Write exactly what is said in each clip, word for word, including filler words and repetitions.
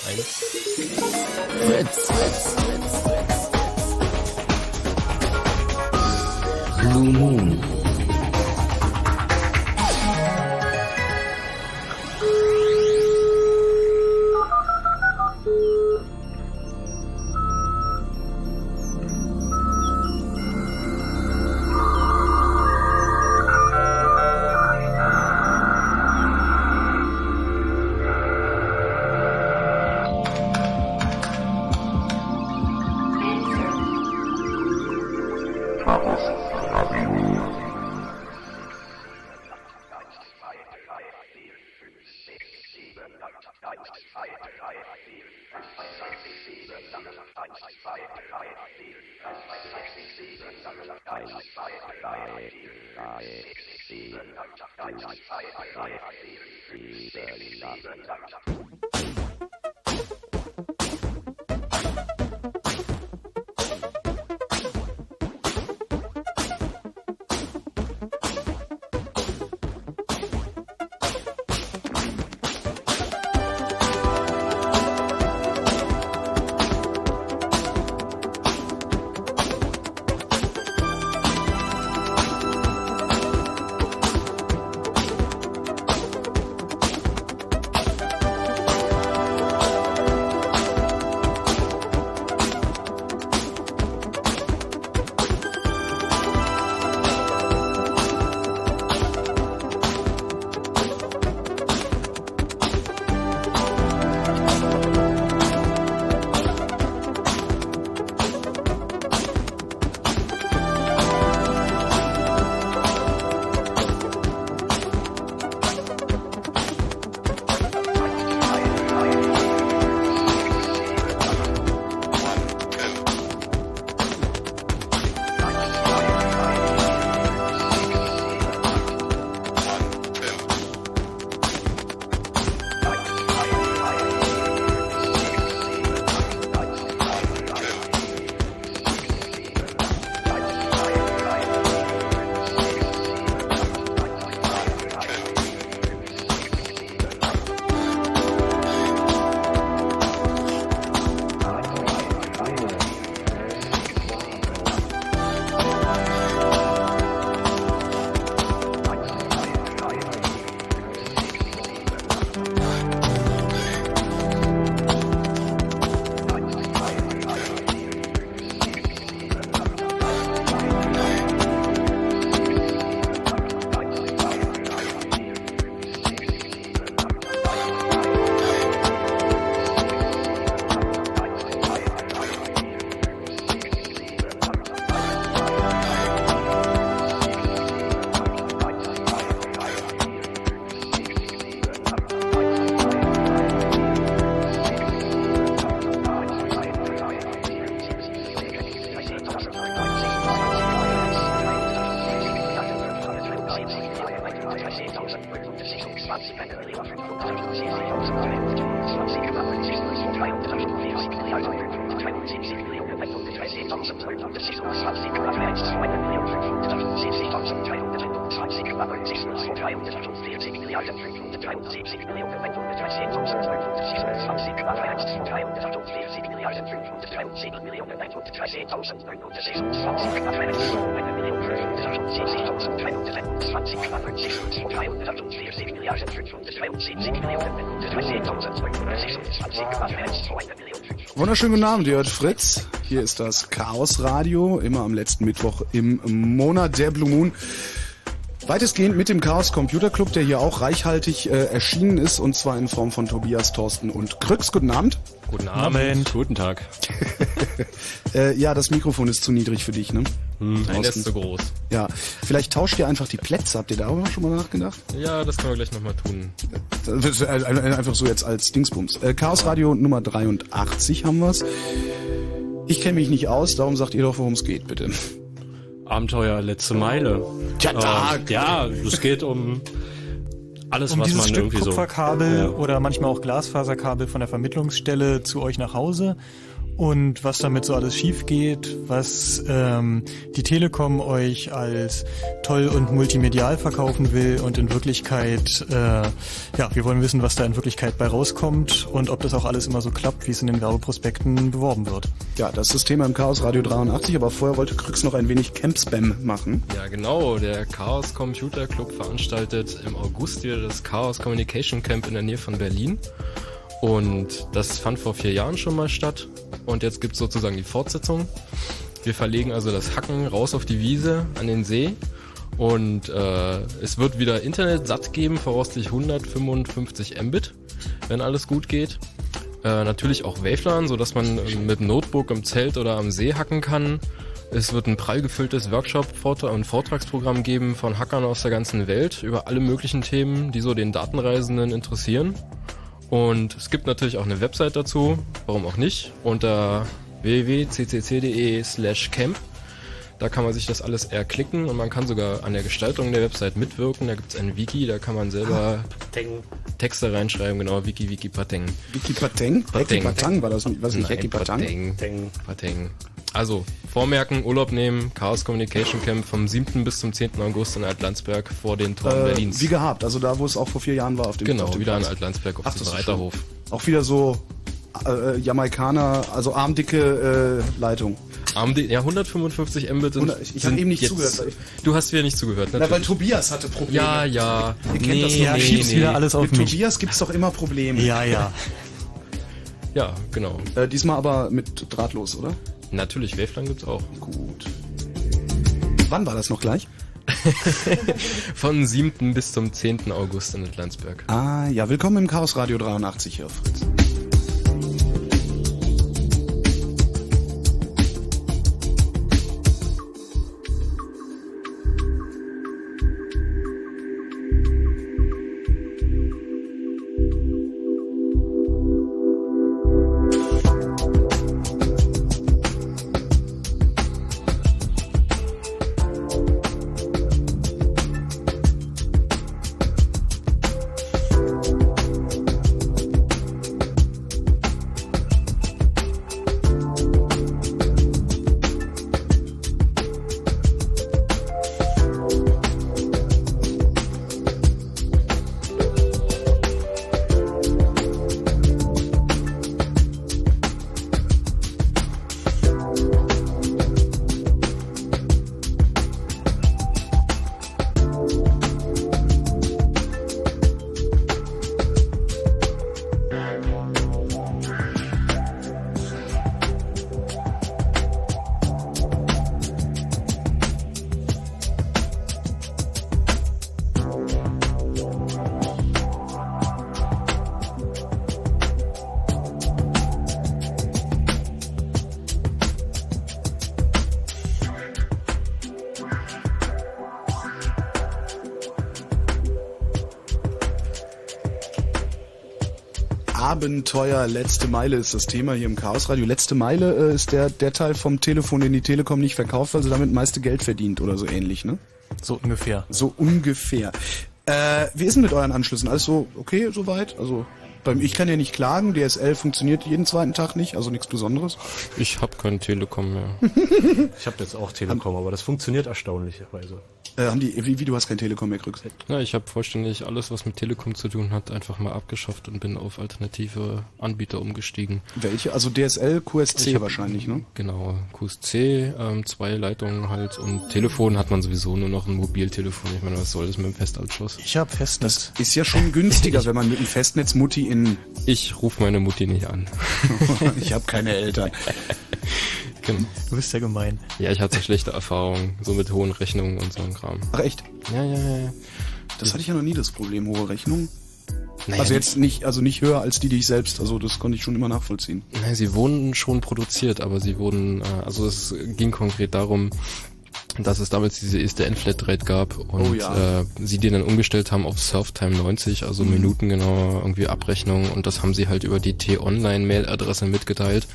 Fritz. Blue Moon. Wunderschönen guten Abend, ihr hört Fritz. Hier ist das Chaos Radio, immer am letzten Mittwoch im Monat der Blue Moon. Weitestgehend mit dem Chaos Computer Club, der hier auch reichhaltig äh, erschienen ist, und zwar in Form von Tobias, Thorsten und Krüx. Guten Abend. Guten Abend. Guten Tag. äh, ja, das Mikrofon ist zu niedrig für dich, ne? Hm, nein, das ist zu groß. Ja, vielleicht tauscht ihr einfach die Plätze. Habt ihr darüber schon mal nachgedacht? Ja, das können wir gleich nochmal tun. Einfach so jetzt als Dingsbums. Äh, Chaos Radio Nummer dreiundachtzig haben wir's. Ich kenne mich nicht aus, darum sagt ihr doch, worum es geht, bitte. Abenteuer letzte Meile. Ja, äh, ja, es geht um alles, um was dieses man Stück irgendwie Kupferkabel so... Ja. oder manchmal auch Glasfaserkabel von der Vermittlungsstelle zu euch nach Hause. und was damit so alles schief geht, was ähm, die Telekom euch als toll und multimedial verkaufen will und in Wirklichkeit, äh, ja, wir wollen wissen, was da in Wirklichkeit bei rauskommt und ob das auch alles immer so klappt, wie es in den Werbeprospekten beworben wird. Ja, das ist das Thema im Chaos Radio dreiundachtzig, aber vorher wollte Krüx noch ein wenig Camp-Spam machen. Ja, genau. Der Chaos Computer Club veranstaltet im August wieder das Chaos Communication Camp in der Nähe von Berlin. Und das fand vor vier Jahren schon mal statt. Und jetzt gibt's sozusagen die Fortsetzung. Wir verlegen also das Hacken raus auf die Wiese, an den See. Und äh, es wird wieder Internet satt geben, voraussichtlich hundertfünfundfünfzig Mbit, wenn alles gut geht. Äh, natürlich auch WaveLAN, sodass man äh, mit einem Notebook im Zelt oder am See hacken kann. Es wird ein prall gefülltes Workshop- und Vortragsprogramm geben von Hackern aus der ganzen Welt über alle möglichen Themen, die so den Datenreisenden interessieren. Und es gibt natürlich auch eine Website dazu, warum auch nicht, unter w w w punkt c c c punkt d e slash camp. Da kann man sich das alles erklicken und man kann sogar an der Gestaltung der Website mitwirken. Da gibt es ein Wiki, da kann man selber Pateng. Texte reinschreiben, genau, Wiki, Wiki, Pateng. Wiki Pateng? Hecki Patang war das nicht, was nicht Hecki Patang? Pateng. Pateng. Also, vormerken, Urlaub nehmen, Chaos Communication Camp vom siebten bis zum zehnten August in Altlandsberg vor den Toren Äh, Berlins. wie gehabt, also da, wo es auch vor vier Jahren war auf dem Genau, auf dem wieder in Platz. Altlandsberg auf Ach, dem das ist Reiterhof. Auch wieder so äh, Jamaikaner, also armdicke äh, Leitung. Armdi- ja, hundertfünfundfünfzig Mbit sind, Ich, ich habe sind eben nicht jetzt, zugehört. Du hast wieder nicht zugehört, Na, weil natürlich. Tobias hatte Probleme. Ja, ja. Ihr kennt das noch. Ja, schieb's wieder alles auf Mit mich. Tobias gibt's doch immer Probleme. Ja, ja. Ja, genau. Äh, diesmal aber mit drahtlos, oder? Natürlich, WaveLAN gibt's auch. Gut. Wann war das noch gleich? Von siebten bis zum zehnten August in Altlandsberg. Ah, ja, willkommen im Chaos Radio dreiundachtzig hier auf Fritz. Abenteuer letzte Meile ist das Thema hier im Chaos Radio. Letzte Meile äh, ist der, der Teil vom Telefon, den die Telekom nicht verkauft, weil sie damit meiste Geld verdient oder so ähnlich, ne? So ungefähr. So ungefähr. Äh, wie ist denn mit euren Anschlüssen? Alles so okay soweit? Also beim, ich kann ja nicht klagen, D S L funktioniert jeden zweiten Tag nicht, also nichts Besonderes. Ich habe kein Telekom mehr. Ich habe jetzt auch Telekom, aber das funktioniert erstaunlicherweise. Äh, haben die, wie, wie du hast kein Telekom mehr, Krüx? Ja, ich habe vollständig alles, was mit Telekom zu tun hat, einfach mal abgeschafft und bin auf alternative Anbieter umgestiegen. Welche? Also D S L, Q S C Ich hab- wahrscheinlich, ne? Genau, Q S C, ähm, zwei Leitungen halt und Telefon hat man sowieso nur noch ein Mobiltelefon. Ich meine, was soll das mit dem Festanschluss? Ich hab Festnetz. Ist ja schon günstiger, wenn man mit einem Festnetz Mutti in... Ich rufe meine Mutti nicht an. Ich habe keine Eltern. Genau. Du bist ja gemein. Ja, ich hatte schlechte Erfahrungen, so mit hohen Rechnungen und so ein Kram. Ach echt? Ja, ja, ja. ja. Das hatte ich ja noch nie, das Problem, hohe Rechnung. Naja, Also jetzt nicht, also nicht höher als die, die ich selbst, also das konnte ich schon immer nachvollziehen. Naja, sie wurden schon produziert, aber sie wurden, äh, also es ging konkret darum, dass es damals diese I S D N-Flatrate gab und Oh ja. äh, sie die dann umgestellt haben auf Surftime neunzig, also Mhm. minutengenau irgendwie Abrechnung und das haben sie halt über die T-Online-Mail-Adresse mitgeteilt.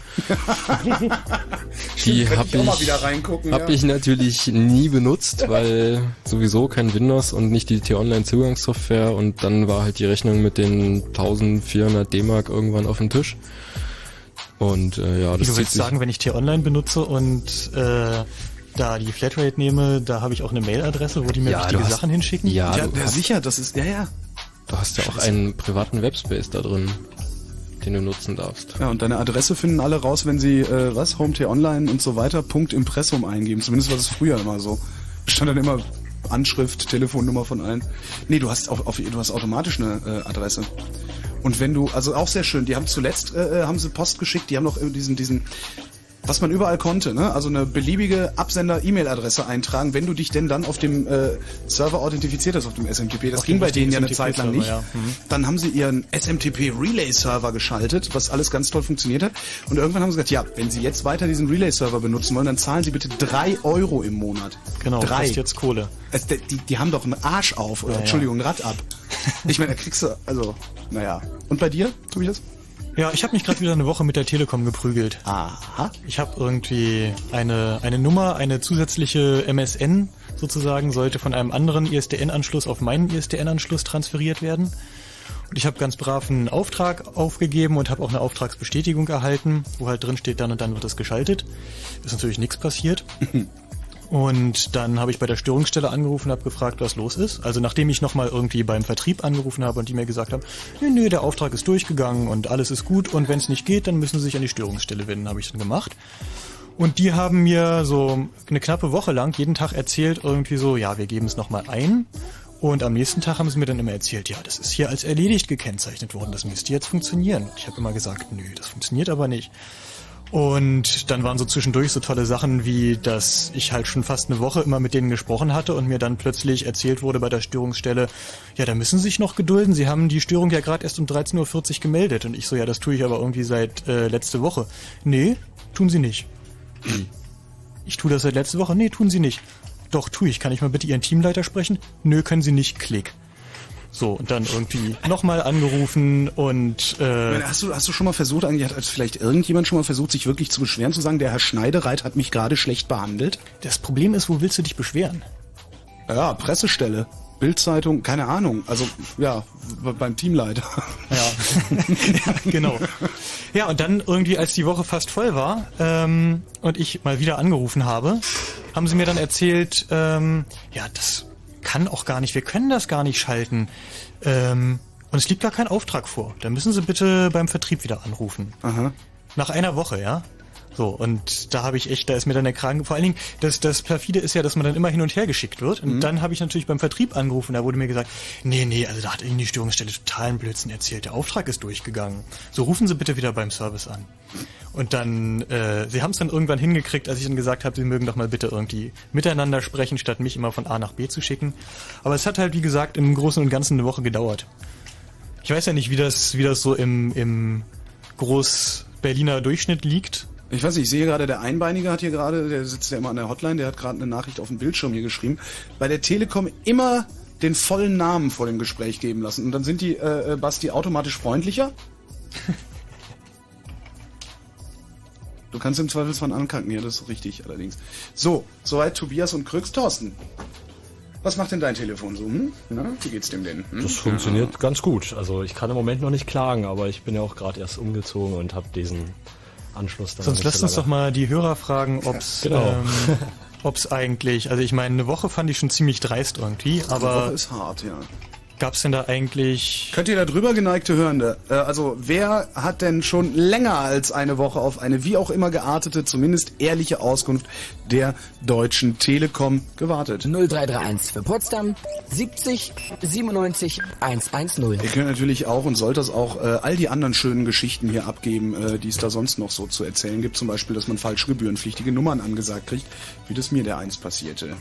die Könnte habe ich auch mal ich, wieder reingucken, hab ja. ich natürlich nie benutzt, weil sowieso kein Windows und nicht die T-Online-Zugangssoftware und dann war halt die Rechnung mit den eintausendvierhundert D-Mark irgendwann auf dem Tisch. Und äh, ja, das Du zieht willst sich. sagen, wenn ich T-Online benutze und äh, da die Flatrate nehme, da habe ich auch eine Mailadresse, wo die mir Ja, wichtige du hast- Sachen hinschicken? Ja, Ja, du, ja hast, sicher, das ist, ja, ja. du hast ja auch einen privaten Webspace da drin, den du nutzen darfst. Ja, und deine Adresse finden alle raus, wenn sie, äh, was, Home T-Online und so weiter, Punkt Impressum eingeben. Zumindest war das früher immer so. Stand dann immer Anschrift, Telefonnummer von allen. Nee, du hast auf, auf du hast automatisch eine äh, Adresse. Und wenn du, also auch sehr schön, die haben zuletzt, äh, haben sie Post geschickt, die haben noch diesen, diesen, was man überall konnte, ne? Also eine beliebige Absender-E-Mail-Adresse eintragen, wenn du dich denn dann auf dem äh, Server authentifiziert hast, auf dem S M T P. Das Auf ging dem bei denen ja eine S M T Zeit lang nicht. P-Server, ja. Mhm. Dann haben sie ihren S M T P-Relay-Server geschaltet, was alles ganz toll funktioniert hat. Und irgendwann haben sie gesagt, ja, wenn sie jetzt weiter diesen Relay-Server benutzen wollen, dann zahlen sie bitte drei Euro im Monat. Genau, drei. kostet jetzt Kohle. Es, die, die haben doch einen Arsch auf, oder Ja, Entschuldigung, ein Rad ab. Ich meine, da kriegst du, also, naja. Und bei dir, Tobias? Ja, ich habe mich gerade wieder eine Woche mit der Telekom geprügelt. Aha. Ich habe irgendwie eine eine Nummer, eine zusätzliche M S N sozusagen, sollte von einem anderen I S D N-Anschluss auf meinen I S D N-Anschluss transferiert werden. Und ich habe ganz brav einen Auftrag aufgegeben und habe auch eine Auftragsbestätigung erhalten, wo halt drin steht, dann und dann wird es geschaltet. Ist natürlich nichts passiert. Und dann habe ich bei der Störungsstelle angerufen und habe gefragt, was los ist. Also nachdem ich nochmal irgendwie beim Vertrieb angerufen habe und die mir gesagt haben, nö, nö, der Auftrag ist durchgegangen und alles ist gut und wenn es nicht geht, dann müssen sie sich an die Störungsstelle wenden, habe ich dann gemacht. Und die haben mir so eine knappe Woche lang jeden Tag erzählt, irgendwie so, ja, wir geben es nochmal ein. Und am nächsten Tag haben sie mir dann immer erzählt, ja, das ist hier als erledigt gekennzeichnet worden, das müsste jetzt funktionieren. Ich habe immer gesagt, nö, das funktioniert aber nicht. Und dann waren so zwischendurch so tolle Sachen wie, dass ich halt schon fast eine Woche immer mit denen gesprochen hatte und mir dann plötzlich erzählt wurde bei der Störungsstelle, ja, da müssen Sie sich noch gedulden, Sie haben die Störung ja gerade erst um dreizehn Uhr vierzig gemeldet. Und ich so, ja, das tue ich aber irgendwie seit äh, letzte Woche. Nee, tun Sie nicht. Wie? Ich tue das seit letzte Woche? Nee, tun Sie nicht. Doch, tue ich. Kann ich mal bitte Ihren Teamleiter sprechen? Nö, können Sie nicht. Klick. So, und dann irgendwie nochmal angerufen und äh, Hast du, hast du schon mal versucht, eigentlich hat vielleicht irgendjemand schon mal versucht, sich wirklich zu beschweren, zu sagen, der Herr Schneidereit hat mich gerade schlecht behandelt? das Problem ist, wo willst du dich beschweren? Ja, Pressestelle, Bildzeitung, keine Ahnung. Also, ja, b- beim Teamleiter. Ja. Ja, genau. Ja, und dann irgendwie, als die Woche fast voll war ähm, und ich mal wieder angerufen habe, haben sie mir dann erzählt, ähm, ja, das kann auch gar nicht, wir können das gar nicht schalten. Ähm, und es liegt gar kein Auftrag vor. Dann müssen Sie bitte beim Vertrieb wieder anrufen. Aha. Nach einer Woche, ja. So, und da habe ich echt, da ist mir dann der Kragen, vor allen Dingen, das, das perfide ist ja, dass man dann immer hin und her geschickt wird. Und mhm. dann habe ich natürlich beim Vertrieb angerufen, da wurde mir gesagt, nee, nee, also da hat Ihnen die Störungsstelle totalen Blödsinn erzählt, der Auftrag ist durchgegangen. So, rufen Sie bitte wieder beim Service an. Und dann, äh, sie haben es dann irgendwann hingekriegt, als ich dann gesagt habe, sie mögen doch mal bitte irgendwie miteinander sprechen, statt mich immer von A nach B zu schicken. Aber es hat halt, wie gesagt, im Großen und Ganzen eine Woche gedauert. Ich weiß ja nicht, wie das, wie das so im, im Groß-Berliner Durchschnitt liegt. Ich weiß nicht, ich sehe gerade, der Einbeinige hat hier gerade, der sitzt ja immer an der Hotline, der hat gerade eine Nachricht auf dem Bildschirm hier geschrieben, bei der Telekom immer den vollen Namen vor dem Gespräch geben lassen. Und dann sind die, äh, Basti, automatisch freundlicher. Du kannst im Zweifelsfall ankacken, ja, das ist richtig allerdings. So, soweit Tobias und Krüx. Thorsten, was macht denn dein Telefon so? Hm? Na, wie geht's dem denn? Hm? Das funktioniert ganz gut. Also ich kann im Moment noch nicht klagen, aber ich bin ja auch gerade erst umgezogen und habe diesen Anschluss dann. Sonst lasst uns doch mal die Hörer fragen, ob's, genau. ähm, ob's eigentlich, also ich meine, eine Woche fand ich schon ziemlich dreist irgendwie, Eine Woche aber ist hart, ja. gab's denn da eigentlich... Könnt ihr da drüber, geneigte Hörende? Äh, also, wer hat denn schon länger als eine Woche auf eine wie auch immer geartete, zumindest ehrliche Auskunft der Deutschen Telekom gewartet? null drei drei eins für Potsdam siebzig siebenundneunzig hundertzehn. Ihr könnt natürlich auch und sollt das auch äh, all die anderen schönen Geschichten hier abgeben, äh, die es da sonst noch so zu erzählen gibt. Zum Beispiel, dass man falsch gebührenpflichtige Nummern angesagt kriegt, wie das mir der einst passierte.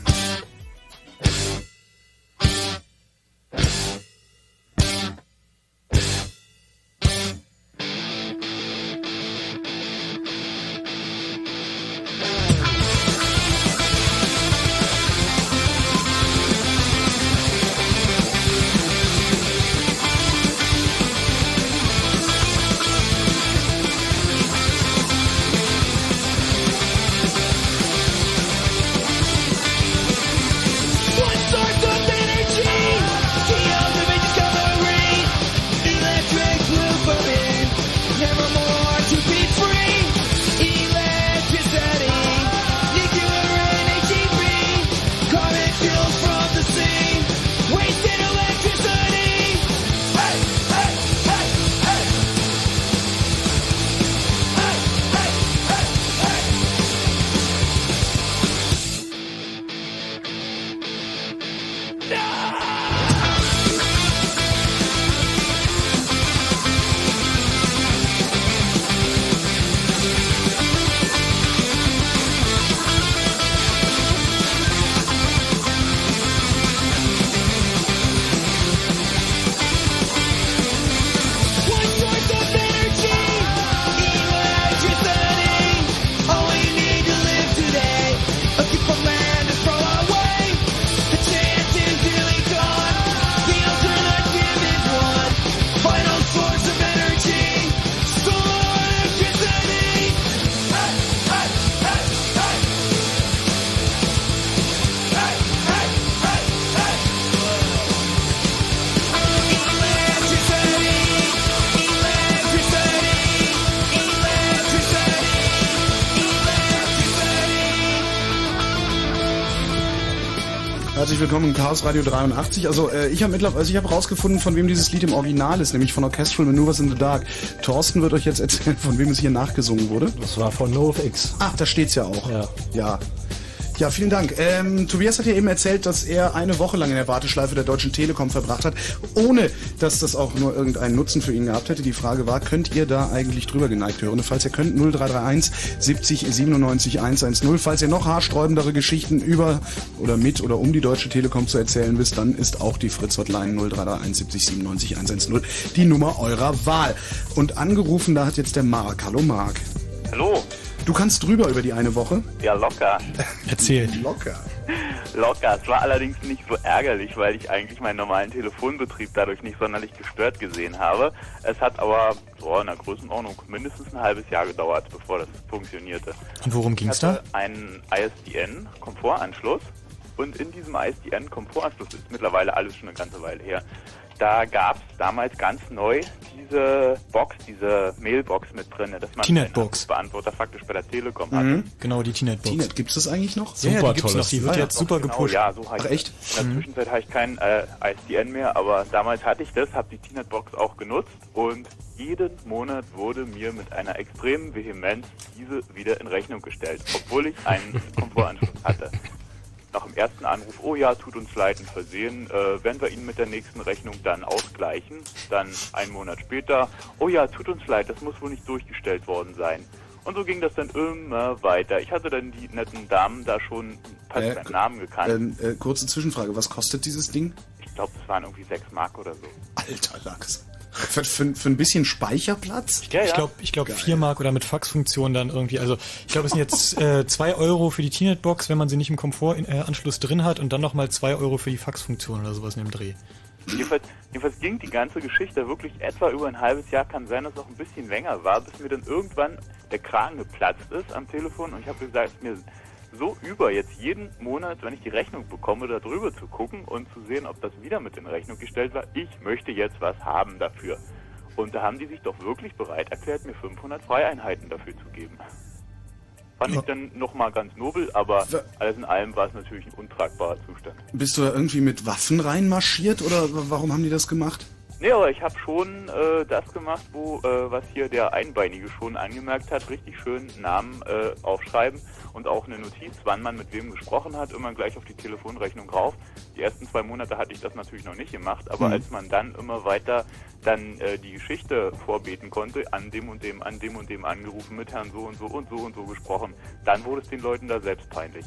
Herzlich willkommen im Chaos Radio dreiundachtzig. Also äh, ich habe mittlerweile, also ich habe rausgefunden, von wem dieses Lied im Original ist, nämlich von Orchestral Maneuvers in the Dark. Thorsten wird euch jetzt erzählen, von wem es hier nachgesungen wurde. Das war von NoFX. Ach, da steht's ja auch. Ja. Ja. Ja, vielen Dank. Ähm, Tobias hat ja eben erzählt, dass er eine Woche lang in der Warteschleife der Deutschen Telekom verbracht hat, ohne dass das auch nur irgendeinen Nutzen für ihn gehabt hätte. Die Frage war, könnt ihr da eigentlich drüber geneigt hören? Und falls ihr könnt, null drei drei eins siebzig siebenundneunzig hundertzehn. Falls ihr noch haarsträubendere Geschichten über oder mit oder um die Deutsche Telekom zu erzählen wisst, dann ist auch die Fritz-Hotline null drei drei eins siebzig siebenundneunzig hundertzehn die Nummer eurer Wahl. Und angerufen, da hat jetzt der Marc. Hallo Marc. Hallo. Du kannst drüber über die eine Woche? Ja, locker. Erzähl. Locker. Locker. Es war allerdings nicht so ärgerlich, weil ich eigentlich meinen normalen Telefonbetrieb dadurch nicht sonderlich gestört gesehen habe. Es hat aber so in der Größenordnung mindestens ein halbes Jahr gedauert, bevor das funktionierte. Und worum ging's Ich da? hatte einen I S D N-Komfortanschluss und in diesem I S D N-Komfortanschluss ist mittlerweile alles schon eine ganze Weile her. Da gab es damals ganz neu diese Box, diese Mailbox mit drin, dass man einen Beantworter faktisch bei der Telekom hatte. Mhm. Genau, die T-Net-Box. T-Net, gibt es das eigentlich noch? Ja, ja, die gibt's noch, die wird Ah, ja. jetzt super Genau, gepusht. ja, so heißt Ach, echt? es. In der Zwischenzeit habe ich kein äh, I S D N mehr, aber damals hatte ich das, habe die T-Net-Box auch genutzt und jeden Monat wurde mir mit einer extremen Vehemenz diese wieder in Rechnung gestellt, obwohl ich einen Komfortanschluss hatte. Nach dem ersten Anruf, oh ja, tut uns leid, ein Versehen, äh, werden wir Ihnen mit der nächsten Rechnung dann ausgleichen. Dann einen Monat später, oh ja, tut uns leid, das muss wohl nicht durchgestellt worden sein. Und so ging das dann immer weiter. Ich hatte dann die netten Damen da schon fast Äh, beim Namen gekannt. Ähm, äh, kurze Zwischenfrage, was kostet dieses Ding? Ich glaube, es waren irgendwie sechs Mark oder so. Alter Lachs. Für, für, für ein bisschen Speicherplatz? Ja, Ich glaube, ich glaub, vier Mark oder mit Faxfunktion dann irgendwie. Also ich glaube, es sind jetzt äh, zwei Euro für die T-Net-Box, wenn man sie nicht im Komfortanschluss drin hat, und dann nochmal zwei Euro für die Faxfunktion oder sowas in dem Dreh. Jedenfalls, jedenfalls ging die ganze Geschichte wirklich etwa über ein halbes Jahr, kann sein, dass es auch ein bisschen länger war, bis mir dann irgendwann der Kragen geplatzt ist am Telefon und ich habe gesagt, es ist mir so über, jetzt jeden Monat, wenn ich die Rechnung bekomme, da drüber zu gucken und zu sehen, ob das wieder mit in Rechnung gestellt war. Ich möchte jetzt was haben dafür. Und da haben die sich doch wirklich bereit erklärt, mir fünfhundert Freieinheiten dafür zu geben. Fand ich dann nochmal ganz nobel, aber alles in allem war es natürlich ein untragbarer Zustand. Bist du da irgendwie mit Waffen reinmarschiert oder warum haben die das gemacht? Nee, aber ich habe schon äh, das gemacht, wo äh, was hier der Einbeinige schon angemerkt hat, richtig schön Namen äh, aufschreiben und auch eine Notiz, wann man mit wem gesprochen hat, immer gleich auf die Telefonrechnung rauf. Die ersten zwei Monate hatte ich das natürlich noch nicht gemacht, aber mhm. als man dann immer weiter dann äh, die Geschichte vorbeten konnte, an dem und dem, an dem und dem angerufen, mit Herrn so und so und so und so gesprochen, dann wurde es den Leuten da selbst peinlich.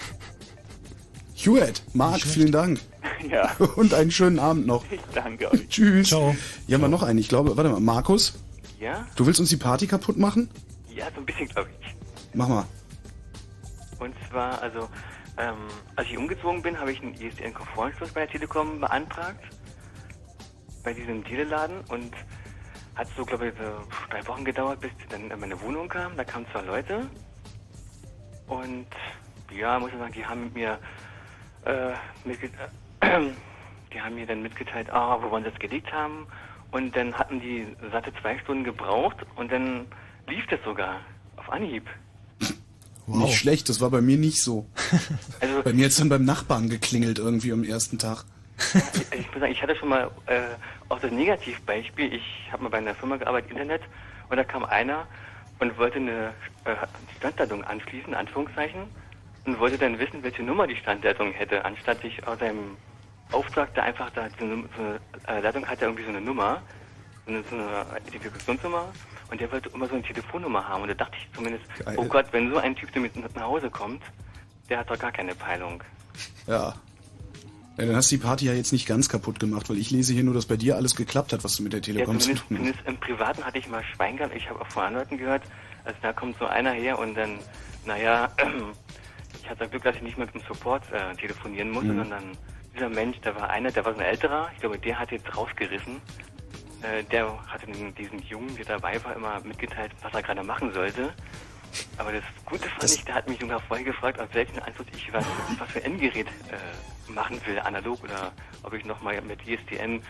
Hewitt, Marc, vielen Dank. Ja. Und einen schönen Abend noch. Ich danke euch. Tschüss. Ciao. Hier haben wir noch einen. Ich glaube, warte mal, Markus? Ja? Du willst uns die Party kaputt machen? Ja, so ein bisschen, glaube ich. Mach mal. Und zwar, also, ähm, als ich umgezogen bin, habe ich einen I S D N-Komfortanschluss bei der Telekom beantragt. Bei diesem Teleladen. Und hat so, glaube ich, so drei Wochen gedauert, bis dann in meine Wohnung kam. Da kamen zwei Leute. Und, ja, muss ich sagen, die haben mit mir, äh, mitgeteilt, äh, die haben mir dann mitgeteilt, ah, wo wollen sie das gelegt haben. Und dann hatten die satte zwei Stunden gebraucht und dann lief das sogar auf Anhieb. Wow. Nicht schlecht, das war bei mir nicht so. Also, bei mir hat es dann beim Nachbarn geklingelt irgendwie am ersten Tag. Ich, ich muss sagen, ich hatte schon mal äh, auch das Negativbeispiel. Ich habe mal bei einer Firma gearbeitet, Internet, und da kam einer und wollte eine äh, Standleitung anschließen, in Anführungszeichen, und wollte dann wissen, welche Nummer die Standleitung hätte, anstatt sich aus seinem Auftrag da einfach da, so eine, so eine äh, Leitung hat ja irgendwie so eine Nummer, so eine, so eine Identifikationsnummer, und der wollte immer so eine Telefonnummer haben, und da dachte ich zumindest, Geil. Oh Gott, wenn so ein Typ damit nach Hause kommt, der hat doch gar keine Peilung. Ja. Ja, dann hast du die Party ja jetzt nicht ganz kaputt gemacht, weil ich lese hier nur, dass bei dir alles geklappt hat, was du mit der Telekom ja, zu tun hast. Zumindest im Privaten hatte ich mal Schwein gehabt. Ich habe auch von anderen Leuten gehört, also da kommt so einer her und dann, naja, ich hatte das Glück, dass ich nicht mehr mit dem Support äh, telefonieren musste, mhm. sondern dieser Mensch, da war einer, der war so ein älterer, ich glaube, der hat jetzt rausgerissen. Äh, der hatte den, diesen Jungen, der dabei war, immer mitgeteilt, was er gerade machen sollte. Aber das Gute fand das ich, der hat mich sogar vorher gefragt, auf welchen Anschluss ich was, was für ein Endgerät äh, machen will, analog, oder ob ich nochmal mit I S D N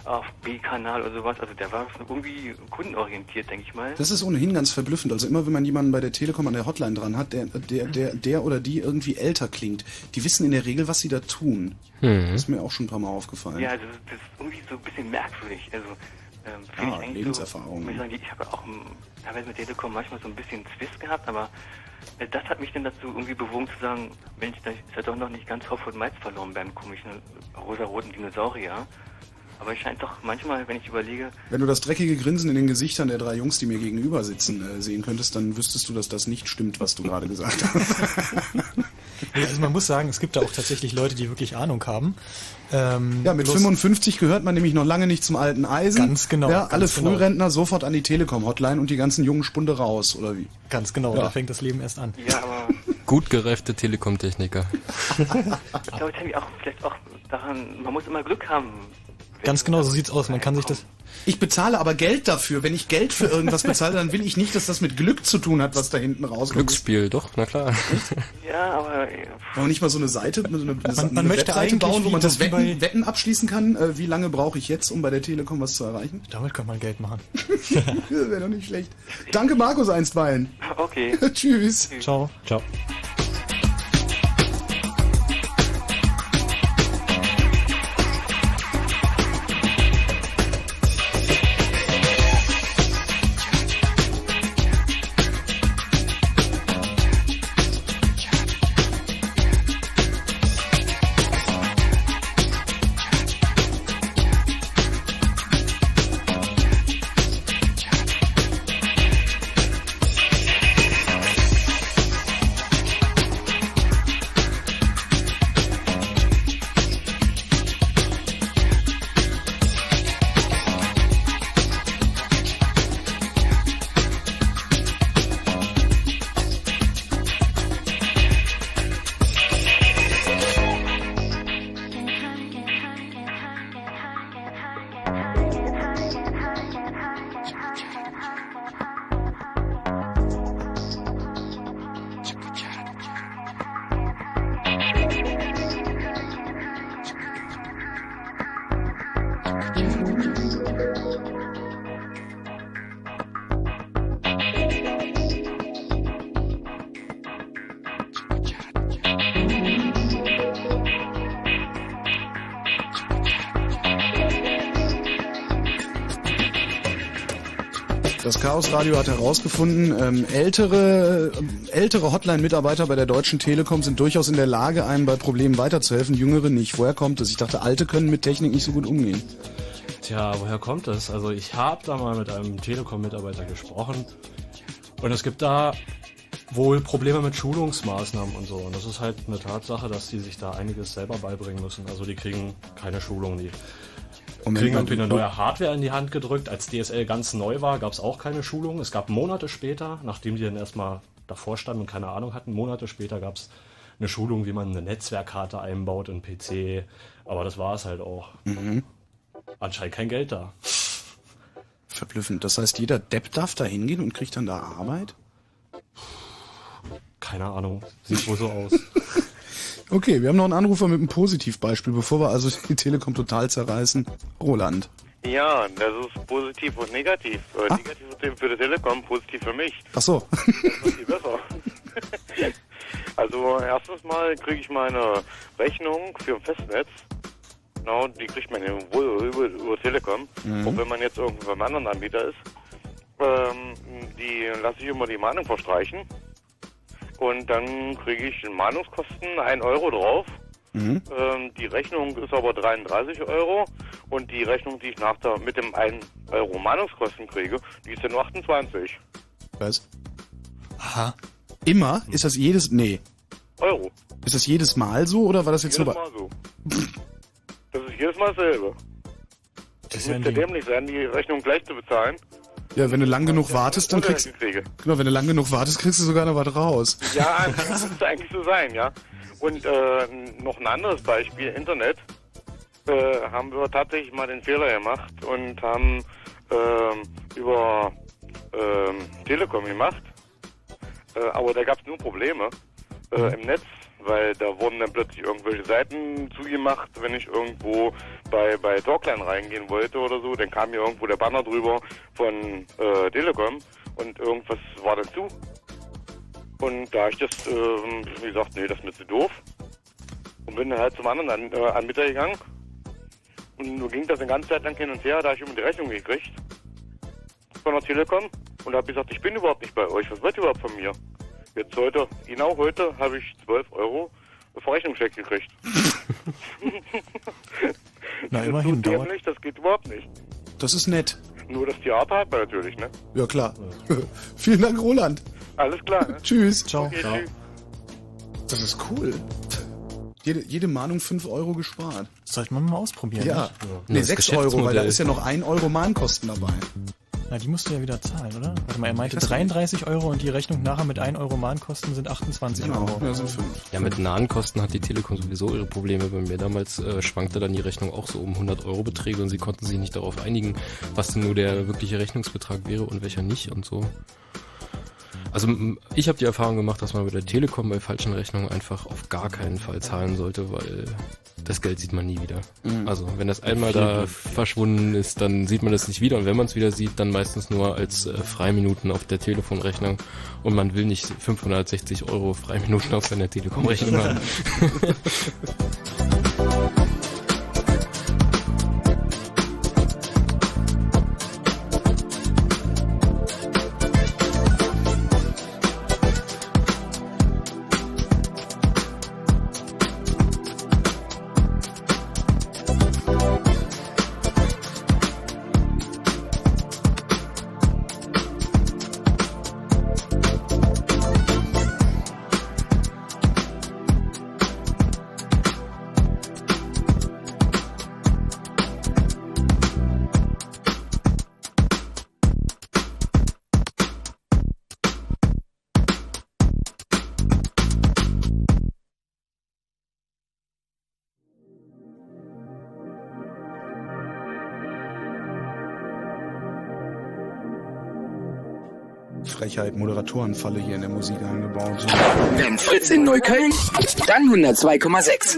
auf B-Kanal oder sowas. Also der war irgendwie kundenorientiert, denke ich mal. Das ist ohnehin ganz verblüffend. Also immer wenn man jemanden bei der Telekom an der Hotline dran hat, der, der, der, der oder die irgendwie älter klingt, die wissen in der Regel, was sie da tun. Mhm. Das ist mir auch schon ein paar Mal aufgefallen. Ja, also das ist irgendwie so ein bisschen merkwürdig. Also ähm, finde ah, ich eigentlich Lebenserfahrung. So, ich, sagen, ich habe auch teilweise mit Telekom manchmal so ein bisschen Zwist gehabt, aber äh, das hat mich dann dazu irgendwie bewogen zu sagen, Mensch, da ist ja doch noch nicht ganz Hopf und Malz verloren beim komischen rosaroten Dinosaurier. Aber es scheint doch manchmal, wenn ich überlege... Wenn du das dreckige Grinsen in den Gesichtern der drei Jungs, die mir gegenüber sitzen, äh, sehen könntest, dann wüsstest du, dass das nicht stimmt, was du gerade gesagt hast. Also man muss sagen, es gibt da auch tatsächlich Leute, die wirklich Ahnung haben. Ähm, ja, mit fünfundfünfzig gehört man nämlich noch lange nicht zum alten Eisen. Ganz genau. Ja, alle ganz Frührentner genau. sofort an die Telekom-Hotline und die ganzen jungen Spunde raus, oder wie? Ganz genau, ja. Da fängt das Leben erst an. Ja, aber... Gut gereifte Telekom-Techniker. Ich glaube, ich denke auch vielleicht auch daran, man muss immer Glück haben. Ganz genau, so sieht's aus. Man kann sich das... Ich bezahle aber Geld dafür. Wenn ich Geld für irgendwas bezahle, dann will ich nicht, dass das mit Glück zu tun hat, was da hinten rauskommt. Glücksspiel, doch, na klar. Ja, aber... Kann man nicht mal so eine Seite, so eine, man, eine man möchte eigentlich bauen, wo man das Wetten, Wetten, Wetten abschließen kann? Äh, wie lange brauche ich jetzt, um bei der Telekom was zu erreichen? Damit kann man Geld machen. Das wäre doch nicht schlecht. Danke, Markus, einstweilen. Okay. Tschüss. Ciao. Ciao. Das Chaos Radio hat herausgefunden, ähm, ältere, äh, ältere Hotline-Mitarbeiter bei der Deutschen Telekom sind durchaus in der Lage, einem bei Problemen weiterzuhelfen, jüngere nicht. Woher kommt das? Ich dachte, Alte können mit Technik nicht so gut umgehen. Tja, woher kommt das? Also ich habe da mal mit einem Telekom-Mitarbeiter gesprochen und es gibt da wohl Probleme mit Schulungsmaßnahmen und so. Und das ist halt eine Tatsache, dass die sich da einiges selber beibringen müssen. Also die kriegen keine Schulung, die Moment, kriegen irgendwie eine neue Hardware in die Hand gedrückt. Als D S L ganz neu war, gab es auch keine Schulung. Es gab Monate später, nachdem die dann erstmal davor standen und keine Ahnung hatten, Monate später gab es eine Schulung, wie man eine Netzwerkkarte einbaut in P C. Aber das war es halt auch. Mhm. Anscheinend kein Geld da. Verblüffend. Das heißt, jeder Depp darf da hingehen und kriegt dann da Arbeit? Keine Ahnung. Sieht wohl so aus. Okay, wir haben noch einen Anrufer mit einem Positivbeispiel, bevor wir also die Telekom total zerreißen. Roland. Ja, das ist positiv und negativ. Äh, ah. Negativ für die Telekom, positiv für mich. Ach so. Das ist viel besser. Also erstens mal kriege ich meine Rechnung für ein Festnetz. Genau, die kriegt man wohl über, über Telekom. Mhm. Auch wenn man jetzt irgendwo beim anderen Anbieter ist. Ähm, die lasse ich immer die Mahnung verstreichen. Und dann kriege ich in Mahnungskosten ein Euro drauf. Mhm. Ähm, die Rechnung ist aber dreiunddreißig Euro. Und die Rechnung, die ich nach der, mit dem ein Euro Mahnungskosten kriege, die ist dann nur achtundzwanzig. Was? Aha. Immer? Ist das jedes... Nee. Euro. Ist das jedes Mal so oder war das jetzt jedes nur... Mal so. Das ist jedes Mal dasselbe. Das müsste ja dämlich sein, die Rechnung gleich zu bezahlen. Ja, wenn du lang genug wartest, dann kriegst du... Genau, wenn du lang genug wartest, kriegst du sogar noch was raus. Ja, das müsste eigentlich so sein, ja. Und äh, noch ein anderes Beispiel, Internet. Äh, haben wir tatsächlich mal den Fehler gemacht und haben äh, über äh, Telekom gemacht. Äh, aber da gab es nur Probleme. Äh, Im Netz weil da wurden dann plötzlich irgendwelche Seiten zugemacht, wenn ich irgendwo bei, bei Talkline reingehen wollte oder so, dann kam mir irgendwo der Banner drüber von äh, Telekom und irgendwas war dann zu. Und da habe ich das, äh, wie gesagt, nee, das ist mir zu doof. Und bin dann halt zum anderen An äh, Anbieter gegangen. Und so ging das eine ganze Zeit lang hin und her, da habe ich immer die Rechnung gekriegt von der Telekom und habe gesagt, ich bin überhaupt nicht bei euch, was wollt ihr überhaupt von mir? Jetzt heute, genau heute, habe ich zwölf Euro Verrechnungscheck gekriegt. Na, das immerhin. ist so dämlich, das geht überhaupt nicht. Das ist nett. Nur das Theater hat man natürlich, ne? Ja, klar. Vielen Dank, Roland. Alles klar, ne? Tschüss. Ciao. Okay, Ciao. tschüss. Das ist cool. Jede, jede Mahnung fünf Euro gespart. Sollte man mal ausprobieren. Ja. Nicht? Nee, Das sechs Euro, weil da Geschäftsmodell. ist ja noch ein Euro Mahnkosten dabei. Na, die musst du ja wieder zahlen, oder? Warte mal, er meinte Ich weiß nicht. dreiunddreißig Euro und die Rechnung nachher mit ein Euro Mahnkosten sind achtundzwanzig Genau, Euro. ja, sind fünf. Ja, mit nahen Kosten hat die Telekom sowieso ihre Probleme. Bei mir damals äh, schwankte dann die Rechnung auch so um hundert Euro Beträge und sie konnten sich nicht darauf einigen, was denn nur der wirkliche Rechnungsbetrag wäre und welcher nicht und so. Also m- ich habe die Erfahrung gemacht, dass man bei der Telekom bei falschen Rechnungen einfach auf gar keinen Fall zahlen sollte, weil das Geld sieht man nie wieder. Mhm. Also wenn das einmal da verschwunden ist, dann sieht man das nicht wieder und wenn man es wieder sieht, dann meistens nur als äh, Freiminuten auf der Telefonrechnung und man will nicht fünfhundertsechzig Euro Freiminuten auf seiner Telekom-Rechnung haben. Frechheit, Moderatorenfalle hier in der Musik eingebaut. Wenn Fritz in Neukölln, dann hundertzwei Komma sechs.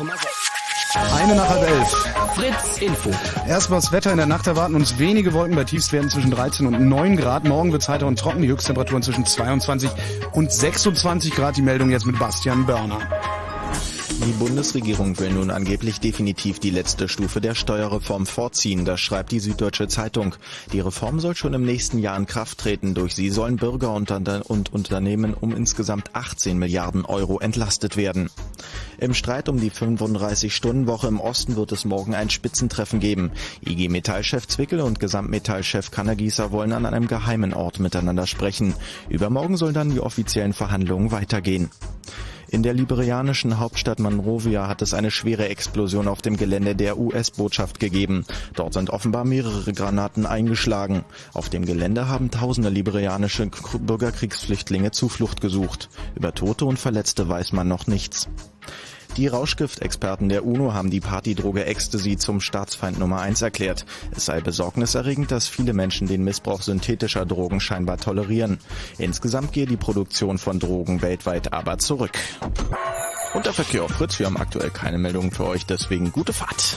Eine nach halb elf. Fritz Info. Erstmal das Wetter. In der Nacht erwarten uns wenige Wolken bei Tiefstwerten zwischen dreizehn und neun Grad. Morgen wird es heiter und trocken. Die Höchsttemperaturen zwischen zweiundzwanzig und sechsundzwanzig Grad. Die Meldung jetzt mit Bastian Börner. Die Bundesregierung will nun angeblich definitiv die letzte Stufe der Steuerreform vorziehen, das schreibt die Süddeutsche Zeitung. Die Reform soll schon im nächsten Jahr in Kraft treten. Durch sie sollen Bürger und Unternehmen um insgesamt achtzehn Milliarden Euro entlastet werden. Im Streit um die fünfunddreißig-Stunden-Woche im Osten wird es morgen ein Spitzentreffen geben. I G Metall-Chef Zwickel und Gesamtmetall-Chef Kannergießer wollen an einem geheimen Ort miteinander sprechen. Übermorgen sollen dann die offiziellen Verhandlungen weitergehen. In der liberianischen Hauptstadt Monrovia hat es eine schwere Explosion auf dem Gelände der U S-Botschaft gegeben. Dort sind offenbar mehrere Granaten eingeschlagen. Auf dem Gelände haben tausende liberianische Bürgerkriegsflüchtlinge Zuflucht gesucht. Über Tote und Verletzte weiß man noch nichts. Die Rauschgiftexperten der UNO haben die Partydroge Ecstasy zum Staatsfeind Nummer eins erklärt. Es sei besorgniserregend, dass viele Menschen den Missbrauch synthetischer Drogen scheinbar tolerieren. Insgesamt gehe die Produktion von Drogen weltweit aber zurück. Und der Verkehr auf Fritz, wir haben aktuell keine Meldungen für euch, deswegen gute Fahrt.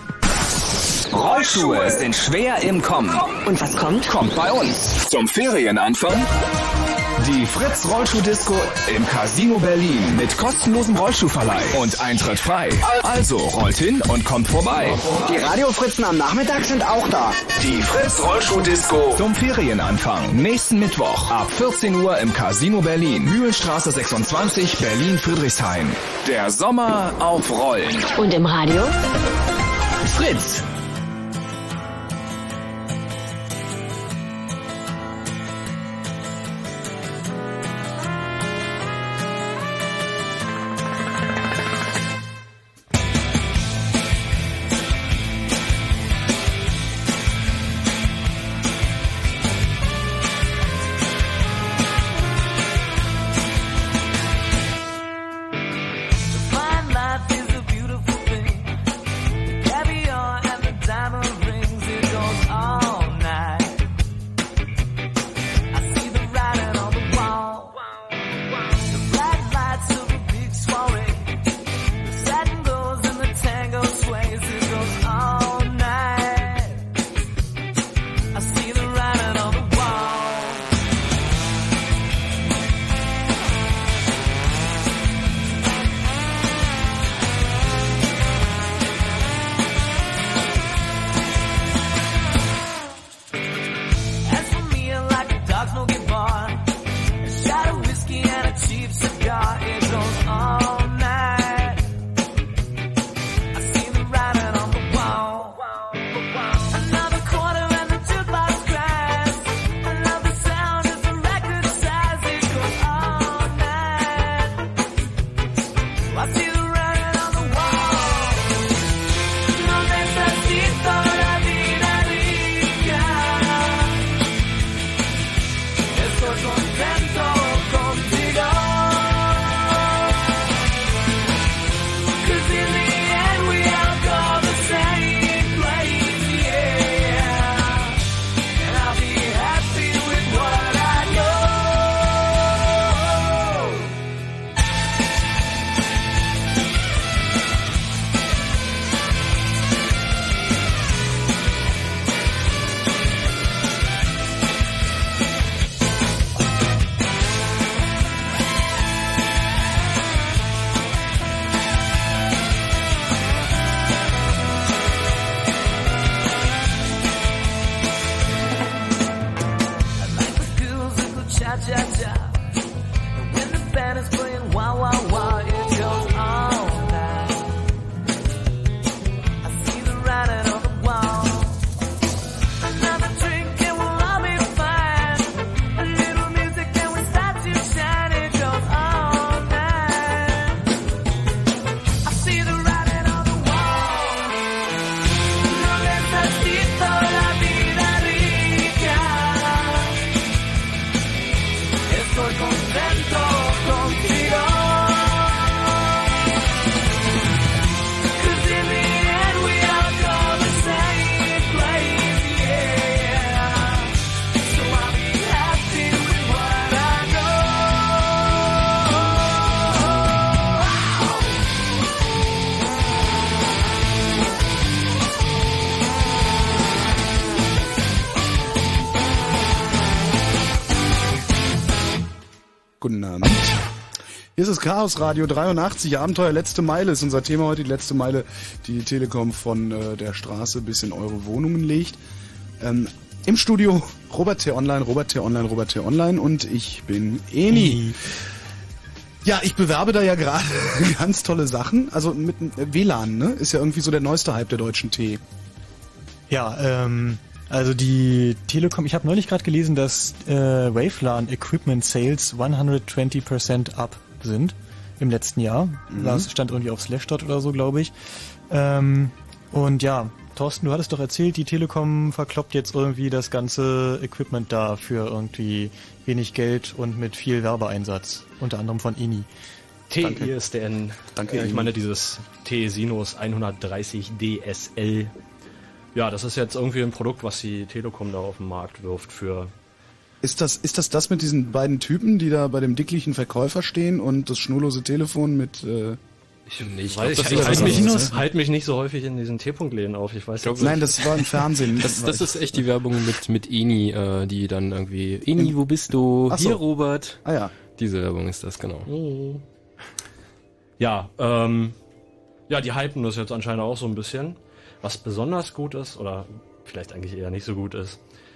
Rollschuhe sind schwer im Kommen. Und was kommt? Kommt bei uns. Zum Ferienanfang die Fritz Rollschuh-Disco im Casino Berlin mit kostenlosem Rollschuhverleih und Eintritt frei. Also rollt hin und kommt vorbei. Die Radio-Fritzen am Nachmittag sind auch da. Die Fritz Rollschuh-Disco zum Ferienanfang. Nächsten Mittwoch ab vierzehn Uhr im Casino Berlin. Mühlenstraße sechsundzwanzig, Berlin-Friedrichshain. Der Sommer auf Rollen. Und im Radio? Fritz. Life is a beautiful thing. Caviar and the cha-cha. And when the band is playing wah wah wah, it goes all night. I see the writing on the wall. Another drink and we'll all be fine. A little music and we start to shine. It goes all night. I see the writing on the wall. No necesito la vida rica. Estoy contento contigo. 'Cause in the end we all go the same place, yeah. So I'll be happy with what I know. Guten Abend. Hier ist das Chaos Radio dreiundachtzig, Abenteuer letzte Meile ist unser Thema heute, die letzte Meile, die die Telekom von äh, der Straße bis in eure Wohnungen legt. Ähm, Im Studio Robert T. Online, Robert T. Online, Robert T. Online und ich bin Eni. Ja, ich bewerbe da ja gerade ganz tolle Sachen, also mit äh, W L A N, ne? Ist ja irgendwie so der neueste Hype der deutschen T. Ja, ähm, also die Telekom, ich habe neulich gerade gelesen, dass äh, WaveLAN Equipment Sales hundertzwanzig Prozent up sind im letzten Jahr. Mhm. Das stand irgendwie auf Slashdot oder so, glaube ich. Ähm, und ja, Thorsten, du hattest doch erzählt, die Telekom verkloppt jetzt irgendwie das ganze Equipment da für irgendwie wenig Geld und mit viel Werbeeinsatz, unter anderem von Eni. T I S D N. Danke. Ja, ich meine dieses T-Sinus hundertdreißig D S L. Ja, das ist jetzt irgendwie ein Produkt, was die Telekom da auf den Markt wirft für... Ist das, ist das das mit diesen beiden Typen, die da bei dem dicklichen Verkäufer stehen und das schnurlose Telefon mit... Äh Ich, ich, weiß, ich, ich halte mich, halt mich nicht so häufig in diesen T-Punkt-Läden auf. Ich weiß jetzt Nein, das war im Fernsehen. Das, das ist echt die Werbung mit mit Eni, äh, die dann irgendwie Eni, wo bist du? Ach so. Hier, Robert. Ah ja. Diese Werbung ist das, genau. Ja, ähm, ja, die hypen das jetzt anscheinend auch so ein bisschen. Was besonders gut ist, oder vielleicht eigentlich eher nicht so gut ist,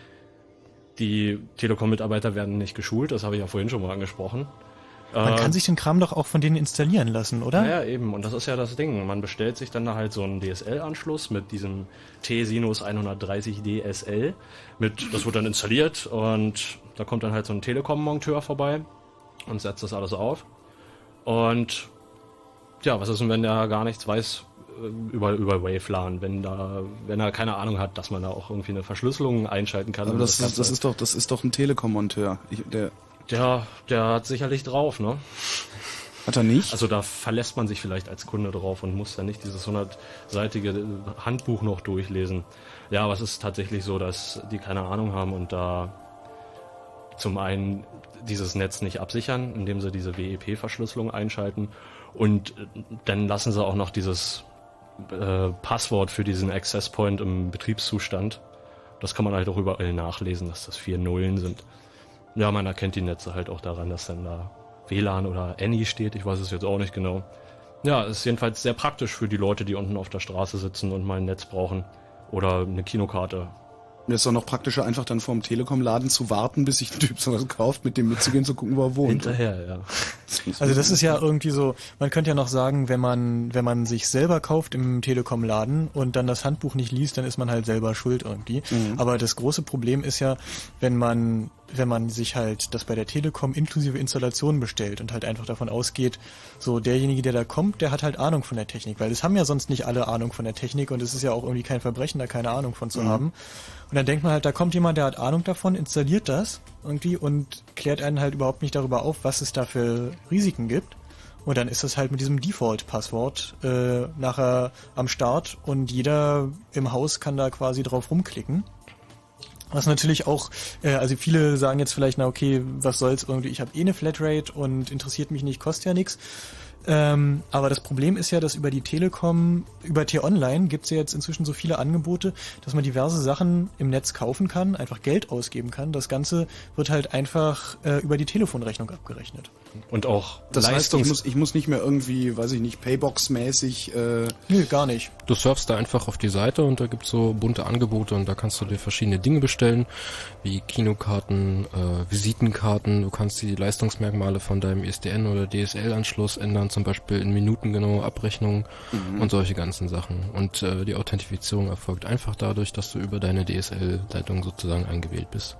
die Telekom-Mitarbeiter werden nicht geschult, das habe ich ja vorhin schon mal angesprochen. Man äh, kann sich den Kram doch auch von denen installieren lassen, oder? Ja, eben, und das ist ja das Ding. Man bestellt sich dann da halt so einen D S L-Anschluss mit diesem T-Sinus hundertdreißig D S L. Mit, das wird dann installiert und da kommt dann halt so ein Telekom-Monteur vorbei und setzt das alles auf. Und ja, was ist denn, wenn der gar nichts weiß über, über WaveLAN, wenn da, wenn er keine Ahnung hat, dass man da auch irgendwie eine Verschlüsselung einschalten kann. Aber das, das, ist, das ist doch, das ist doch ein Telekom-Monteur. Ich, der, der, der hat sicherlich drauf, ne? Hat er nicht? Also da verlässt man sich vielleicht als Kunde drauf und muss dann nicht dieses hundertseitige Handbuch noch durchlesen. Ja, aber es ist tatsächlich so, dass die keine Ahnung haben und da zum einen dieses Netz nicht absichern, indem sie diese W E P-Verschlüsselung einschalten und dann lassen sie auch noch dieses äh, Passwort für diesen Access Point im Betriebszustand. Das kann man halt auch überall nachlesen, dass das vier Nullen sind. Ja, man erkennt die Netze halt auch daran, dass dann da W L A N oder Eni steht, ich weiß es jetzt auch nicht genau. Ja, ist jedenfalls sehr praktisch für die Leute, die unten auf der Straße sitzen und mal ein Netz brauchen oder eine Kinokarte. Mir ist doch noch praktischer, einfach dann vorm Telekom-Laden zu warten, bis sich ein Typ sowas kauft, mit dem mitzugehen, zu gucken, wo er wohnt. Hinterher, ja. Also das ist ja irgendwie so, man könnte ja noch sagen, wenn man wenn man sich selber kauft im Telekom-Laden und dann das Handbuch nicht liest, dann ist man halt selber schuld irgendwie. Mhm. Aber das große Problem ist ja, wenn man wenn man sich halt das bei der Telekom inklusive Installation bestellt und halt einfach davon ausgeht, so derjenige, der da kommt, der hat halt Ahnung von der Technik, weil es haben ja sonst nicht alle Ahnung von der Technik und es ist ja auch irgendwie kein Verbrechen, da keine Ahnung von zu mhm. haben. Und dann denkt man halt, da kommt jemand, der hat Ahnung davon, installiert das irgendwie und klärt einen halt überhaupt nicht darüber auf, was es da für Risiken gibt. Und dann ist das halt mit diesem Default-Passwort äh, nachher am Start und jeder im Haus kann da quasi drauf rumklicken. Was natürlich auch, äh, also viele sagen jetzt vielleicht, na okay, was soll's irgendwie, ich habe eh eine Flatrate und interessiert mich nicht, kostet ja nichts. Ähm, aber das Problem ist ja, dass über die Telekom, über T-Online gibt es ja jetzt inzwischen so viele Angebote, dass man diverse Sachen im Netz kaufen kann, einfach Geld ausgeben kann. Das Ganze wird halt einfach äh, über die Telefonrechnung abgerechnet. Und auch Das heißt, Leistungs- ich muss, ich muss nicht mehr irgendwie, weiß ich nicht, Paybox-mäßig... Äh Nö, gar nicht. Du surfst da einfach auf die Seite und da gibt's so bunte Angebote und da kannst du dir verschiedene Dinge bestellen, wie Kinokarten, äh, Visitenkarten. Du kannst die Leistungsmerkmale von deinem I S D N oder D S L-Anschluss ändern, zum Beispiel in minutengenaue Abrechnung Mhm. und solche ganzen Sachen. Und äh, die Authentifizierung erfolgt einfach dadurch, dass du über deine D S L-Leitung sozusagen eingewählt bist.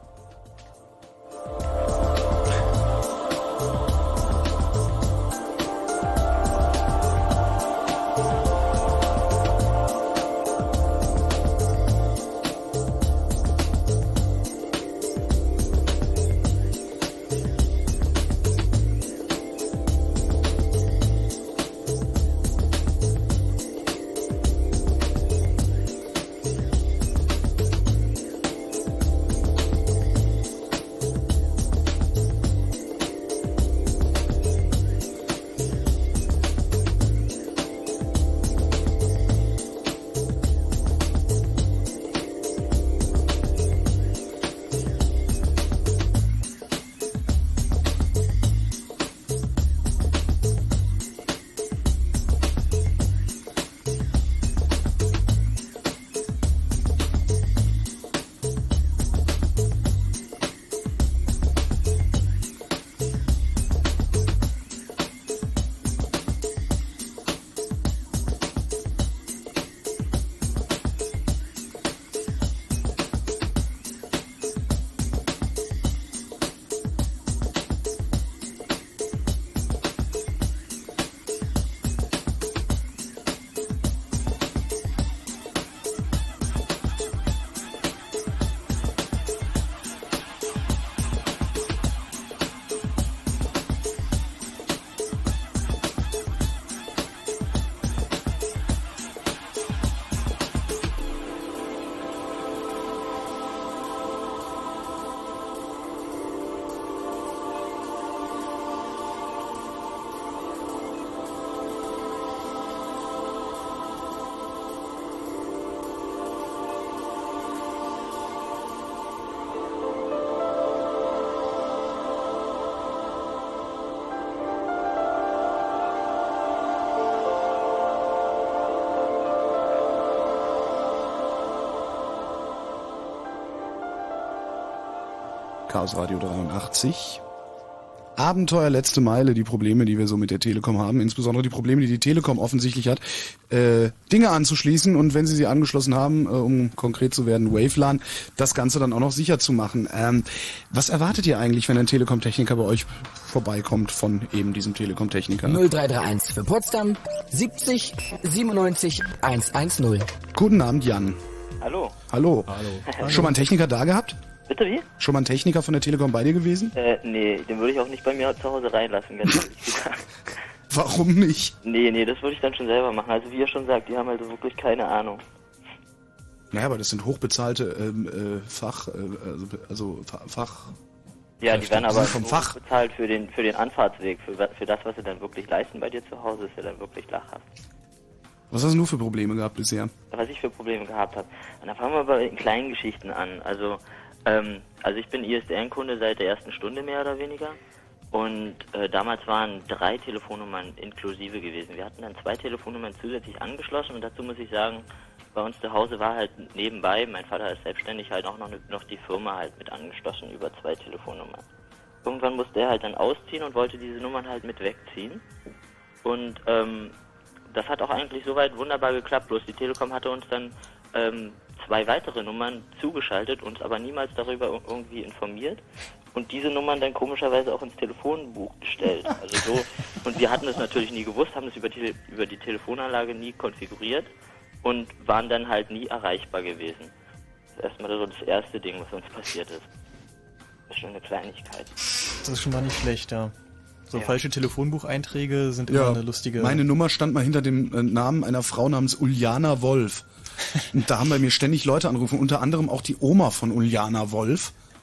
Chaos Radio dreiundachtzig. Abenteuer letzte Meile, die Probleme, die wir so mit der Telekom haben, insbesondere die Probleme, die die Telekom offensichtlich hat, äh, Dinge anzuschließen und wenn sie sie angeschlossen haben, äh, um konkret zu werden, WaveLAN, das Ganze dann auch noch sicher zu machen. Ähm, was erwartet ihr eigentlich, wenn ein Telekom-Techniker bei euch vorbeikommt von eben diesem Telekom-Techniker? null drei drei eins für Potsdam, siebzig siebenundneunzig hundertzehn. Guten Abend, Jan. Hallo. Hallo. Hallo. Schon mal einen Techniker da gehabt? Bitte wie? Schon mal ein Techniker von der Telekom bei dir gewesen? Äh, nee, den würde ich auch nicht bei mir zu Hause reinlassen, ganz ehrlich gesagt. Warum nicht? Nee, nee, das würde ich dann schon selber machen. Also wie ihr schon sagt, die haben also wirklich keine Ahnung. Naja, aber das sind hochbezahlte ähm, äh, Fach, äh, also, also Fach... Ja, die werden aber vom so Fach bezahlt für den für den Anfahrtsweg, für, für das, was sie dann wirklich leisten bei dir zu Hause, ist ja dann wirklich lachhaft. Was hast du für Probleme gehabt bisher? Was ich für Probleme gehabt habe. Und dann fangen wir bei den kleinen Geschichten an. Also, ähm, also ich bin I S D N-Kunde seit der ersten Stunde mehr oder weniger. Und äh, damals waren drei Telefonnummern inklusive gewesen. Wir hatten dann zwei Telefonnummern zusätzlich angeschlossen und dazu muss ich sagen, bei uns zu Hause war halt nebenbei, mein Vater ist selbstständig, halt auch noch, noch die Firma halt mit angeschlossen über zwei Telefonnummern. Irgendwann musste er halt dann ausziehen und wollte diese Nummern halt mit wegziehen. Und ähm, das hat auch eigentlich soweit wunderbar geklappt, bloß die Telekom hatte uns dann ähm, zwei weitere Nummern zugeschaltet, uns aber niemals darüber irgendwie informiert und diese Nummern dann komischerweise auch ins Telefonbuch gestellt. Also so, und wir hatten es natürlich nie gewusst, haben es über die, über die Telefonanlage nie konfiguriert und waren dann halt nie erreichbar gewesen. Das ist erstmal so das erste Ding, was uns passiert ist. Das ist schon eine Kleinigkeit. Das ist schon mal nicht schlecht, ja. So Ja. falsche Telefonbucheinträge sind immer Ja, eine lustige... meine Nummer stand mal hinter dem äh, Namen einer Frau namens Uljana Wolf. Und da haben bei mir ständig Leute angerufen, unter anderem auch die Oma von Uljana Wolf.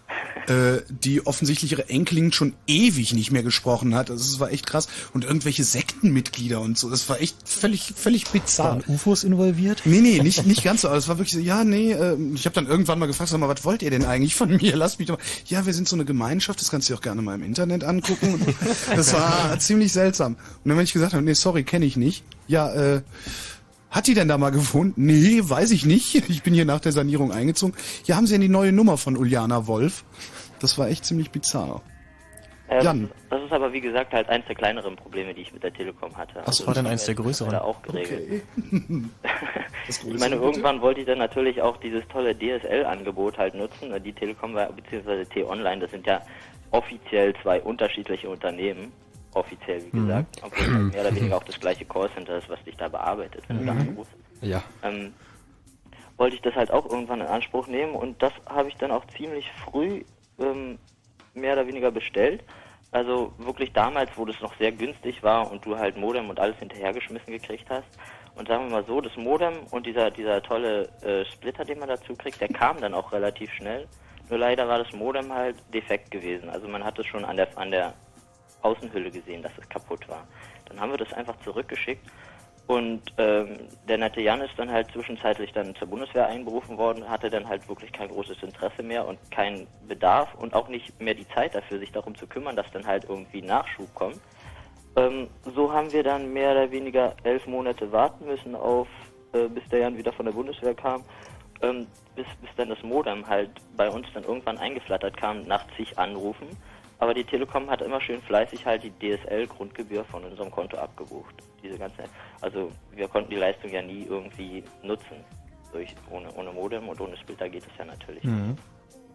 äh, die offensichtlich ihre Enkelin schon ewig nicht mehr gesprochen hat. Also es war echt krass. Und irgendwelche Sektenmitglieder und so. Das war echt völlig, völlig bizarr. Waren U F Os involviert? Nee, nee, nicht, nicht ganz so. Aber es war wirklich so, ja, nee, äh, ich habe dann irgendwann mal gefragt, sag mal, was wollt ihr denn eigentlich von mir? Lasst mich doch mal. Ja, wir sind so eine Gemeinschaft, das kannst du dir auch gerne mal im Internet angucken. Und das war ziemlich seltsam. Und dann, wenn ich gesagt habe, nee, sorry, kenne ich nicht. Ja, äh, hat die denn da mal gewohnt? Nee, weiß ich nicht. Ich bin hier nach der Sanierung eingezogen. Ja, haben sie denn die neue Nummer von Uliana Wolf? Das war echt ziemlich bizarr. Ähm, Jan. Das ist aber, wie gesagt, halt eins der kleineren Probleme, die ich mit der Telekom hatte. Was Also, war denn das eins der haben wir größeren? jetzt auch geregelt. Okay. Ich meine, irgendwann wollte ich dann natürlich auch dieses tolle D S L-Angebot halt nutzen. Die Telekom war, beziehungsweise T-Online, das sind ja offiziell zwei unterschiedliche Unternehmen. Offiziell, wie gesagt. Obwohl es mehr oder weniger auch das gleiche Callcenter ist, was dich da bearbeitet, wenn du da anrufst. Ja. Ähm, wollte ich das halt auch irgendwann in Anspruch nehmen und das habe ich dann auch ziemlich früh ähm, mehr oder weniger bestellt. Also wirklich damals, wo das noch sehr günstig war und du halt Modem und alles hinterhergeschmissen gekriegt hast. Und sagen wir mal so, das Modem und dieser dieser tolle äh, Splitter, den man dazu kriegt, der kam dann auch relativ schnell. Nur leider war das Modem halt defekt gewesen. Also man hat es schon an der an der Außenhülle gesehen, dass es kaputt war. Dann haben wir das einfach zurückgeschickt und ähm, der nette Jan ist dann halt zwischenzeitlich dann zur Bundeswehr einberufen worden, hatte dann halt wirklich kein großes Interesse mehr und keinen Bedarf und auch nicht mehr die Zeit dafür, sich darum zu kümmern, dass dann halt irgendwie Nachschub kommt. Ähm, so haben wir dann mehr oder weniger elf Monate warten müssen auf, äh, bis der Jan wieder von der Bundeswehr kam, ähm, bis, bis dann das Modem halt bei uns dann irgendwann eingeflattert kam nach zig Anrufen. Aber die Telekom hat immer schön fleißig halt die D S L-Grundgebühr von unserem Konto abgebucht. Diese ganze, also wir konnten die Leistung ja nie irgendwie nutzen. Durch, ohne, ohne Modem und ohne Splitter geht es ja natürlich Mhm. nicht.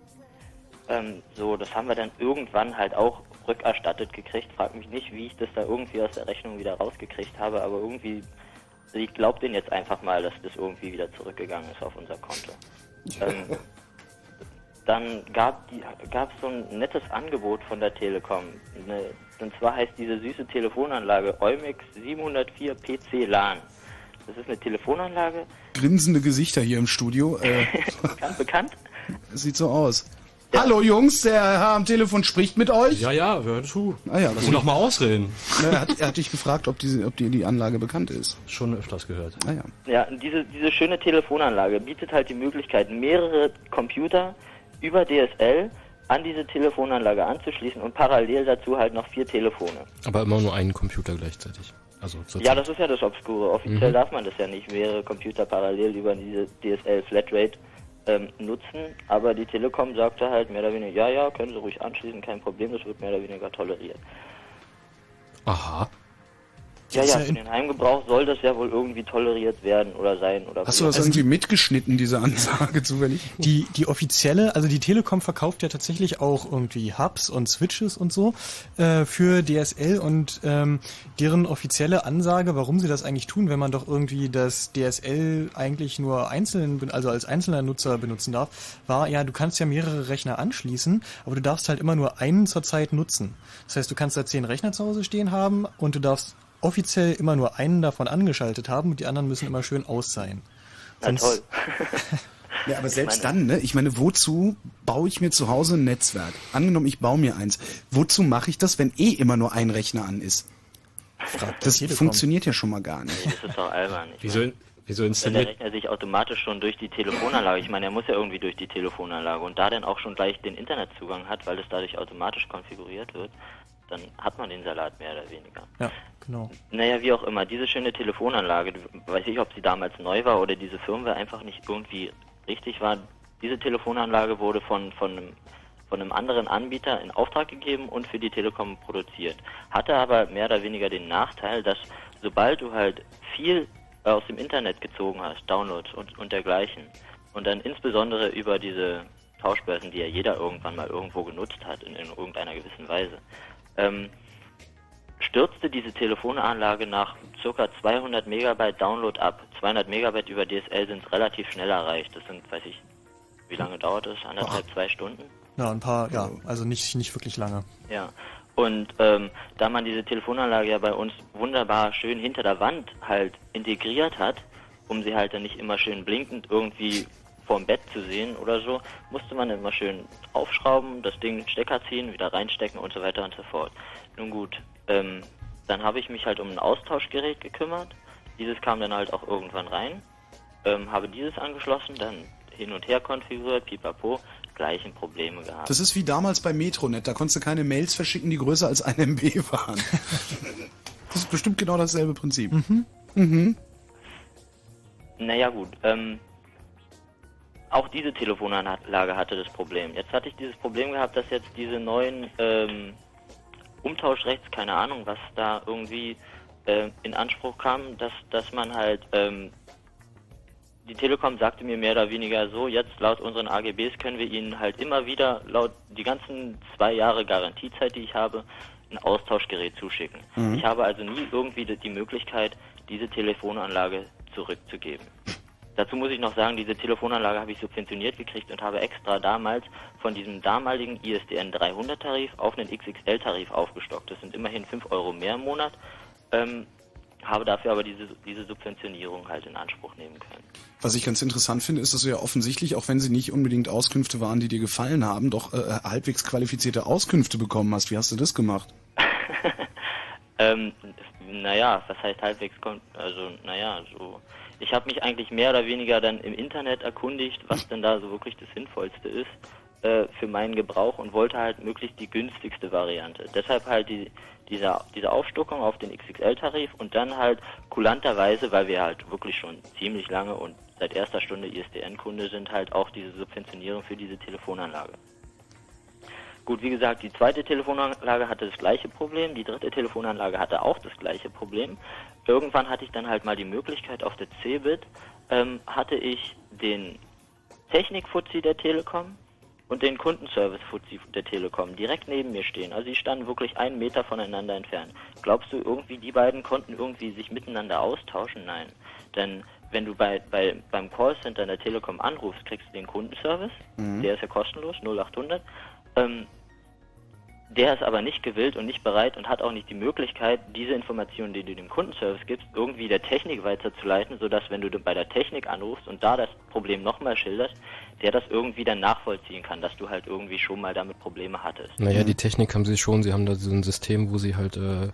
Ähm, so, das haben wir dann irgendwann halt auch rückerstattet gekriegt. Frag mich nicht, wie ich das da irgendwie aus der Rechnung wieder rausgekriegt habe, aber irgendwie, also ich glaube denen jetzt einfach mal, dass das irgendwie wieder zurückgegangen ist auf unser Konto. Ähm, Dann gab die gab es so ein nettes Angebot von der Telekom. Ne, und zwar heißt diese süße Telefonanlage Eumix siebenhundertvier P C LAN. Das ist eine Telefonanlage. Grinsende Gesichter hier im Studio. Äh, bekannt, bekannt? Sieht so aus. Hallo Jungs, der Herr am Telefon spricht mit euch. Ja, ja, hör zu. Ah ja, Lass ihn doch mal ausreden. Na, er, hat, er hat dich gefragt, ob, diese, ob dir die Anlage bekannt ist. Schon öfters gehört. Ah ja. Ja, diese, diese schöne Telefonanlage bietet halt die Möglichkeit, mehrere Computer über D S L an diese Telefonanlage anzuschließen und parallel dazu halt noch vier Telefone. Aber immer nur einen Computer gleichzeitig. Also zur Ja, Zeit. das ist ja das Obskure. Offiziell Mhm. darf man das ja nicht, mehrere Computer parallel über diese D S L Flatrate ähm, nutzen. Aber die Telekom sagte halt mehr oder weniger, ja, ja, können Sie ruhig anschließen, kein Problem, das wird mehr oder weniger toleriert. Aha. Ja, ist ja, ja für in- den Heimgebrauch soll das ja wohl irgendwie toleriert werden oder sein. Oder Hast du das irgendwie mitgeschnitten, diese Ansage zufällig? Die, die offizielle, also die Telekom verkauft ja tatsächlich auch irgendwie Hubs und Switches und so äh, für D S L und ähm, deren offizielle Ansage, warum sie das eigentlich tun, wenn man doch irgendwie das D S L eigentlich nur einzeln, ben- also als einzelner Nutzer benutzen darf, war, ja, du kannst ja mehrere Rechner anschließen, aber du darfst halt immer nur einen zur Zeit nutzen. Das heißt, du kannst da zehn Rechner zu Hause stehen haben und du darfst offiziell immer nur einen davon angeschaltet haben und die anderen müssen immer schön aus sein. Na Sonst- toll. Ja, aber selbst dann, ne? Ich meine, wozu baue ich mir zu Hause ein Netzwerk? Angenommen, ich baue mir eins. Wozu mache ich das, wenn eh immer nur ein Rechner an ist? Das funktioniert ja schon mal gar nicht. Nee, das ist doch albern. Ich Wieso, meine, wieso wenn der installiert... Rechner sich automatisch schon durch die Telefonanlage, ich meine, er muss ja irgendwie durch die Telefonanlage und da dann auch schon gleich den Internetzugang hat, weil das dadurch automatisch konfiguriert wird, dann hat man den Salat mehr oder weniger. Ja, genau. Naja, wie auch immer, diese schöne Telefonanlage, weiß ich, ob sie damals neu war oder diese Firmware einfach nicht irgendwie richtig war. Diese Telefonanlage wurde von, von, einem, von einem anderen Anbieter in Auftrag gegeben und für die Telekom produziert. Hatte aber mehr oder weniger den Nachteil, dass sobald du halt viel aus dem Internet gezogen hast, Downloads und, und dergleichen, und dann insbesondere über diese Tauschbörsen, die ja jeder irgendwann mal irgendwo genutzt hat, in, in irgendeiner gewissen Weise, ähm, stürzte diese Telefonanlage nach ca. zweihundert Megabyte Download ab. zweihundert Megabyte über D S L sind relativ schnell erreicht. Das sind, weiß ich, wie lange dauert das? Anderthalb, zwei Stunden? Ja, ein paar, ja, also nicht, nicht wirklich lange. Ja. Und ähm, da man diese Telefonanlage ja bei uns wunderbar schön hinter der Wand halt integriert hat, um sie halt dann nicht immer schön blinkend irgendwie vorm Bett zu sehen oder so, musste man immer schön aufschrauben, das Ding in den Stecker ziehen, wieder reinstecken und so weiter und so fort. Nun gut, ähm, dann habe ich mich halt um ein Austauschgerät gekümmert. Dieses kam dann halt auch irgendwann rein. Ähm, habe dieses angeschlossen, dann hin und her konfiguriert, pipapo, gleichen Probleme gehabt. Das ist wie damals bei Metronet, da konntest du keine Mails verschicken, die größer als ein M B waren. Das ist bestimmt genau dasselbe Prinzip. Mhm. Mhm. Naja gut, ähm, auch diese Telefonanlage hatte das Problem. Jetzt hatte ich dieses Problem gehabt, dass jetzt diese neuen ähm, Umtauschrechts, keine Ahnung, was da irgendwie äh, in Anspruch kam, dass, dass man halt, ähm, die Telekom sagte mir mehr oder weniger so, jetzt laut unseren A G Bs können wir Ihnen halt immer wieder, laut die ganzen zwei Jahre Garantiezeit, die ich habe, ein Austauschgerät zuschicken. Mhm. Ich habe also nie irgendwie die Möglichkeit, diese Telefonanlage zurückzugeben. Dazu muss ich noch sagen, diese Telefonanlage habe ich subventioniert gekriegt und habe extra damals von diesem damaligen I S D N dreihundert Tarif auf einen X X L-Tarif aufgestockt. Das sind immerhin fünf Euro mehr im Monat, ähm, habe dafür aber diese, diese Subventionierung halt in Anspruch nehmen können. Was ich ganz interessant finde, ist, dass du ja offensichtlich, auch wenn sie nicht unbedingt Auskünfte waren, die dir gefallen haben, doch äh, halbwegs qualifizierte Auskünfte bekommen hast. Wie hast du das gemacht? ähm, naja, was heißt halbwegs, also naja, so... Ich habe mich eigentlich mehr oder weniger dann im Internet erkundigt, was denn da so wirklich das Sinnvollste ist äh, für meinen Gebrauch und wollte halt möglichst die günstigste Variante. Deshalb halt die, diese, diese Aufstockung auf den X X L-Tarif und dann halt kulanterweise, weil wir halt wirklich schon ziemlich lange und seit erster Stunde I S D N-Kunde sind, halt auch diese Subventionierung für diese Telefonanlage. Gut, wie gesagt, die zweite Telefonanlage hatte das gleiche Problem, die dritte Telefonanlage hatte auch das gleiche Problem. Irgendwann hatte ich dann halt mal die Möglichkeit, auf der Cebit ähm, hatte ich den Technik-Fuzzi der Telekom und den Kundenservice-Fuzzi der Telekom direkt neben mir stehen. Also die standen wirklich einen Meter voneinander entfernt. Glaubst du, irgendwie die beiden konnten irgendwie sich miteinander austauschen? Nein. Denn wenn du bei, bei beim Callcenter der Telekom anrufst, kriegst du den Kundenservice, mhm. der ist ja kostenlos, null acht hundert. Ähm, Der ist aber nicht gewillt und nicht bereit und hat auch nicht die Möglichkeit, diese Informationen, die du dem Kundenservice gibst, irgendwie der Technik weiterzuleiten, sodass, wenn du bei der Technik anrufst und da das Problem nochmal schilderst, der das irgendwie dann nachvollziehen kann, dass du halt irgendwie schon mal damit Probleme hattest. Naja, die Technik haben sie schon, sie haben da so ein System, wo sie halt äh,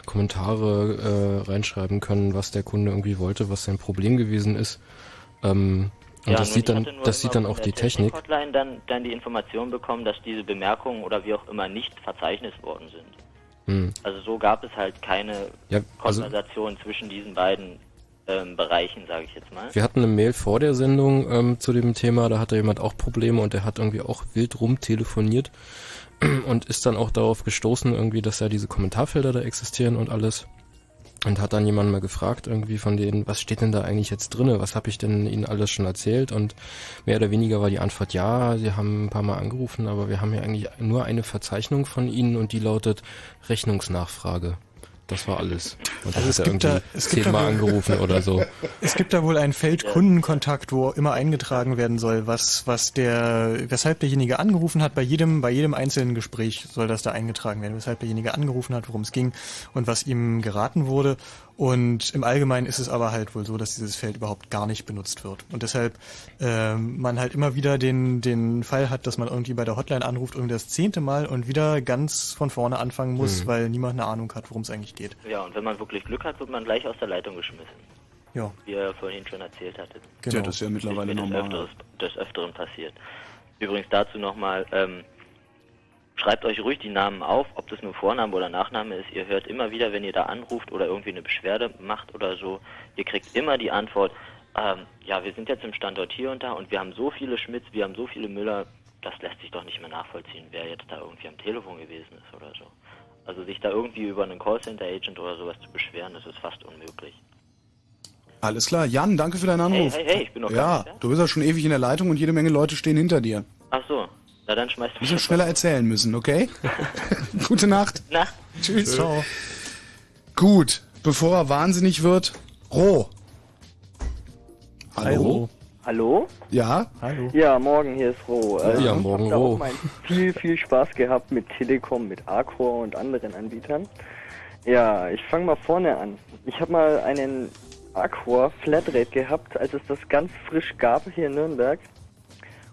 Kommentare äh, reinschreiben können, was der Kunde irgendwie wollte, was sein Problem gewesen ist. Ähm, Und ja, das sieht dann, das sieht dann auch die Technik. Hotline dann, dann die Information bekommen, dass diese Bemerkungen oder wie auch immer nicht verzeichnet worden sind. Hm. Also so gab es halt keine ja, also Konversation zwischen diesen beiden ähm, Bereichen, sage ich jetzt mal. Wir hatten eine Mail vor der Sendung ähm, zu dem Thema, da hatte jemand auch Probleme und der hat irgendwie auch wild rumtelefoniert und ist dann auch darauf gestoßen, irgendwie, dass ja diese Kommentarfelder da existieren und alles. Und hat dann jemand mal gefragt, irgendwie von denen, was steht denn da eigentlich jetzt drinne? Was habe ich denn Ihnen alles schon erzählt? Und mehr oder weniger war die Antwort, ja, Sie haben ein paar Mal angerufen, aber wir haben ja eigentlich nur eine Verzeichnung von Ihnen und die lautet Rechnungsnachfrage. Das war alles. Und also das es gibt da, es gibt zehnmal da wohl, angerufen oder so. Es gibt da wohl ein Feld Kundenkontakt, wo immer eingetragen werden soll, was, was der, weshalb derjenige angerufen hat. Bei jedem, bei jedem einzelnen Gespräch soll das da eingetragen werden, weshalb derjenige angerufen hat, worum es ging und was ihm geraten wurde. Und im Allgemeinen ist es aber halt wohl so, dass dieses Feld überhaupt gar nicht benutzt wird. Und deshalb ähm, man halt immer wieder den den Fall hat, dass man irgendwie bei der Hotline anruft, irgendwie das zehnte Mal und wieder ganz von vorne anfangen muss, mhm. weil niemand eine Ahnung hat, worum es eigentlich geht. Ja, und wenn man wirklich Glück hat, wird man gleich aus der Leitung geschmissen. Ja. Wie ihr vorhin schon erzählt hattet. Genau. Ja, das ist ja mittlerweile das normal. Öfteren, des Öfteren passiert. Übrigens dazu nochmal, ähm, schreibt euch ruhig die Namen auf, ob das nur Vorname oder Nachname ist. Ihr hört immer wieder, wenn ihr da anruft oder irgendwie eine Beschwerde macht oder so, ihr kriegt immer die Antwort, ähm, ja, wir sind jetzt im Standort hier und da und wir haben so viele Schmitz, wir haben so viele Müller, das lässt sich doch nicht mehr nachvollziehen, wer jetzt da irgendwie am Telefon gewesen ist oder so. Also sich da irgendwie über einen Callcenter-Agent oder sowas zu beschweren, das ist fast unmöglich. Alles klar. Jan, danke für deinen Anruf. Hey, hey, hey, ich bin noch Ja, gar nicht, ja? Du bist ja schon ewig in der Leitung und jede Menge Leute stehen hinter dir. Ach so. Na dann schmeißt du Wir müssen schneller erzählen müssen, okay? Gute Nacht. Nacht. Tschüss. Ciao. Gut, bevor er wahnsinnig wird, Roh. Hallo? Hallo? Ja? Hallo. Ja, morgen, hier ist Roh. Also Ja, morgen ich hab da Roh. auch mal viel, viel Spaß gehabt mit Telekom, mit Arcor und anderen Anbietern. Ja, ich fange mal vorne an. Ich habe mal einen Arcor Flatrate gehabt, als es das ganz frisch gab hier in Nürnberg.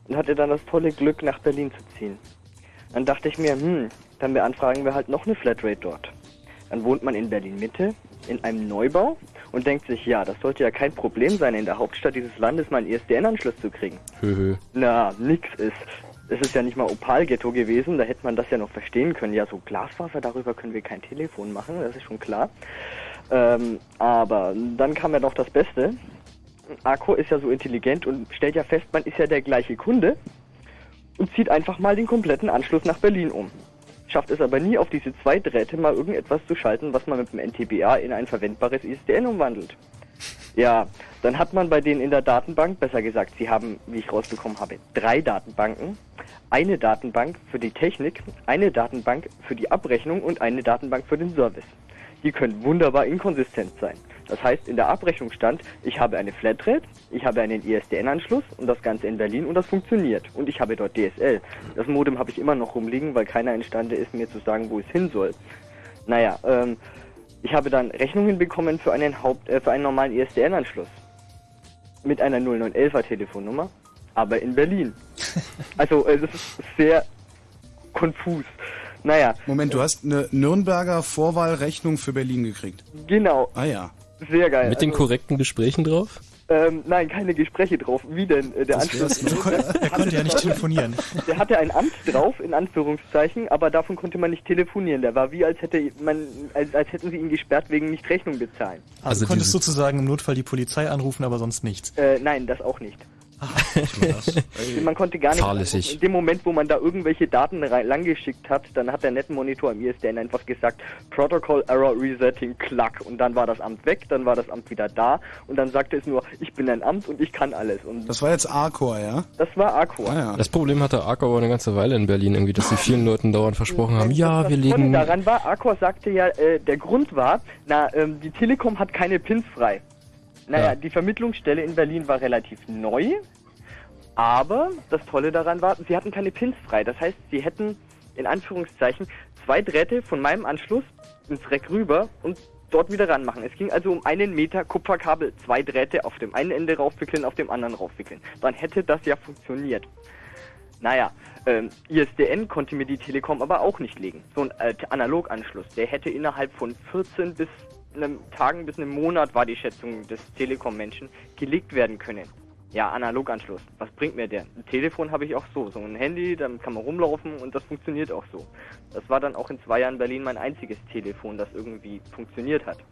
und hatte dann das tolle Glück, nach Berlin zu ziehen. Dann dachte ich mir, hm, dann beantragen wir halt noch eine Flatrate dort. Dann wohnt man in Berlin-Mitte, in einem Neubau und denkt sich, ja, das sollte ja kein Problem sein, in der Hauptstadt dieses Landes mal einen I S D N-Anschluss zu kriegen. Höhö. Na, nix ist. Es ist ja nicht mal Opal-Ghetto gewesen, da hätte man das ja noch verstehen können. Ja, so Glasfaser, darüber können wir kein Telefon machen, das ist schon klar. Ähm, aber dann kam ja noch das Beste. Arcor ist ja so intelligent und stellt ja fest, man ist ja der gleiche Kunde und zieht einfach mal den kompletten Anschluss nach Berlin um. Schafft es aber nie, auf diese zwei Drähte mal irgendetwas zu schalten, was man mit dem N T B A in ein verwendbares I S D N umwandelt. Ja, dann hat man bei denen in der Datenbank, besser gesagt, sie haben, wie ich rausbekommen habe, drei Datenbanken. Eine Datenbank für die Technik, eine Datenbank für die Abrechnung und eine Datenbank für den Service. Die können wunderbar inkonsistent sein. Das heißt, in der Abrechnung stand, ich habe eine Flatrate, ich habe einen I S D N-Anschluss und das Ganze in Berlin und das funktioniert. Und ich habe dort D S L. Das Modem habe ich immer noch rumliegen, weil keiner imstande ist, mir zu sagen, wo es hin soll. Naja, ähm, ich habe dann Rechnungen bekommen für einen Haupt, äh, für einen normalen I S D N-Anschluss. Mit einer null neun elfer Telefonnummer, aber in Berlin. Also, äh, das ist sehr konfus. Naja. Moment, du hast eine Nürnberger Vorwahlrechnung für Berlin gekriegt. Genau. Ah ja. Sehr geil. Mit den Also, korrekten Gesprächen drauf? Ähm, nein, keine Gespräche drauf. Wie denn? Äh, der Das Anschluss. wär's. Er konnte ja nicht telefonieren. Der hatte ein Amt drauf, in Anführungszeichen, aber davon konnte man nicht telefonieren. Der war wie, als hätte man, als, als hätten sie ihn gesperrt wegen nicht Rechnung bezahlen. Also, also du konntest sozusagen im Notfall die Polizei anrufen, aber sonst nichts. Äh, nein, das auch nicht. Man konnte gar nicht. Fahrlässig. In dem Moment, wo man da irgendwelche Daten rein, langgeschickt hat, dann hat der Netmonitor im I S D N einfach gesagt, Protocol Error Resetting, klack. Und dann war das Amt weg, dann war das Amt wieder da und dann sagte es nur, ich bin ein Amt und ich kann alles. Und das war jetzt Arcor, ja? Das war Arcor. Ah, ja. Das Problem hatte Arcor aber eine ganze Weile in Berlin irgendwie, dass sie vielen Leuten dauernd versprochen haben, ja, wir legen... Das daran war, Arcor sagte ja, äh, der Grund war, na, ähm, die Telekom hat keine Pins frei. Naja, ja. Die Vermittlungsstelle in Berlin war relativ neu, aber das Tolle daran war, sie hatten keine Pins frei. Das heißt, sie hätten, in Anführungszeichen, zwei Drähte von meinem Anschluss ins Rack rüber und dort wieder ranmachen. Es ging also um einen Meter Kupferkabel, zwei Drähte auf dem einen Ende raufwickeln, auf dem anderen raufwickeln. Dann hätte das ja funktioniert. Naja, ähm, I S D N konnte mir die Telekom aber auch nicht legen. So ein äh, Analoganschluss, der hätte innerhalb von vierzehn bis einem Tagen bis einem Monat, war die Schätzung des Telekom-Menschen, gelegt werden können. Ja, Analoganschluss. Was bringt mir der? Ein Telefon habe ich auch so. So ein Handy, dann kann man rumlaufen und das funktioniert auch so. Das war dann auch in zwei Jahren Berlin mein einziges Telefon, das irgendwie funktioniert hat.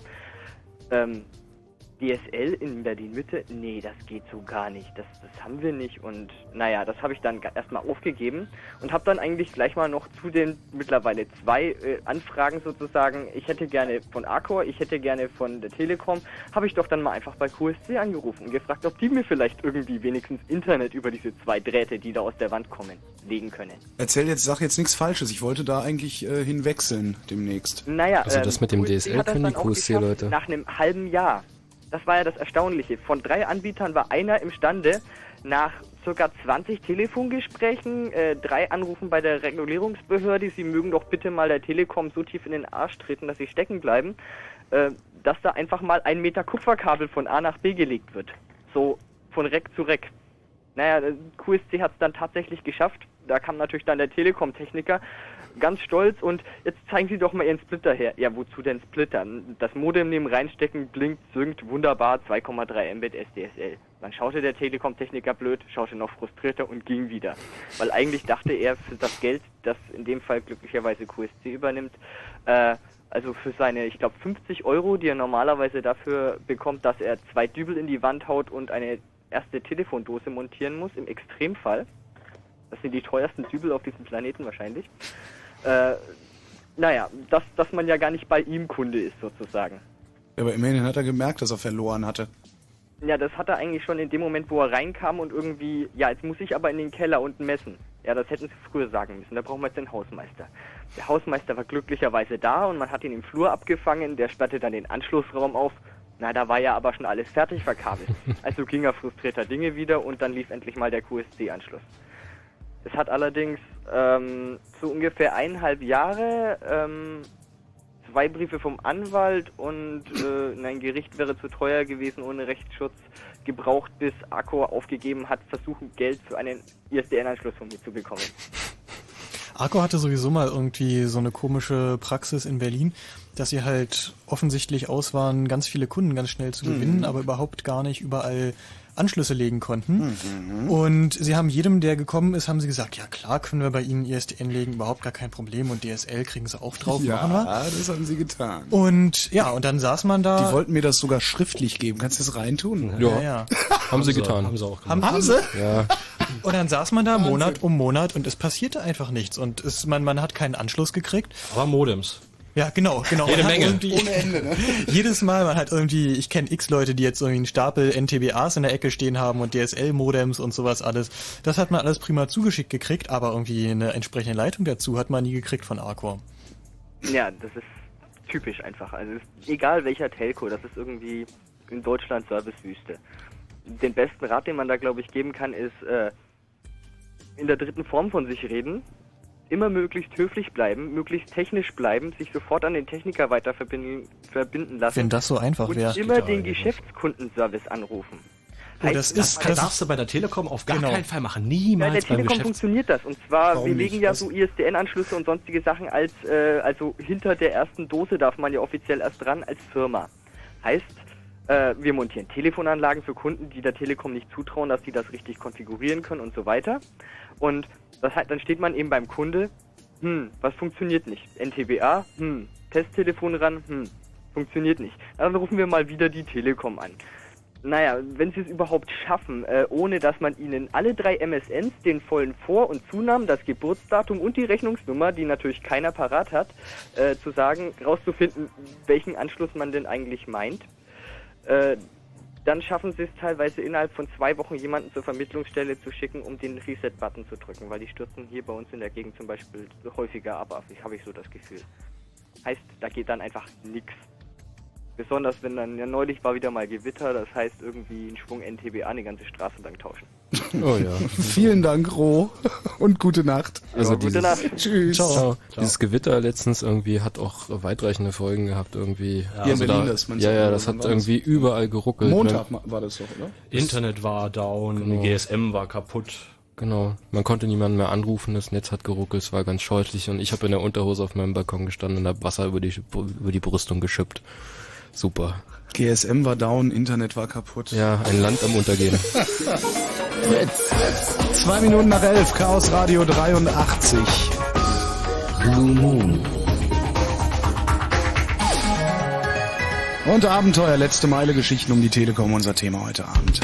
Ähm, D S L in Berlin-Mitte? Nee, das geht so gar nicht. Das, das haben wir nicht. Und naja, das habe ich dann erstmal aufgegeben und habe dann eigentlich gleich mal noch zu den mittlerweile zwei äh, Anfragen sozusagen, ich hätte gerne von Arcor, ich hätte gerne von der Telekom, habe ich doch dann mal einfach bei Q S C angerufen und gefragt, ob die mir vielleicht irgendwie wenigstens Internet über diese zwei Drähte, die da aus der Wand kommen, legen können. Erzähl jetzt, sag jetzt nichts Falsches. Ich wollte da eigentlich äh, hinwechseln demnächst. Naja, also das ähm, mit dem D S L können die Q S C-Leute. Nach einem halben Jahr. Das war ja das Erstaunliche. Von drei Anbietern war einer imstande, nach ca. zwanzig Telefongesprächen, äh, drei Anrufen bei der Regulierungsbehörde, sie mögen doch bitte mal der Telekom so tief in den Arsch treten, dass sie stecken bleiben, äh, dass da einfach mal ein Meter Kupferkabel von A nach B gelegt wird. So von Reck zu Reck. Naja, Q S C hat es dann tatsächlich geschafft. Da kam natürlich dann der Telekom-Techniker ganz stolz und jetzt zeigen Sie doch mal Ihren Splitter her. Ja, wozu denn Splitter? Das Modem neben reinstecken, blinkt, synkt, wunderbar, zwei Komma drei Mbit S D S L. Dann schaute der Telekom-Techniker blöd, schaute noch frustrierter und ging wieder. Weil eigentlich dachte er, für das Geld, das in dem Fall glücklicherweise Q S C übernimmt, äh, also für seine, ich glaube, fünfzig Euro, die er normalerweise dafür bekommt, dass er zwei Dübel in die Wand haut und eine erste Telefondose montieren muss, im Extremfall. Das sind die teuersten Dübel auf diesem Planeten wahrscheinlich. Äh, naja, dass, dass man ja gar nicht bei ihm Kunde ist, sozusagen. Ja, aber immerhin hat er gemerkt, dass er verloren hatte. Ja, das hat er eigentlich schon in dem Moment, wo er reinkam und irgendwie, ja, jetzt muss ich aber in den Keller unten messen. Ja, das hätten sie früher sagen müssen, da brauchen wir jetzt den Hausmeister. Der Hausmeister war glücklicherweise da und man hat ihn im Flur abgefangen, der sperrte dann den Anschlussraum auf. Na, da war ja aber schon alles fertig verkabelt. Also ging er frustrierter Dinge wieder und dann lief endlich mal der Q S C-Anschluss. Es hat allerdings ähm, so ungefähr eineinhalb Jahre, ähm, zwei Briefe vom Anwalt und äh, ein Gericht wäre zu teuer gewesen ohne Rechtsschutz, gebraucht, bis Arcor aufgegeben hat, versuchen Geld für einen I S D N-Anschluss von mir zu bekommen. Arcor hatte sowieso mal irgendwie so eine komische Praxis in Berlin, dass sie halt offensichtlich aus waren, ganz viele Kunden ganz schnell zu gewinnen, mhm. aber überhaupt gar nicht überall Anschlüsse legen konnten. Mhm. Und sie haben jedem, der gekommen ist, haben sie gesagt, ja klar, können wir bei Ihnen I S D N legen, überhaupt gar kein Problem, und D S L kriegen sie auch drauf, ja, machen wir. Ja, das haben sie getan. Und ja, und dann saß man da. Die wollten mir das sogar schriftlich geben. Kannst du das reintun? Ja, ja, ja. haben sie getan. Haben sie auch Haben, gemacht. haben sie? Ja. Und dann saß man da Monat um Monat und es passierte einfach nichts. Und es, man, man hat keinen Anschluss gekriegt. Aber Modems. Ja, genau, genau. Jede Man hat Menge. irgendwie- Ohne Ende, ne? Jedes Mal, man hat irgendwie, ich kenne x Leute, die jetzt irgendwie einen Stapel N T B As in der Ecke stehen haben und D S L-Modems und sowas alles. Das hat man alles prima zugeschickt gekriegt, aber irgendwie eine entsprechende Leitung dazu hat man nie gekriegt von Arcor. Ja, das ist typisch einfach. Also es ist egal welcher Telco, das ist irgendwie in Deutschland Servicewüste. Den besten Rat, den man da, glaube ich, geben kann, ist äh, in der dritten Form von sich reden, immer möglichst höflich bleiben, möglichst technisch bleiben, sich sofort an den Techniker weiter verbinden, verbinden lassen. Wenn das so einfach und wäre. immer den Geschäftskundenservice anrufen. Oh, das ist, Das darfst du bei der Telekom auf gar Genau. keinen Fall machen. Bei Niemals der beim Telekom Geschäfts... funktioniert das. Und zwar, Warum wir legen nicht? ja Was- so I S D N-Anschlüsse und sonstige Sachen als, äh, also hinter der ersten Dose darf man ja offiziell erst dran als Firma. Heißt, äh, wir montieren Telefonanlagen für Kunden, die der Telekom nicht zutrauen, dass die das richtig konfigurieren können und so weiter. Und das heißt, dann steht man eben beim Kunde, hm, was funktioniert nicht? N T B A, hm, Testtelefon ran, hm, funktioniert nicht. Dann rufen wir mal wieder die Telekom an. Naja, wenn sie es überhaupt schaffen, äh, ohne dass man ihnen alle drei M S Ns, den vollen Vor- und Zunamen, das Geburtsdatum und die Rechnungsnummer, die natürlich keiner parat hat, äh, zu sagen, rauszufinden, welchen Anschluss man denn eigentlich meint, äh, dann schaffen sie es teilweise innerhalb von zwei Wochen jemanden zur Vermittlungsstelle zu schicken, um den Reset-Button zu drücken, weil die stürzen hier bei uns in der Gegend zum Beispiel häufiger ab, habe ich so das Gefühl. Heißt, da geht dann einfach nichts. Besonders wenn dann, ja neulich war wieder mal Gewitter, das heißt irgendwie einen Schwung N T B A eine ganze Straße lang tauschen. Oh ja. Vielen Dank, Ro, und gute Nacht. Also Ja, gute dieses, Nacht. Tschüss. Ciao. Ciao. Dieses Gewitter letztens irgendwie hat auch weitreichende Folgen gehabt irgendwie. Ja, Hier in also Berlin, da, das meinst ja, du? ja, das Wann hat war das? irgendwie überall geruckelt. Montag Ne? war das doch, oder? Internet war down, Genau. G S M war kaputt. Genau. Man konnte niemanden mehr anrufen, das Netz hat geruckelt, es war ganz scheußlich und ich habe in der Unterhose auf meinem Balkon gestanden und habe Wasser über die, über die Brüstung geschüppt. Super. G S M war down, Internet war kaputt. Ja, ein Land am Untergehen. Fritz. Zwei Minuten nach elf, Chaos Radio dreiundachtzig. Blue Moon. Und Abenteuer, letzte Meile, Geschichten um die Telekom, unser Thema heute Abend.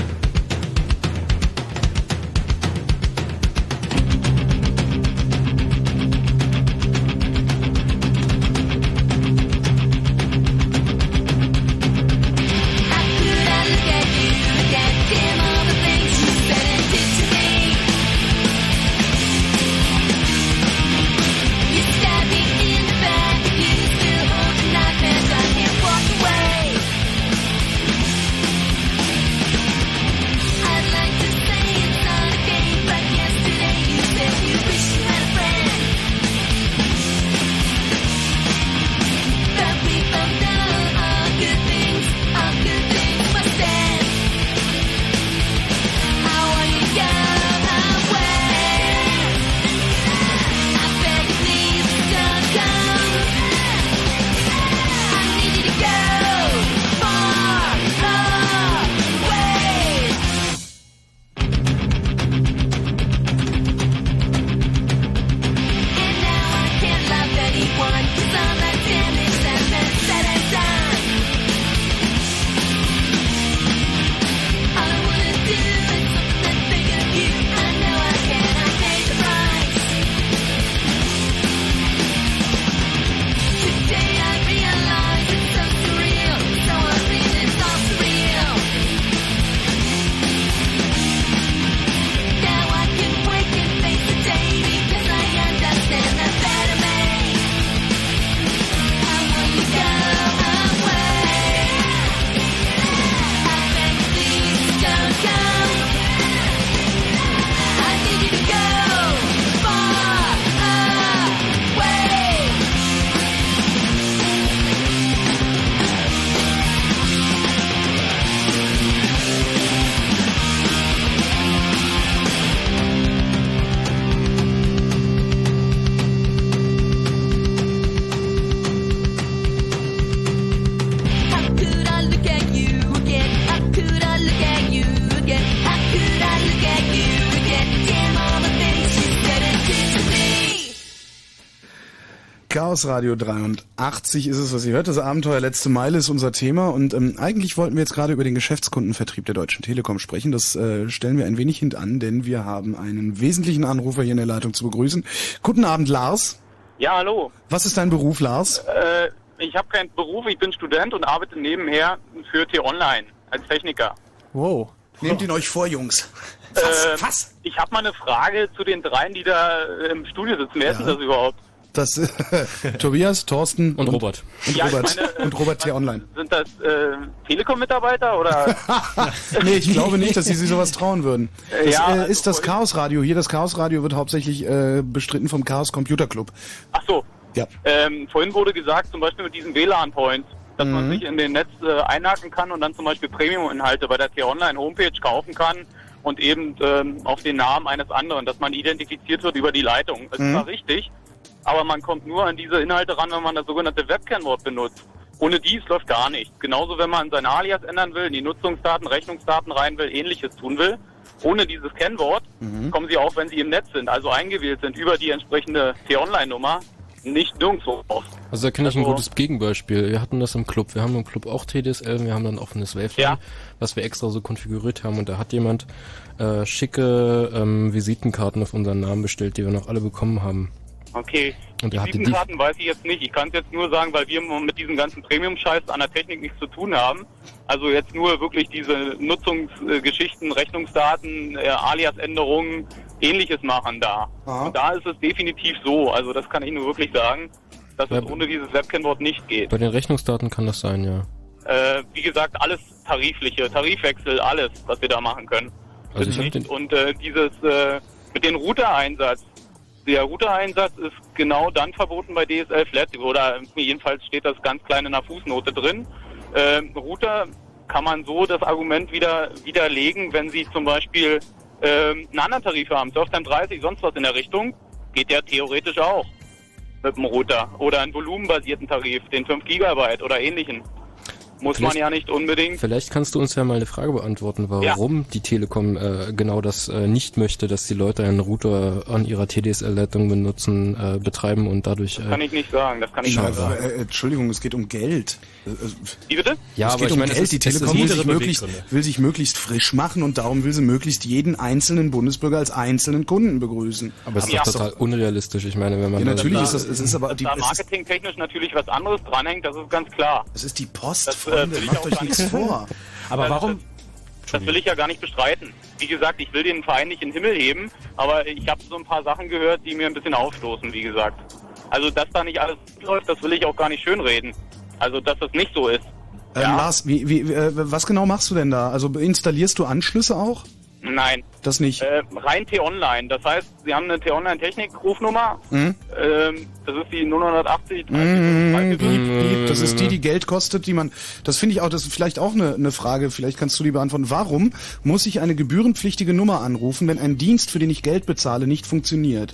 Chaos Radio dreiundachtzig ist es, was ihr hört. Das Abenteuer letzte Meile ist unser Thema und ähm, eigentlich wollten wir jetzt gerade über den Geschäftskundenvertrieb der Deutschen Telekom sprechen. Das äh, stellen wir ein wenig hintan, denn wir haben einen wesentlichen Anrufer hier in der Leitung zu begrüßen. Guten Abend, Lars. Ja, hallo. Was ist dein Beruf, Lars? Äh, ich habe keinen Beruf, ich bin Student und arbeite nebenher für T-Online als Techniker. Wow. Nehmt ihn euch vor, Jungs. Fass, äh, fass. Ich habe mal eine Frage zu den dreien, die da im Studio sitzen. Wer ist denn das überhaupt? Das äh, Tobias, Thorsten und, und Robert. Und ja, Robert, meine, äh, und Robert T-Online. Sind das äh, Telekom-Mitarbeiter oder? Nee, ich glaube nicht, dass sie sich sowas trauen würden. Das ja, äh, also ist das Chaos Radio. Hier das Chaos Radio wird hauptsächlich äh, bestritten vom Chaos Computer Club. Ach so. Ja. Ähm, vorhin wurde gesagt, zum Beispiel mit diesen W L A N-Points, dass mhm. man sich in den Netz äh, einhaken kann und dann zum Beispiel Premium-Inhalte bei der T-Online-Homepage kaufen kann und eben ähm, auf den Namen eines anderen, dass man identifiziert wird über die Leitung. Das mhm. ist zwar richtig, aber man kommt nur an diese Inhalte ran, wenn man das sogenannte Webkennwort benutzt. Ohne dies läuft gar nichts. Genauso, wenn man sein Alias ändern will, die Nutzungsdaten, Rechnungsdaten rein will, Ähnliches tun will. Ohne dieses Kennwort mhm. kommen Sie auch, wenn Sie im Netz sind, also eingewählt sind, über die entsprechende T-Online-Nummer, nicht nirgendwo raus. Also da kenne ich also, ein gutes Gegenbeispiel. Wir hatten das im Club. Wir haben im Club auch T D S L, wir haben dann offenes Waveline, ja. was wir extra so konfiguriert haben. Und da hat jemand äh, schicke ähm, Visitenkarten auf unseren Namen bestellt, die wir noch alle bekommen haben. Okay, und die Visitenkarten die weiß ich jetzt nicht. Ich kann es jetzt nur sagen, weil wir mit diesem ganzen Premium-Scheiß an der Technik nichts zu tun haben. Also jetzt nur wirklich diese Nutzungsgeschichten, Rechnungsdaten, äh, Alias-Änderungen, Ähnliches machen da. Aha. Und da ist es definitiv so, also das kann ich nur wirklich sagen, dass ja, es ohne dieses Webkennwort nicht geht. Bei den Rechnungsdaten kann das sein, ja. Äh, wie gesagt, alles tarifliche, Tarifwechsel, alles, was wir da machen können. Also ich hab den Und äh, dieses äh, mit dem Router-Einsatz, der Router-Einsatz ist genau dann verboten bei D S L Flat, oder jedenfalls steht das ganz klein in der Fußnote drin. Ähm, Router kann man so das Argument wieder widerlegen, wenn Sie zum Beispiel ähm, einen anderen Tarif haben, Surftime dreißig, sonst was in der Richtung, geht der theoretisch auch mit dem Router. Oder einen volumenbasierten Tarif, den fünf Gigabyte oder ähnlichen. Muss vielleicht, man ja nicht unbedingt. Vielleicht kannst du uns ja mal eine Frage beantworten, warum ja. die Telekom äh, genau das äh, nicht möchte, dass die Leute einen Router an ihrer T D S L-Leitung benutzen, äh, betreiben und dadurch... Äh, das kann ich nicht sagen, das kann ich nicht sagen. Äh, Entschuldigung, es geht um Geld. Wie bitte? Ja, es aber geht um Geld. Ist, die Telekom will sich, möglichst, will sich möglichst frisch machen und darum will sie möglichst jeden einzelnen Bundesbürger als einzelnen Kunden begrüßen. Aber es ist ja. doch total unrealistisch, ich meine, wenn man... Ja, natürlich da, ist das... Es ist aber dass die, da marketingtechnisch natürlich was anderes dranhängt, das ist ganz klar. Es ist die Post, das, Freunde, macht euch nichts vor. Aber warum... Das will ich ja gar nicht bestreiten. Wie gesagt, ich will den Verein nicht in den Himmel heben, aber ich habe so ein paar Sachen gehört, die mir ein bisschen aufstoßen, wie gesagt. Also, dass da nicht alles läuft, das will ich auch gar nicht schönreden. Also, dass das nicht so ist. Ähm, ja. Lars, wie, wie, äh, was genau machst du denn da? Also installierst du Anschlüsse auch? Nein. Das nicht? Äh, rein T-Online. Das heißt, Sie haben eine T-Online-Technik-Rufnummer. Mhm. Ähm, das ist die null achtzig. Mhm. Die, die, das ist die, die Geld kostet, die man... Das finde ich auch, das ist vielleicht auch eine, eine Frage, vielleicht kannst du die beantworten. Warum muss ich eine gebührenpflichtige Nummer anrufen, wenn ein Dienst, für den ich Geld bezahle, nicht funktioniert?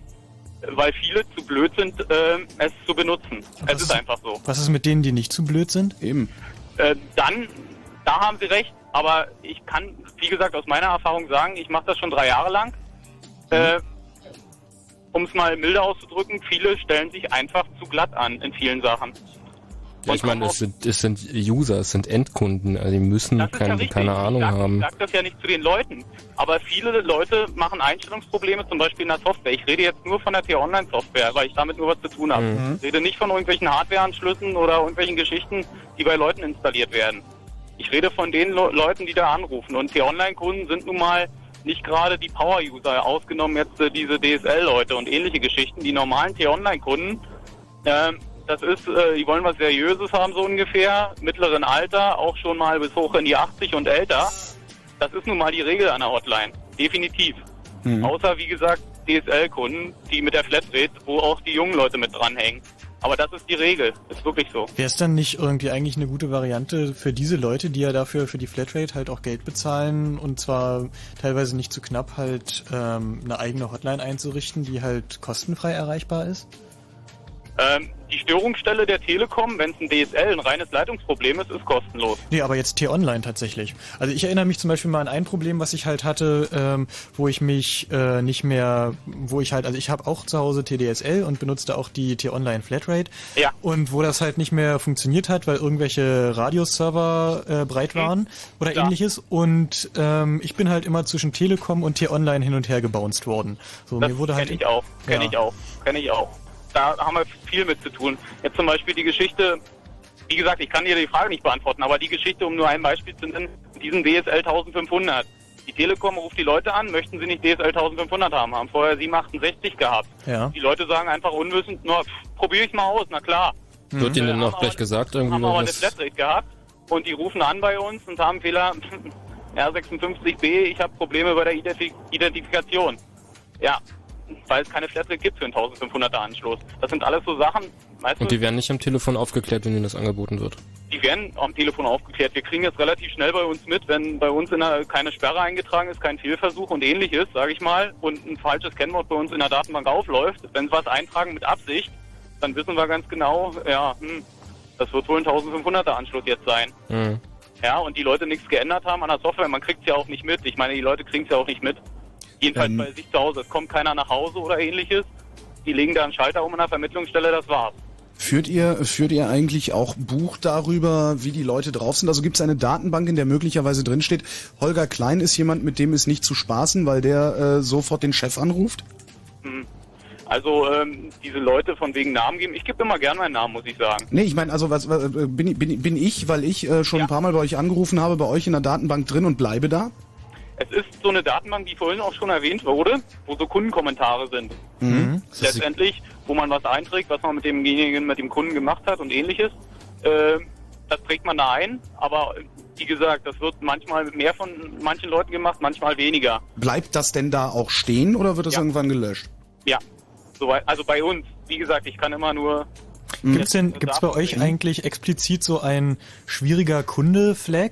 Weil viele zu blöd sind, äh, es zu benutzen. Was es ist einfach so. Was ist mit denen, die nicht zu blöd sind? Eben. Äh, dann, da haben Sie recht, aber ich kann, wie gesagt, aus meiner Erfahrung sagen, ich mache das schon drei Jahre lang. Mhm. Äh, um es mal milder auszudrücken, viele stellen sich einfach zu glatt an in vielen Sachen. Ja, ich meine, es sind, es sind User, es sind Endkunden, also die müssen kein, ja keine Ahnung ich sag, haben. Ich sage das ja nicht zu den Leuten, aber viele Leute machen Einstellungsprobleme, zum Beispiel in der Software. Ich rede jetzt nur von der T-Online-Software, weil ich damit nur was zu tun habe. Mhm. Ich rede nicht von irgendwelchen Hardware-Anschlüssen oder irgendwelchen Geschichten, die bei Leuten installiert werden. Ich rede von den Le- Leuten, die da anrufen. Und T-Online-Kunden sind nun mal nicht gerade die Power-User, ausgenommen jetzt äh, diese D S L-Leute und ähnliche Geschichten. Die normalen T-Online-Kunden, äh, das ist, äh, die wollen was Seriöses haben, so ungefähr, mittleren Alter, auch schon mal bis hoch in die achtzig und älter. Das ist nun mal die Regel an der Hotline. Definitiv. Mhm. Außer, wie gesagt, D S L-Kunden, die mit der Flatrate, wo auch die jungen Leute mit dranhängen. Aber das ist die Regel. Ist wirklich so. Wäre es dann nicht irgendwie eigentlich eine gute Variante für diese Leute, die ja dafür für die Flatrate halt auch Geld bezahlen und zwar teilweise nicht zu knapp, halt ähm, eine eigene Hotline einzurichten, die halt kostenfrei erreichbar ist? Ähm, die Störungsstelle der Telekom, wenn es ein D S L, ein reines Leitungsproblem ist, ist kostenlos. Nee, aber jetzt T-Online tatsächlich. Also ich erinnere mich zum Beispiel mal an ein Problem, was ich halt hatte, ähm, wo ich mich äh, nicht mehr, wo ich halt, also ich habe auch zu Hause T D S L und benutzte auch die T-Online Flatrate. Ja. Und wo das halt nicht mehr funktioniert hat, weil irgendwelche Radioserver äh, breit waren hm. oder ja. ähnliches. Und ähm, ich bin halt immer zwischen Telekom und T-Online hin und her gebounced worden. So, das mir wurde halt kenn ich auch, kenne ja. ich auch, kenne ich auch. Da haben wir viel mit zu tun. Jetzt zum Beispiel die Geschichte, wie gesagt, ich kann dir die Frage nicht beantworten, aber die Geschichte, um nur ein Beispiel zu nennen, diesen D S L eintausendfünfhundert. Die Telekom ruft die Leute an, möchten sie nicht D S L eintausendfünfhundert haben, haben vorher siebenhundertachtundsechzig gehabt. Ja. Die Leute sagen einfach unwissend, na, probiere ich mal aus, na klar. Mhm. Wird ihnen dann auch gleich gesagt, irgendwie haben wir noch aber eine was... Flatrate gehabt und die rufen an bei uns und haben Fehler R sechsundfünfzig B, ich habe Probleme bei der Identif- Identifikation. Ja, weil es keine Flatrate gibt für einen eintausendfünfhunderter Anschluss. Das sind alles so Sachen, weißt Und du, die werden nicht am Telefon aufgeklärt, wenn ihnen das angeboten wird? die werden am Telefon aufgeklärt. Wir kriegen jetzt relativ schnell bei uns mit, wenn bei uns in der, keine Sperre eingetragen ist, kein Fehlversuch und ähnliches, sage ich mal, und ein falsches Kennwort bei uns in der Datenbank aufläuft. Wenn sie was eintragen mit Absicht, dann wissen wir ganz genau, ja, hm, das wird wohl ein eintausendfünfhunderter Anschluss jetzt sein. Mhm. Ja, und die Leute nichts geändert haben an der Software, man kriegt es ja auch nicht mit. Ich meine, die Leute kriegen es ja auch nicht mit. Jedenfalls Ähm. bei sich zu Hause. Es kommt keiner nach Hause oder ähnliches. Die legen da einen Schalter um in der Vermittlungsstelle, das war's. Führt ihr, führt ihr eigentlich auch Buch darüber, wie die Leute drauf sind? Also gibt es eine Datenbank, in der möglicherweise drinsteht, Holger Klein ist jemand, mit dem ist nicht zu spaßen, weil der äh, sofort den Chef anruft? Hm. Also ähm, diese Leute von wegen Namen geben, ich gebe immer gern meinen Namen, muss ich sagen. Nee, ich meine, also was, was bin, ich- bin, ich- bin ich, weil ich äh, schon Ja. ein paar Mal bei euch angerufen habe, bei euch in der Datenbank drin und bleibe da? Es ist so eine Datenbank, die vorhin auch schon erwähnt wurde, wo so Kundenkommentare sind. Mhm. Letztendlich, wo man was einträgt, was man mit demjenigen, mit dem Kunden gemacht hat und ähnliches. Äh, das trägt man da ein, aber wie gesagt, das wird manchmal mit mehr von manchen Leuten gemacht, manchmal weniger. Bleibt das denn da auch stehen oder wird das Ja. irgendwann gelöscht? Ja, soweit, also bei uns, wie gesagt, ich kann immer nur... Gibt's denn, jetzt gibt's bei Daten euch bringen. eigentlich explizit so ein schwieriger Kunde-Flag?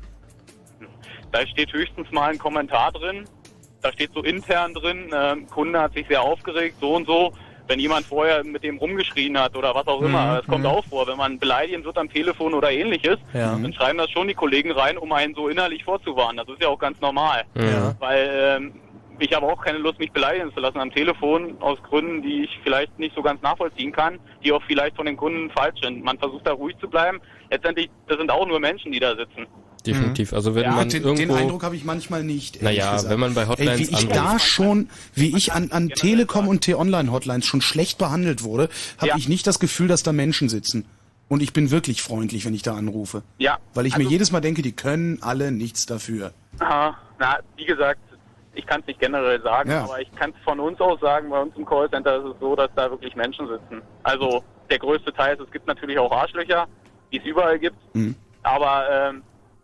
Da steht höchstens mal ein Kommentar drin, da steht so intern drin, ähm, Kunde hat sich sehr aufgeregt, so und so. Wenn jemand vorher mit dem rumgeschrien hat oder was auch immer, Mhm, das kommt mhm. auch vor, wenn man beleidigen wird am Telefon oder ähnliches, Ja. dann schreiben das schon die Kollegen rein, um einen so innerlich vorzuwarnen. Das ist ja auch ganz normal, Ja. weil ähm, ich habe auch keine Lust, mich beleidigen zu lassen am Telefon, aus Gründen, die ich vielleicht nicht so ganz nachvollziehen kann, die auch vielleicht von den Kunden falsch sind. Man versucht da ruhig zu bleiben. Letztendlich, das sind auch nur Menschen, die da sitzen. Definitiv. Also wenn Ja, man den, irgendwo... den Eindruck habe ich manchmal nicht. ehrlich Naja, gesagt. wenn man bei Hotlines Ey, wie ich anruft- da schon, wie ich an, an Telekom und T-Online-Hotlines schon schlecht behandelt wurde, habe Ja. ich nicht das Gefühl, dass da Menschen sitzen. Und ich bin wirklich freundlich, wenn ich da anrufe. Ja. Weil ich Also- mir jedes Mal denke, die können alle nichts dafür. Aha, na, wie gesagt, ich kann es nicht generell sagen, Ja. aber ich kann es von uns aus sagen, bei uns im Callcenter ist es so, dass da wirklich Menschen sitzen. Also der größte Teil ist, es gibt natürlich auch Arschlöcher, die es überall gibt, Mhm. aber ähm,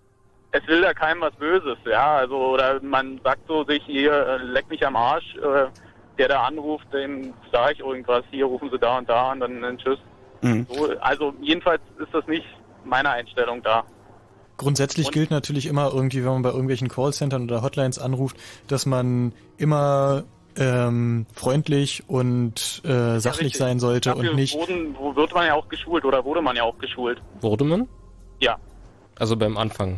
es will da keinem was Böses, ja, also oder man sagt so sich, hier, äh, leck mich am Arsch, äh, der da anruft, dem sage ich irgendwas, hier rufen sie da und da an, dann, dann tschüss. Mhm. So, also jedenfalls ist das nicht meine Einstellung da. Grundsätzlich Und- gilt natürlich immer irgendwie, wenn man bei irgendwelchen Callcentern oder Hotlines anruft, dass man immer ähm, freundlich und äh, sachlich richtig. sein sollte Dafür und nicht... Wurden, wo wird man ja auch geschult oder wurde man ja auch geschult. Wurde man? Ja. Also beim Anfang.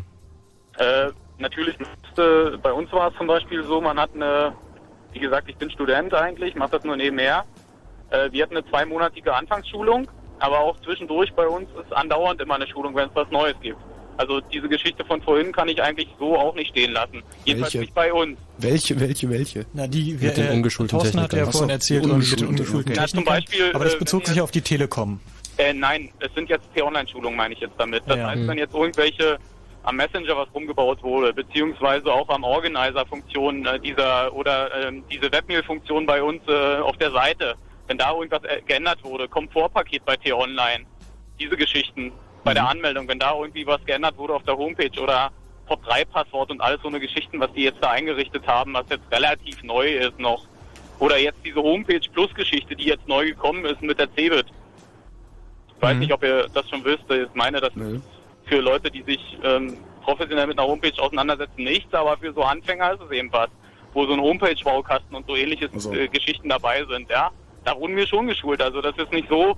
Äh, natürlich müsste, bei uns war es zum Beispiel so, man hat eine, wie gesagt, ich bin Student eigentlich, mache das nur nebenher. Äh, wir hatten eine zweimonatige Anfangsschulung, aber auch zwischendurch bei uns ist andauernd immer eine Schulung, wenn es was Neues gibt. Also diese Geschichte von vorhin kann ich eigentlich so auch nicht stehen lassen. Jedenfalls Welche? nicht bei uns. Welche, welche, welche? Na, die, Mit den ungeschulten Thorsten hat ja Technikern. vorhin Ach so, erzählt, die irgendwie mit den ungeschulten, ungeschulten okay. Ja, zum Technikern, Beispiel, aber das äh, bezog wenn sich ihr- auf die Telekom. Äh, nein, es sind jetzt T-Online-Schulungen, meine ich jetzt damit. Das Ja. heißt, Mhm. wenn jetzt irgendwelche am Messenger was rumgebaut wurde, beziehungsweise auch am Organizer-Funktion äh, dieser oder ähm, diese Webmail-Funktion bei uns äh, auf der Seite, wenn da irgendwas äh, geändert wurde, Komfortpaket bei T-Online, diese Geschichten bei der Anmeldung, wenn da irgendwie was geändert wurde auf der Homepage oder Pop drei Passwort und alles so eine Geschichten, was die jetzt da eingerichtet haben, was jetzt relativ neu ist noch. Oder jetzt diese Homepage Plus Geschichte, die jetzt neu gekommen ist mit der Cebit. Ich weiß Mhm. nicht, ob ihr das schon wisst. Ich meine, das Nö. ist für Leute, die sich ähm, professionell mit einer Homepage auseinandersetzen, nichts, aber für so Anfänger ist es eben was, wo so ein Homepage-Baukasten und so ähnliches Also. äh, Geschichten dabei sind, ja. Da wurden wir schon geschult. Also das ist nicht so,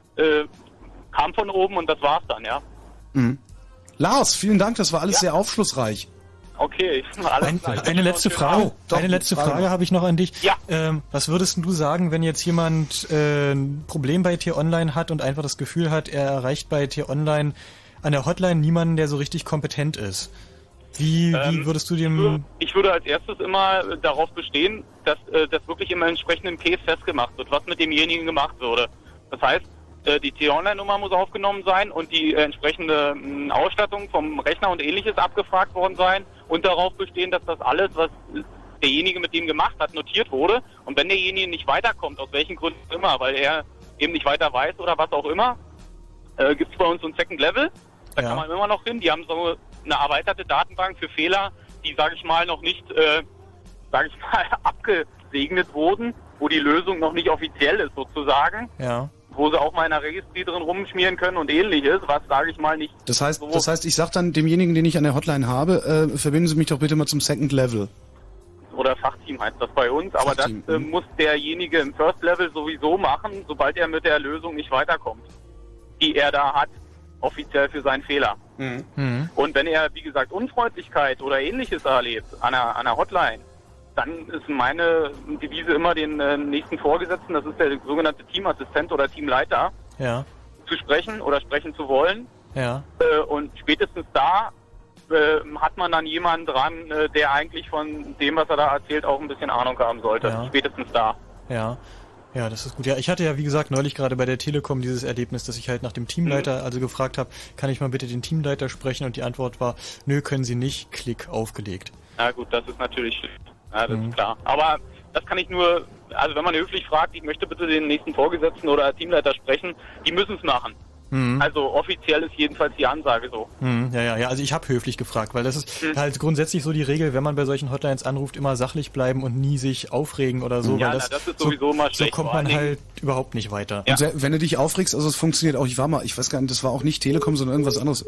äh, kam von oben und das war's dann, ja. Mhm. Lars, vielen Dank, das war alles Ja. sehr aufschlussreich. Okay, alles Ein, klar. eine letzte Frage, Oh, doch, eine letzte Frage Frage noch. habe ich noch an dich. Ja. Ähm, was würdest du sagen, wenn jetzt jemand äh, ein Problem bei T-Online hat und einfach das Gefühl hat, er erreicht bei T-Online an der Hotline niemanden, der so richtig kompetent ist? Wie, Ähm, wie würdest du Ich würde, dem... ich würde als erstes immer äh, darauf bestehen, dass äh, das wirklich im entsprechenden Case festgemacht wird, was mit demjenigen gemacht wurde. Das heißt, äh, die T-Online-Nummer muss aufgenommen sein und die äh, entsprechende mh, Ausstattung vom Rechner und ähnliches abgefragt worden sein und darauf bestehen, dass das alles, was derjenige mit dem gemacht hat, notiert wurde. Und wenn derjenige nicht weiterkommt, aus welchen Gründen immer, weil er eben nicht weiter weiß oder was auch immer, äh, gibt es bei uns so ein Second Level. Da Ja. kann man immer noch hin. Die haben so eine erweiterte Datenbank für Fehler, die, sage ich mal, noch nicht, äh, sage ich mal, abgesegnet wurden, wo die Lösung noch nicht offiziell ist sozusagen, Ja. wo sie auch mal in der Registry drin rumschmieren können und ähnliches, was, sage ich mal, nicht Das heißt, so... das heißt, ich sag dann demjenigen, den ich an der Hotline habe, äh, verbinden Sie mich doch bitte mal zum Second Level. oder Fachteam heißt das bei uns, aber Fachteam, das äh, muss derjenige im First Level sowieso machen, sobald er mit der Lösung nicht weiterkommt, die er da hat, offiziell für seinen Fehler. Mhm. Und wenn er, wie gesagt, Unfreundlichkeit oder ähnliches erlebt an einer, an einer Hotline, dann ist meine Devise immer den äh, nächsten Vorgesetzten, das ist der sogenannte Teamassistent oder Teamleiter, Ja. zu sprechen oder sprechen zu wollen. Ja. Äh, und spätestens da äh, hat man dann jemanden dran, äh, der eigentlich von dem, was er da erzählt, auch ein bisschen Ahnung haben sollte. Ja. Spätestens da. Ja. Ja, das ist gut. Ja, ich hatte ja, wie gesagt, neulich gerade bei der Telekom dieses Erlebnis, dass ich halt nach dem Teamleiter also gefragt habe, kann ich mal bitte den Teamleiter sprechen? Und die Antwort war, nö, können Sie nicht, Klick, aufgelegt. Na gut, das ist natürlich schlecht. Ja, das Mhm. ist klar. Aber das kann ich nur, also wenn man höflich fragt, ich möchte bitte den nächsten Vorgesetzten oder Teamleiter sprechen, die müssen es machen. Mhm. Also offiziell ist jedenfalls die Ansage so. Hm, ja, ja, ja, also ich habe höflich gefragt, weil das ist Hm. halt grundsätzlich so die Regel, wenn man bei solchen Hotlines anruft, immer sachlich bleiben und nie sich aufregen oder so, Ja, weil na, das, das ist so, sowieso mal so schlecht, kommt vor man allen halt überhaupt nicht weiter. Und se- wenn du dich aufregst, also es funktioniert auch, ich war mal, ich weiß gar nicht, das war auch nicht Telekom, sondern irgendwas anderes.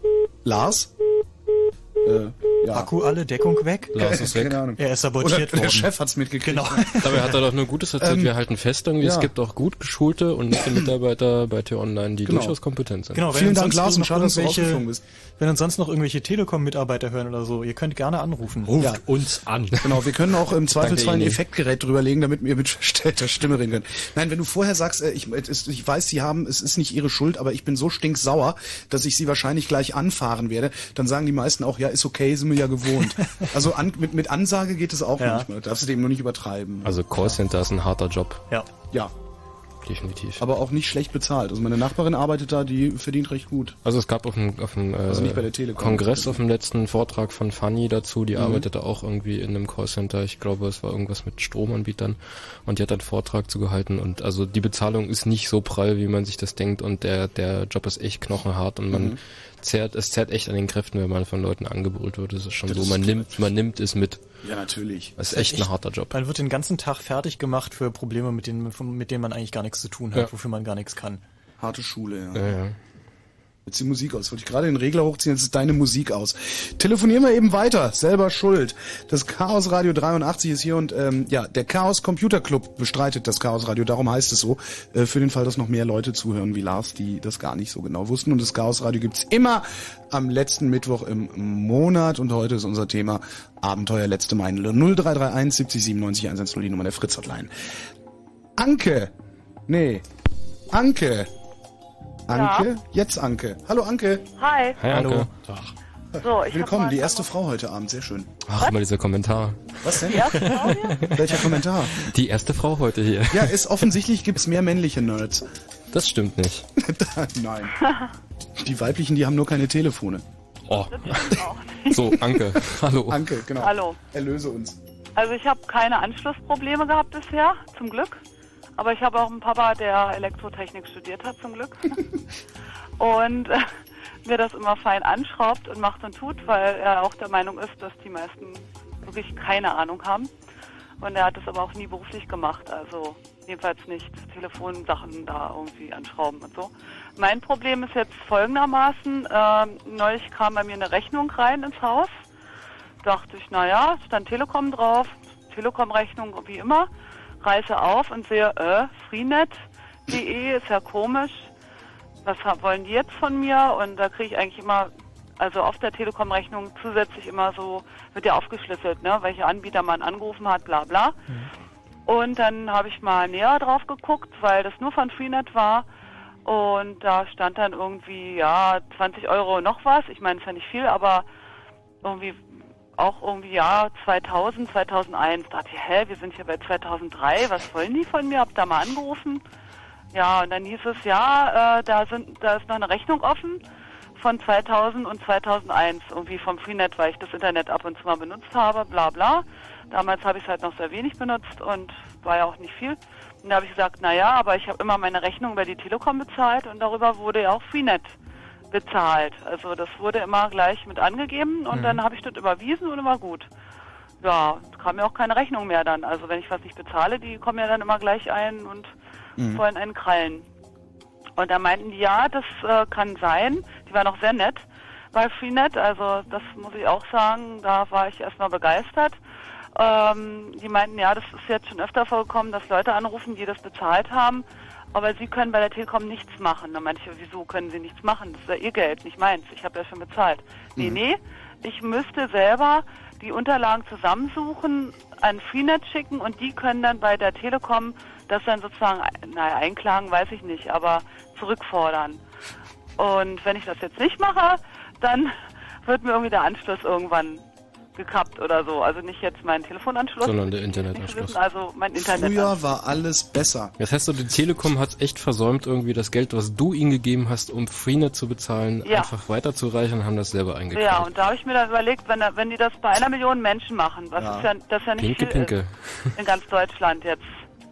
Lars? Äh, ja. Akku alle, Deckung weg. Lars ist weg. Keine Ahnung. Er ist sabotiert Oder der worden. Chef hat's mitgekriegt. Genau. Dabei hat er doch nur Gutes erzählt. Ähm, Wir halten fest, irgendwie, ja. es gibt auch gut geschulte und nette Mitarbeiter bei T-Online, die Genau. durchaus kompetent sind. Genau, wenn Vielen uns Dank, sonst Lars, und noch schade, dass du irgendwelche- rausgeflogen bist. Wenn uns sonst noch irgendwelche Telekom-Mitarbeiter hören oder so, ihr könnt gerne anrufen. Ruft Ja. uns an. Genau, wir können auch im Zweifelsfall ein Ihnen. Effektgerät drüberlegen, damit wir mit verstellter Stimme reden können. Nein, wenn du vorher sagst, äh, ich, es- ich weiß, sie haben, es ist nicht ihre Schuld, aber ich bin so stinksauer, dass ich sie wahrscheinlich gleich anfahren werde, dann sagen die meisten auch, ja, ist okay, sind wir ja gewohnt. Also an, mit, mit Ansage geht es auch Ja. manchmal. Darfst du dem nur nicht übertreiben. Also Callcenter ist ein harter Job, Ja. Ja, definitiv. aber auch nicht schlecht bezahlt. Also meine Nachbarin arbeitet da, die verdient recht gut. Also es gab auf dem, auf dem äh, Also nicht bei der Telekom. Kongress auf dem letzten Vortrag von Fanny dazu, die Mhm. arbeitete auch irgendwie in einem Callcenter, ich glaube es war irgendwas mit Stromanbietern und die hat einen Vortrag zu gehalten und also die Bezahlung ist nicht so prall, wie man sich das denkt und der der Job ist echt knochenhart und man Mhm. zerrt, es zerrt echt an den Kräften, wenn man von Leuten angebrüllt wird, das ist schon Das so, ist man klar. nimmt, man nimmt es mit. Ja, natürlich. Das ist echt ein harter Job. Man wird den ganzen Tag fertig gemacht für Probleme, mit denen, mit denen man eigentlich gar nichts zu tun hat, Ja. wofür man gar nichts kann. Harte Schule, ja. Ja, ja. Jetzt die Musik aus. Wollte ich gerade den Regler hochziehen, jetzt ist deine Musik aus. Telefonieren wir eben weiter. Selber schuld. Das Chaos Radio dreiundachtzig ist hier und ähm, ja, der Chaos Computer Club bestreitet das Chaos Radio. Darum heißt es so. Äh, für den Fall, dass noch mehr Leute zuhören wie Lars, die das gar nicht so genau wussten. Und das Chaos Radio gibt's immer am letzten Mittwoch im Monat. Und heute ist unser Thema Abenteuer letzte Meile. null drei drei eins siebzig siebenundneunzig hundertzehn, die Nummer der Fritz Hotline. Anke. Nee. Anke. Anke? Jetzt Anke. Hallo Anke. Hi. Hi, Anke. So, ich Willkommen, hab mal die erste Frau heute Abend, sehr schön. Ach, immer dieser Kommentar. Was denn? Die erste Frau hier? Welcher Kommentar? Die erste Frau heute hier. Ja, ist offensichtlich gibt's mehr männliche Nerds. Das stimmt nicht. Nein. Die weiblichen, die haben nur keine Telefone. Oh. Das stimmt auch nicht. So, Anke. Hallo. Anke, genau. Hallo. Erlöse uns. Also ich habe keine Anschlussprobleme gehabt bisher, zum Glück. Aber ich habe auch einen Papa, der Elektrotechnik studiert hat, zum Glück. Und äh, mir das immer fein anschraubt und macht und tut, weil er auch der Meinung ist, dass die meisten wirklich keine Ahnung haben. Und er hat das aber auch nie beruflich gemacht, also jedenfalls nicht Telefonsachen da irgendwie anschrauben und so. Mein Problem ist jetzt folgendermaßen, äh, neulich kam bei mir eine Rechnung rein ins Haus, dachte ich, naja, stand Telekom drauf, Telekom-Rechnung wie immer, reiße auf und sehe, äh, freenet punkt de ist ja komisch, was hab, wollen die jetzt von mir? Und da kriege ich eigentlich immer, also auf der Telekom-Rechnung zusätzlich immer so, wird ja aufgeschlüsselt, ne, welche Anbieter man angerufen hat, bla bla. Mhm. Und dann habe ich mal näher drauf geguckt, weil das nur von Freenet war. Und da stand dann irgendwie, ja, zwanzig Euro noch was. Ich meine, es ist ja nicht viel, aber irgendwie auch irgendwie, ja, zweitausend, zweitausendeins. Da dachte ich, hä, wir sind hier bei zweitausenddrei, was wollen die von mir? Hab da mal angerufen. Ja, und dann hieß es, ja, äh, da sind, da ist noch eine Rechnung offen von zweitausend und zweitausendeins, irgendwie vom Freenet, weil ich das Internet ab und zu mal benutzt habe, bla bla. Damals habe ich es halt noch sehr wenig benutzt und war ja auch nicht viel. Und da habe ich gesagt, naja, aber ich habe immer meine Rechnung über die Telekom bezahlt und darüber wurde ja auch Freenet bezahlt. Also das wurde immer gleich mit angegeben und mhm. dann habe ich das überwiesen und immer gut. Ja, kam mir auch keine Rechnung mehr dann. Also wenn ich was nicht bezahle, die kommen ja dann immer gleich ein und mhm. wollen einen krallen. Und da meinten die, ja, das äh, kann sein. Die waren auch sehr nett bei Freenet. Also das muss ich auch sagen, da war ich erstmal begeistert. Ähm, die meinten, ja, das ist jetzt schon öfter vorgekommen, dass Leute anrufen, die das bezahlt haben, aber sie können bei der Telekom nichts machen. Da meinte ich, wieso können sie nichts machen? Das ist ja ihr Geld, nicht meins. Ich habe ja schon bezahlt. Mhm. Nee, nee, ich müsste selber die Unterlagen zusammensuchen, an Freenet schicken und die können dann bei der Telekom das dann sozusagen, naja, einklagen, weiß ich nicht, aber zurückfordern. Und wenn ich das jetzt nicht mache, dann wird mir irgendwie der Anschluss irgendwann gekappt oder so. Also nicht jetzt mein Telefonanschluss, sondern der Internetanschluss. Wissen, also mein Internet. Früher war alles besser. Das heißt, die Telekom hat echt versäumt, irgendwie das Geld, was du ihnen gegeben hast, um Freenet zu bezahlen, ja. einfach weiterzureichen und haben das selber eingekauft. Ja, und da habe ich mir dann überlegt, wenn, wenn die das bei einer Million Menschen machen, was ja. ist ja, das ist ja nicht Pinke, viel Pinke. Ist, in ganz Deutschland jetzt.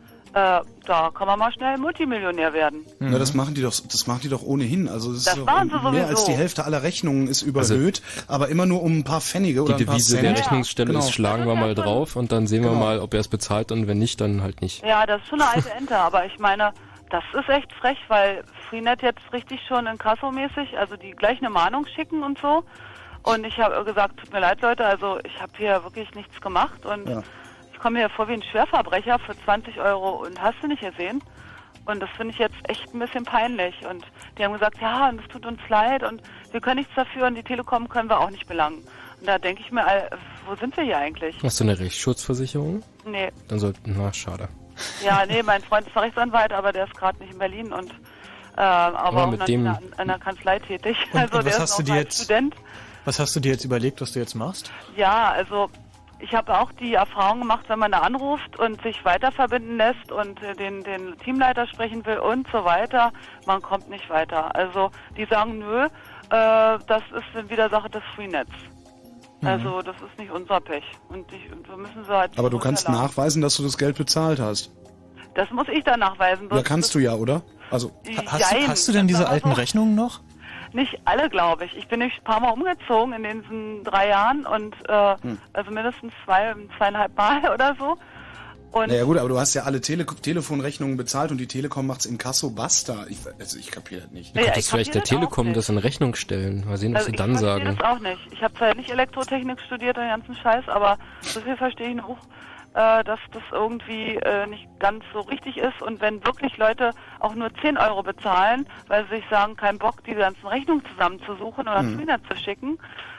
Äh, da kann man mal schnell Multimillionär werden. Mhm. Ja, das machen die doch, das machen die doch ohnehin. Also das, das ist machen doch sie mehr sowieso. als die Hälfte aller Rechnungen ist überhöht, also, aber immer nur um ein paar Pfennige oder ein paar Devise Cent. der Rechnungsstelle genau. ist, schlagen wir mal drauf und dann sehen genau. wir mal, ob er es bezahlt und wenn nicht, dann halt nicht. Ja, das ist schon eine alte Ente, aber ich meine, das ist echt frech, weil Freenet jetzt richtig schon inkassomäßig, also die gleich eine Mahnung schicken und so. Und ich habe gesagt, tut mir leid, Leute, also ich habe hier wirklich nichts gemacht und ja. ich komme mir vor wie ein Schwerverbrecher für zwanzig Euro und hast du nicht gesehen? Und das finde ich jetzt echt ein bisschen peinlich. Und die haben gesagt, ja, und es tut uns leid und wir können nichts dafür und die Telekom können wir auch nicht belangen. Und da denke ich mir, wo sind wir hier eigentlich? Hast du eine Rechtsschutzversicherung? Nee. Dann sollten, na, schade. Ja, nee, mein Freund ist Rechtsanwalt, aber der ist gerade nicht in Berlin und äh, aber, aber auch mit noch dem in, einer, in einer Kanzlei tätig. Und, also und der was ist hast noch du dir ein jetzt, Student. Was hast du dir jetzt überlegt, was du jetzt machst? Ja, also ich habe auch die Erfahrung gemacht, wenn man da anruft und sich weiter verbinden lässt und äh, den, den Teamleiter sprechen will und so weiter, man kommt nicht weiter. Also die sagen, nö, äh, das ist wieder Sache des Freenets. Mhm. Also das ist nicht unser Pech. Und ich, und wir müssen so halt Aber du kannst nachweisen, dass du das Geld bezahlt hast. Das muss ich dann nachweisen. Ja, kannst du ja, oder? Also hast, du, hast du denn diese alten Rechnungen noch? Nicht alle, glaube ich. Ich bin ein paar Mal umgezogen in diesen drei Jahren und äh, hm. also mindestens zwei, zweieinhalb Mal oder so. Und naja gut, aber du hast ja alle Tele Telefonrechnungen bezahlt und die Telekom macht's in Kasso, basta. Ich, also ich kapiere das nicht. Du ja, könntest vielleicht der Telekom das in Rechnung stellen. Mal sehen, was also sie dann sagen. Ich verstehe das auch nicht. Ich habe zwar nicht Elektrotechnik studiert, den ganzen Scheiß, aber so viel verstehe ich noch, äh, dass das irgendwie äh, nicht ganz so richtig ist. Und wenn wirklich Leute auch nur zehn Euro bezahlen, weil sie sich sagen, kein Bock, die ganzen Rechnungen zusammenzusuchen oder Mhm. Freenet zu schicken,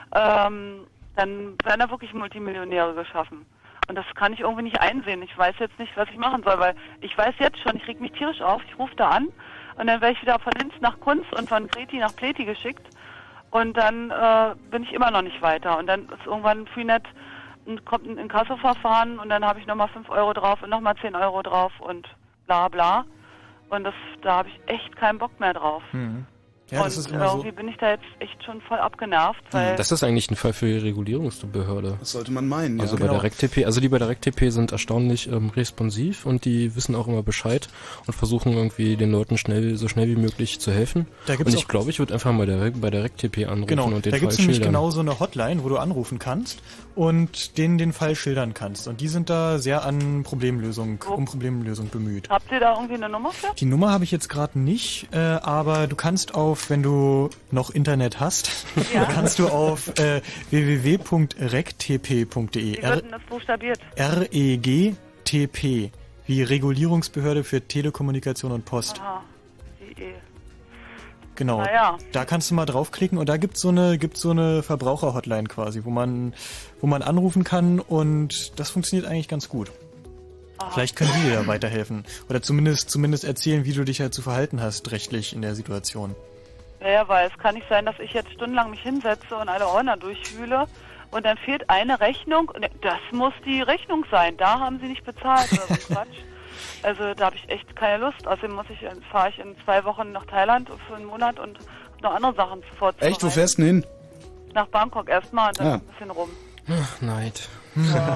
ähm, dann werden da wirklich Multimillionäre geschaffen. Und das kann ich irgendwie nicht einsehen. Ich weiß jetzt nicht, was ich machen soll, weil ich weiß jetzt schon, ich reg mich tierisch auf, ich rufe da an und dann werde ich wieder von Linz nach Kunz und von Kreti nach Pleti geschickt und dann äh, bin ich immer noch nicht weiter. Und dann ist irgendwann Freenet, kommt ein Inkassoverfahren und dann habe ich nochmal fünf Euro drauf und nochmal zehn Euro drauf und bla bla. Und das, da habe ich echt keinen Bock mehr drauf. Mhm. Ja, das und ist immer so. irgendwie bin ich da jetzt echt schon voll abgenervt, weil... Das ist eigentlich ein Fall für die Regulierungsbehörde. Das sollte man meinen, ja. Also bei genau. der RecTP, also die bei der RecTP sind erstaunlich ähm, responsiv und die wissen auch immer Bescheid und versuchen irgendwie den Leuten schnell, so schnell wie möglich zu helfen. Da gibt's und ich auch- glaube, ich würde einfach mal der, bei der RecTP anrufen Genau, und den da Fall gibt's nämlich schildern. genau so eine Hotline, wo du anrufen kannst und denen den Fall schildern kannst. Und die sind da sehr an Problemlösung, um Problemlösung bemüht. Habt ihr da irgendwie eine Nummer für? Die Nummer habe ich jetzt gerade nicht, äh, aber du kannst auf, wenn du noch Internet hast, Ja. kannst du auf äh, w w w punkt rectp punkt de Wie wird denn das buchstabiert? R E G T P wie Regulierungsbehörde für Telekommunikation und Post. Aha, die E. Genau. Naja. Da kannst du mal draufklicken und da gibt's so eine, gibt's so eine Verbraucher-Hotline quasi, wo man, wo man anrufen kann und das funktioniert eigentlich ganz gut. Aha. Vielleicht können die dir da weiterhelfen. Oder zumindest, zumindest erzählen, wie du dich halt zu verhalten hast, rechtlich in der Situation. Naja, weil es kann nicht sein, dass ich jetzt stundenlang mich hinsetze und alle Ordner durchwühle und dann fehlt eine Rechnung. Und das muss die Rechnung sein. Da haben sie nicht bezahlt oder so Quatsch. Also da habe ich echt keine Lust. Außerdem muss ich, fahre ich in zwei Wochen nach Thailand für einen Monat und hab noch andere Sachen vorzubereiten. Echt, wo fährst du denn hin? Nach Bangkok erstmal und dann Ja. ein bisschen rum. Ach, Neid. Ja.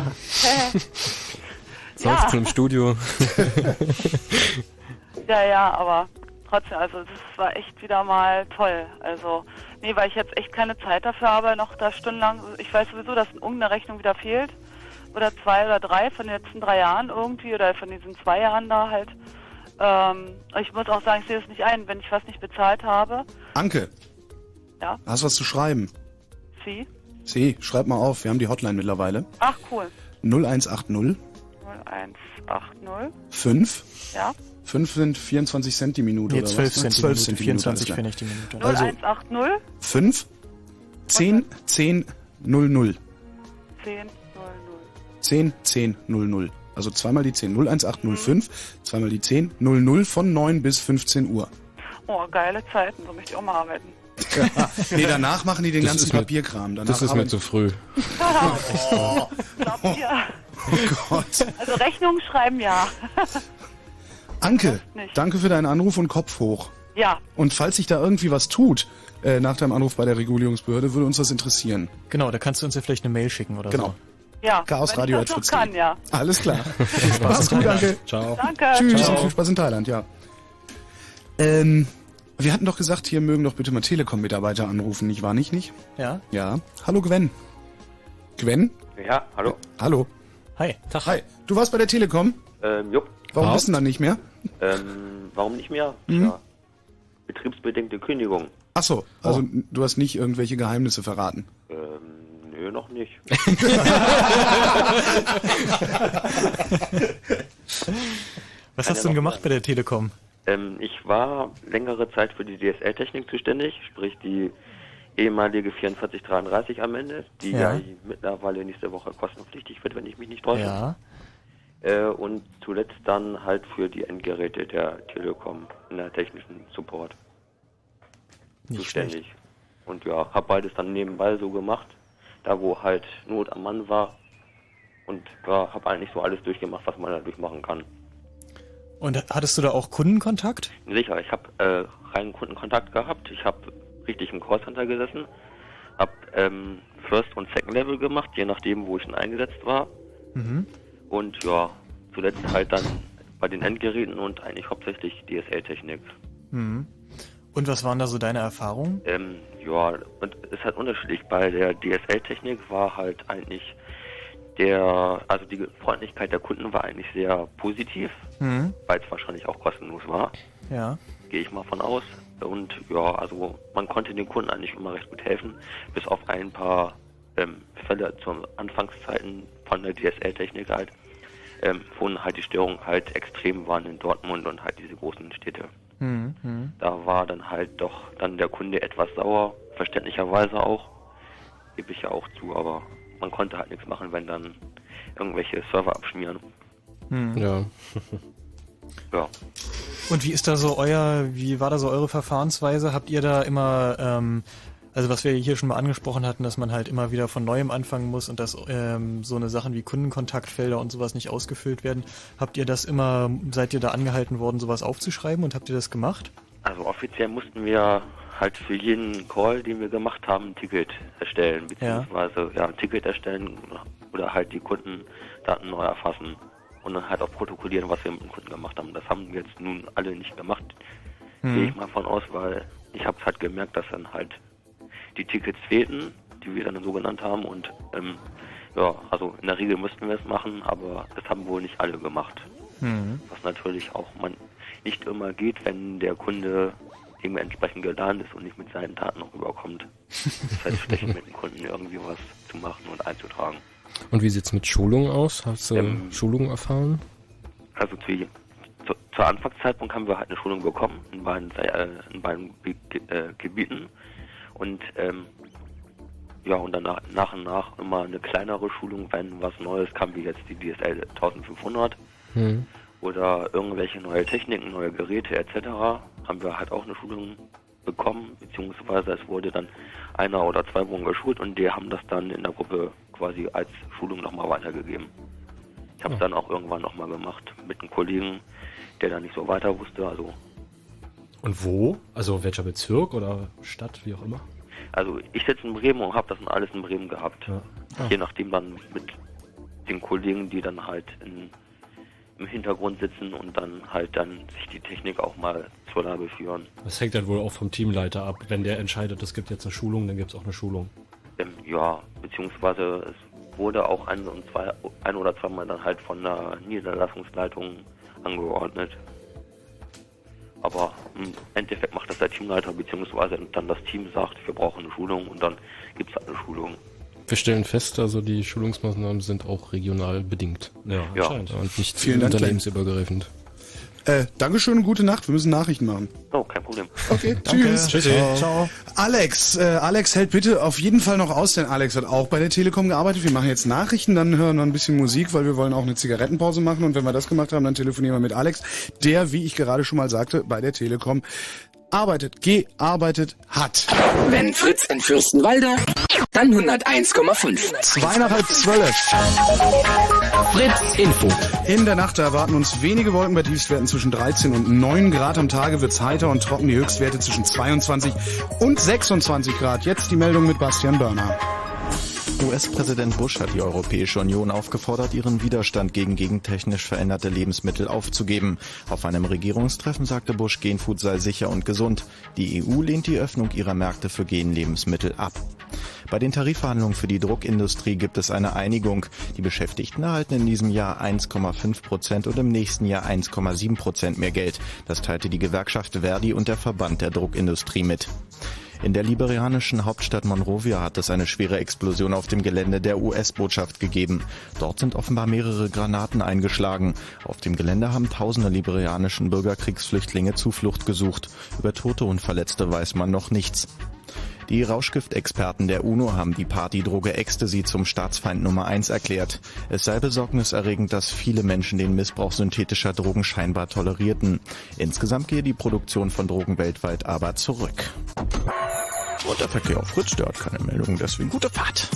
Sonst im Studio. Ja, ja, aber trotzdem, also das war echt wieder mal toll. Also, nee, weil ich jetzt echt keine Zeit dafür habe, noch da stundenlang, ich weiß sowieso, dass irgendeine Rechnung wieder fehlt. Oder zwei oder drei von den letzten drei Jahren irgendwie, oder von diesen zwei Jahren da halt. Ähm, ich muss auch sagen, ich sehe es nicht ein, wenn ich was nicht bezahlt habe. Anke, Ja, hast du was zu schreiben? sie. C, schreib mal auf, wir haben die Hotline mittlerweile. Ach, cool. null eins acht null null eins acht null. fünf. Ja. fünf sind vierundzwanzig Cent die Minute Nee, oder zwölf was? Cent die zwölf Minute, Cent die vierundzwanzig Minute, alles Pfennig die Minute. klar. Also null eins acht null. fünf, zehn, zehn, null null. zehn null null. zehn, zehn, null null. Also zweimal die zehn. null eins acht null fünf, zweimal die zehn, null null von neun bis fünfzehn Uhr. Oh, geile Zeiten, so möchte ich auch mal arbeiten. Nee, danach machen die den Das ganzen ist mir- Papierkram. Danach Das ist mir arbeiten- zu früh. Oh, glaubt ihr? Oh Gott. Also Rechnungen schreiben ja. Anke, nicht. danke für deinen Anruf und Kopf hoch. Ja, Und falls sich da irgendwie was tut, äh, nach deinem Anruf bei der Regulierungsbehörde, würde uns das interessieren. Genau, da kannst du uns ja vielleicht eine Mail schicken oder Genau. so. ja. Chaosradio Wenn ich das noch kann, ja. Alles klar. Spaß Mach's in gut, Thailand. Anke. Ciao. Danke. Tschüss Ciao. und viel Spaß in Thailand, ja. Ähm, wir hatten doch gesagt, hier mögen doch bitte mal Telekom-Mitarbeiter anrufen, nicht wahr? Nicht, nicht? Ja? Ja. Hallo Gwen. Gwen? Ja, hallo. Hallo. Hi. Tag. Hi. Du warst bei der Telekom? Ähm, jupp. Warum bist du denn dann nicht mehr? Ähm, warum nicht mehr? Mhm. Ja. Betriebsbedingte Kündigung. Ach so, also du hast nicht irgendwelche Geheimnisse verraten. Ähm, nö, noch nicht. Was hast du denn gemacht bei der Telekom? Ähm, ich war längere Zeit für die D S L-Technik zuständig, sprich die ehemalige vierundvierzig dreiunddreißig am Ende, die ja, Ja. mittlerweile nächste Woche kostenpflichtig wird, wenn ich mich nicht täusche. Ja. Äh, und zuletzt dann halt für die Endgeräte der Telekom in der technischen Support Nicht zuständig. Und ja, hab beides dann nebenbei so gemacht, da wo halt Not am Mann war. Und ja, hab eigentlich so alles durchgemacht, was man da durchmachen kann. Und hattest du da auch Kundenkontakt? Sicher, ich habe äh, reinen Kundenkontakt gehabt. Ich habe richtig im Callcenter gesessen, habe ähm, First und Second Level gemacht, je nachdem, wo ich schon eingesetzt war. Mhm. Und ja, zuletzt halt dann bei den Endgeräten und eigentlich hauptsächlich D S L-Technik. Mhm. Und was waren da so deine Erfahrungen? Ähm, ja, und es ist halt unterschiedlich. Bei der D S L-Technik war halt eigentlich der, also die Freundlichkeit der Kunden war eigentlich sehr positiv, Mhm. weil es wahrscheinlich auch kostenlos war. Ja. Gehe ich mal von aus. Und ja, also man konnte den Kunden eigentlich immer recht gut helfen, bis auf ein paar ähm, Fälle zu Anfangszeiten von der D S L-Technik halt, ähm, wo halt die Störungen halt extrem waren in Dortmund und halt diese großen Städte. Mhm. Mhm. Da war dann halt doch dann der Kunde etwas sauer, verständlicherweise auch, gebe ich ja auch zu, aber man konnte halt nichts machen, wenn dann irgendwelche Server abschmieren. Mhm. Ja. Ja. Und wie ist da so euer, wie war da so eure Verfahrensweise? Habt ihr da immer, ähm, also was wir hier schon mal angesprochen hatten, dass man halt immer wieder von Neuem anfangen muss und dass ähm, so eine Sachen wie Kundenkontaktfelder und sowas nicht ausgefüllt werden. Habt ihr das immer, seid ihr da angehalten worden, sowas aufzuschreiben und habt ihr das gemacht? Also offiziell mussten wir halt für jeden Call, den wir gemacht haben, ein Ticket erstellen, beziehungsweise ja, ein Ticket erstellen oder halt die Kundendaten neu erfassen und dann halt auch protokollieren, was wir mit dem Kunden gemacht haben. Das haben wir jetzt nun alle nicht gemacht, Hm. gehe ich mal von aus, weil ich habe halt gemerkt, dass dann halt die Tickets fehlten, die wir dann so genannt haben und ähm, ja, also in der Regel mussten wir es machen, aber das haben wohl nicht alle gemacht. Hm. Was natürlich auch man nicht immer geht, wenn der Kunde irgendwie entsprechend geladen ist und nicht mit seinen Daten noch überkommt. Das heißt, schlecht mit dem Kunden irgendwie was zu machen und einzutragen. Und wie sieht's mit Schulungen aus? Hast du Ähm, Schulungen erfahren? Also zu, zu, zur Anfangszeitpunkt haben wir halt eine Schulung bekommen in beiden, äh, in beiden Ge äh, Gebieten und ähm, ja, und dann nach, nach und nach immer eine kleinere Schulung, wenn was Neues kam, wie jetzt die D S L eintausendfünfhundert Mhm. oder irgendwelche neue Techniken, neue Geräte et cetera, haben wir halt auch eine Schulung bekommen, beziehungsweise es wurde dann einer oder zwei Wochen geschult und die haben das dann in der Gruppe quasi als Schulung nochmal weitergegeben. Ich habe es Ja. dann auch irgendwann nochmal gemacht mit einem Kollegen, der da nicht so weiter wusste, also Und wo? Also welcher Bezirk oder Stadt, wie auch immer? Also ich sitze in Bremen und habe das alles in Bremen gehabt. Ja. Ah. Je nachdem dann mit den Kollegen, die dann halt in, im Hintergrund sitzen und dann halt dann sich die Technik auch mal zur Lage führen. Das hängt dann wohl auch vom Teamleiter ab. Wenn der entscheidet, es gibt jetzt eine Schulung, dann gibt es auch eine Schulung. Ähm, ja, beziehungsweise es wurde auch ein, und zwei, ein oder zweimal dann halt von der Niederlassungsleitung angeordnet. Aber im Endeffekt macht das der Teamleiter, beziehungsweise dann das Team sagt, wir brauchen eine Schulung und dann gibt es halt eine Schulung. Wir stellen fest, also die Schulungsmaßnahmen sind auch regional bedingt. Ja, Ja. anscheinend. Und nicht Vielen Dank, unternehmensübergreifend. Äh, Dankeschön und gute Nacht. Wir müssen Nachrichten machen. Oh, kein Problem. Okay, Danke. tschüss. Tschüssi. Ciao. Alex, äh, Alex, hält bitte auf jeden Fall noch aus, denn Alex hat auch bei der Telekom gearbeitet. Wir machen jetzt Nachrichten, dann hören wir ein bisschen Musik, weil wir wollen auch eine Zigarettenpause machen. Und wenn wir das gemacht haben, dann telefonieren wir mit Alex, der, wie ich gerade schon mal sagte, bei der Telekom arbeitet, gearbeitet hat. Wenn Fritz in Fürstenwalde, dann hunderteins Komma fünf. Zweieinhalb halb zwölf. Fritz Info. In der Nacht erwarten uns wenige Wolken bei Tiefstwerten zwischen dreizehn und neun Grad. Am Tage wird's heiter und trocken, die Höchstwerte zwischen zweiundzwanzig und sechsundzwanzig Grad. Jetzt die Meldung mit Bastian Börner. U S-Präsident Bush hat die Europäische Union aufgefordert, ihren Widerstand gegen gentechnisch veränderte Lebensmittel aufzugeben. Auf einem Regierungstreffen sagte Bush, Genfood sei sicher und gesund. Die E U lehnt die Öffnung ihrer Märkte für Genlebensmittel ab. Bei den Tarifverhandlungen für die Druckindustrie gibt es eine Einigung. Die Beschäftigten erhalten in diesem Jahr eins Komma fünf Prozent und im nächsten Jahr eins Komma sieben Prozent mehr Geld. Das teilte die Gewerkschaft Verdi und der Verband der Druckindustrie mit. In der liberianischen Hauptstadt Monrovia hat es eine schwere Explosion auf dem Gelände der U S-Botschaft gegeben. Dort sind offenbar mehrere Granaten eingeschlagen. Auf dem Gelände haben tausende liberianischen Bürgerkriegsflüchtlinge Zuflucht gesucht. Über Tote und Verletzte weiß man noch nichts. Die Rauschgiftexperten der UNO haben die Partydroge Ecstasy zum Staatsfeind Nummer eins erklärt. Es sei besorgniserregend, dass viele Menschen den Missbrauch synthetischer Drogen scheinbar tolerierten. Insgesamt gehe die Produktion von Drogen weltweit aber zurück. Und der Verkehr auf Fritz, der hat keine Meldung, deswegen gute Fahrt.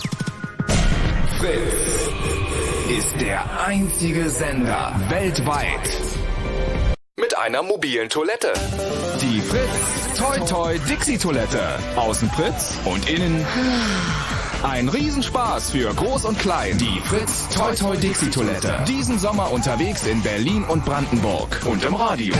Fritz ist der einzige Sender weltweit mit einer mobilen Toilette. Die Fritz Toi Toi Dixie Toilette. Außen Fritz und innen ein Riesenspaß für Groß und Klein. Die Fritz Toi Toi Dixie Toilette. Diesen Sommer unterwegs in Berlin und Brandenburg und im Radio.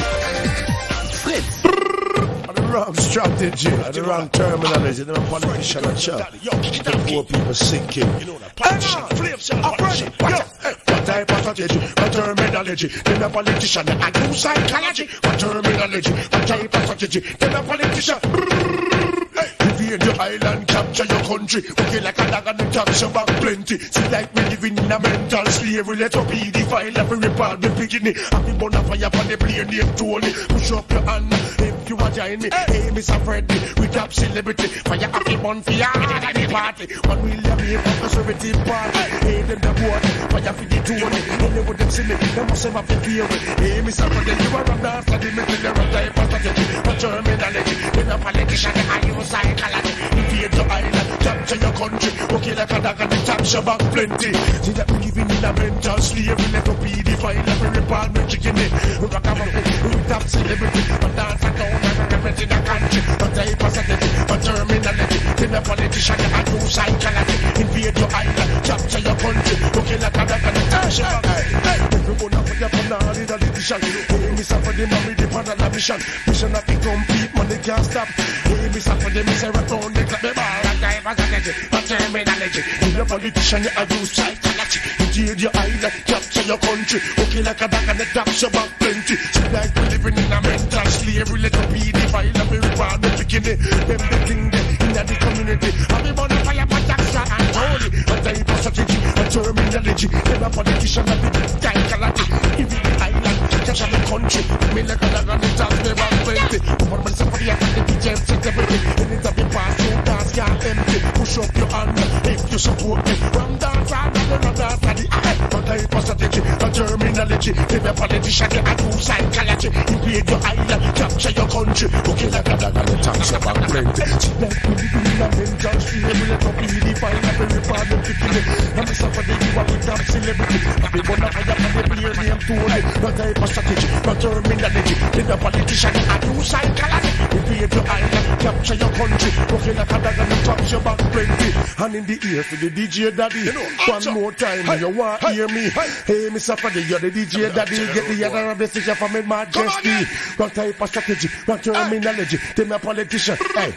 Fritz. The wrong strategy, the wrong terminology, the wrong politician and chop. The poor people sinking. Politician, politician, politician. What type of strategy? What terminology? Then a politician and do psychology. What terminology? What type of strategy? Then a politician. Invade your island, capture your country. Okay, like a dog and the tax your back plenty. See, like we living in a mental slavery. Let up be the file every report the beginning. Happy burn a fire upon the plane name Tony. Push up your hand if you are join me. Hey, Mister Freddy, we top celebrity. Fire happy burn for ya at the party. One million here for conservative party. Hey, them the board, fire for the Tony. Only with them see me, they must have to fear me. Hey, Mister Freddy, you are a dancer, the middle of the type of strategy. What terminology? Then a politician, and you psychology. Invade your island, capture your country. Okay, like a dog and the tax your back plenty. See that we living in a mental slavery. Let up be the file every report me chicken it. We rock a rock, we top celebrity. But dance a down and represent the country. But type of strategy, but terminology. Then a politician, and you psychology. Invade your island, capture your country. Okay, like a dog and the tax your back. Everyone up with your panel in a edition. Hey, Mister Freddy, mommy, the panel mission. Mission not incomplete, money can't stop. Hey, Mister Freddy, Mister Round the club, the bar, and type of strategy, but terminology. In the politician, you use psychology. Invade your island, capture your country. Okay, like a dog and the tax your back plenty. See, like we living in a mental slavery. Let up be the file of the report, the beginning. Them the thing there in the community. And we burn a fire for taxa and holy. But type of strategy, but terminology. Then a politician, and the psychology. Invade the island, catch up the country. Me like a dog on the top, me back plenty. Woman, man, somebody attack the D J, set everything. Anytime you pass, you dance can't empty. Push up your hand if you support me. From dance, I'm not gonna dance at the eye. But I pass strategy, a terminology. Give me a politician, I do psychology. Invade your island, capture your country. Okay, like a dog on the top, me back plenty. See like we live in a mental street. We let up in the fire, every part of the killing. I'm a somebody you are with top celebrity. Everyone up fire, and they play your name to it. But I pass strategy, a terminology. Give me a politician, I do psychology. Invade your island, capture your country. Okay, like a dog on the top, me back plenty. And in the ear for the D J Daddy. One more time, you want to hear me? Hey, Mister Freddy, you're the D J Daddy. Get the other of the decision from His Majesty. What type of strategy? What terminology? Tell me a politician. Hey.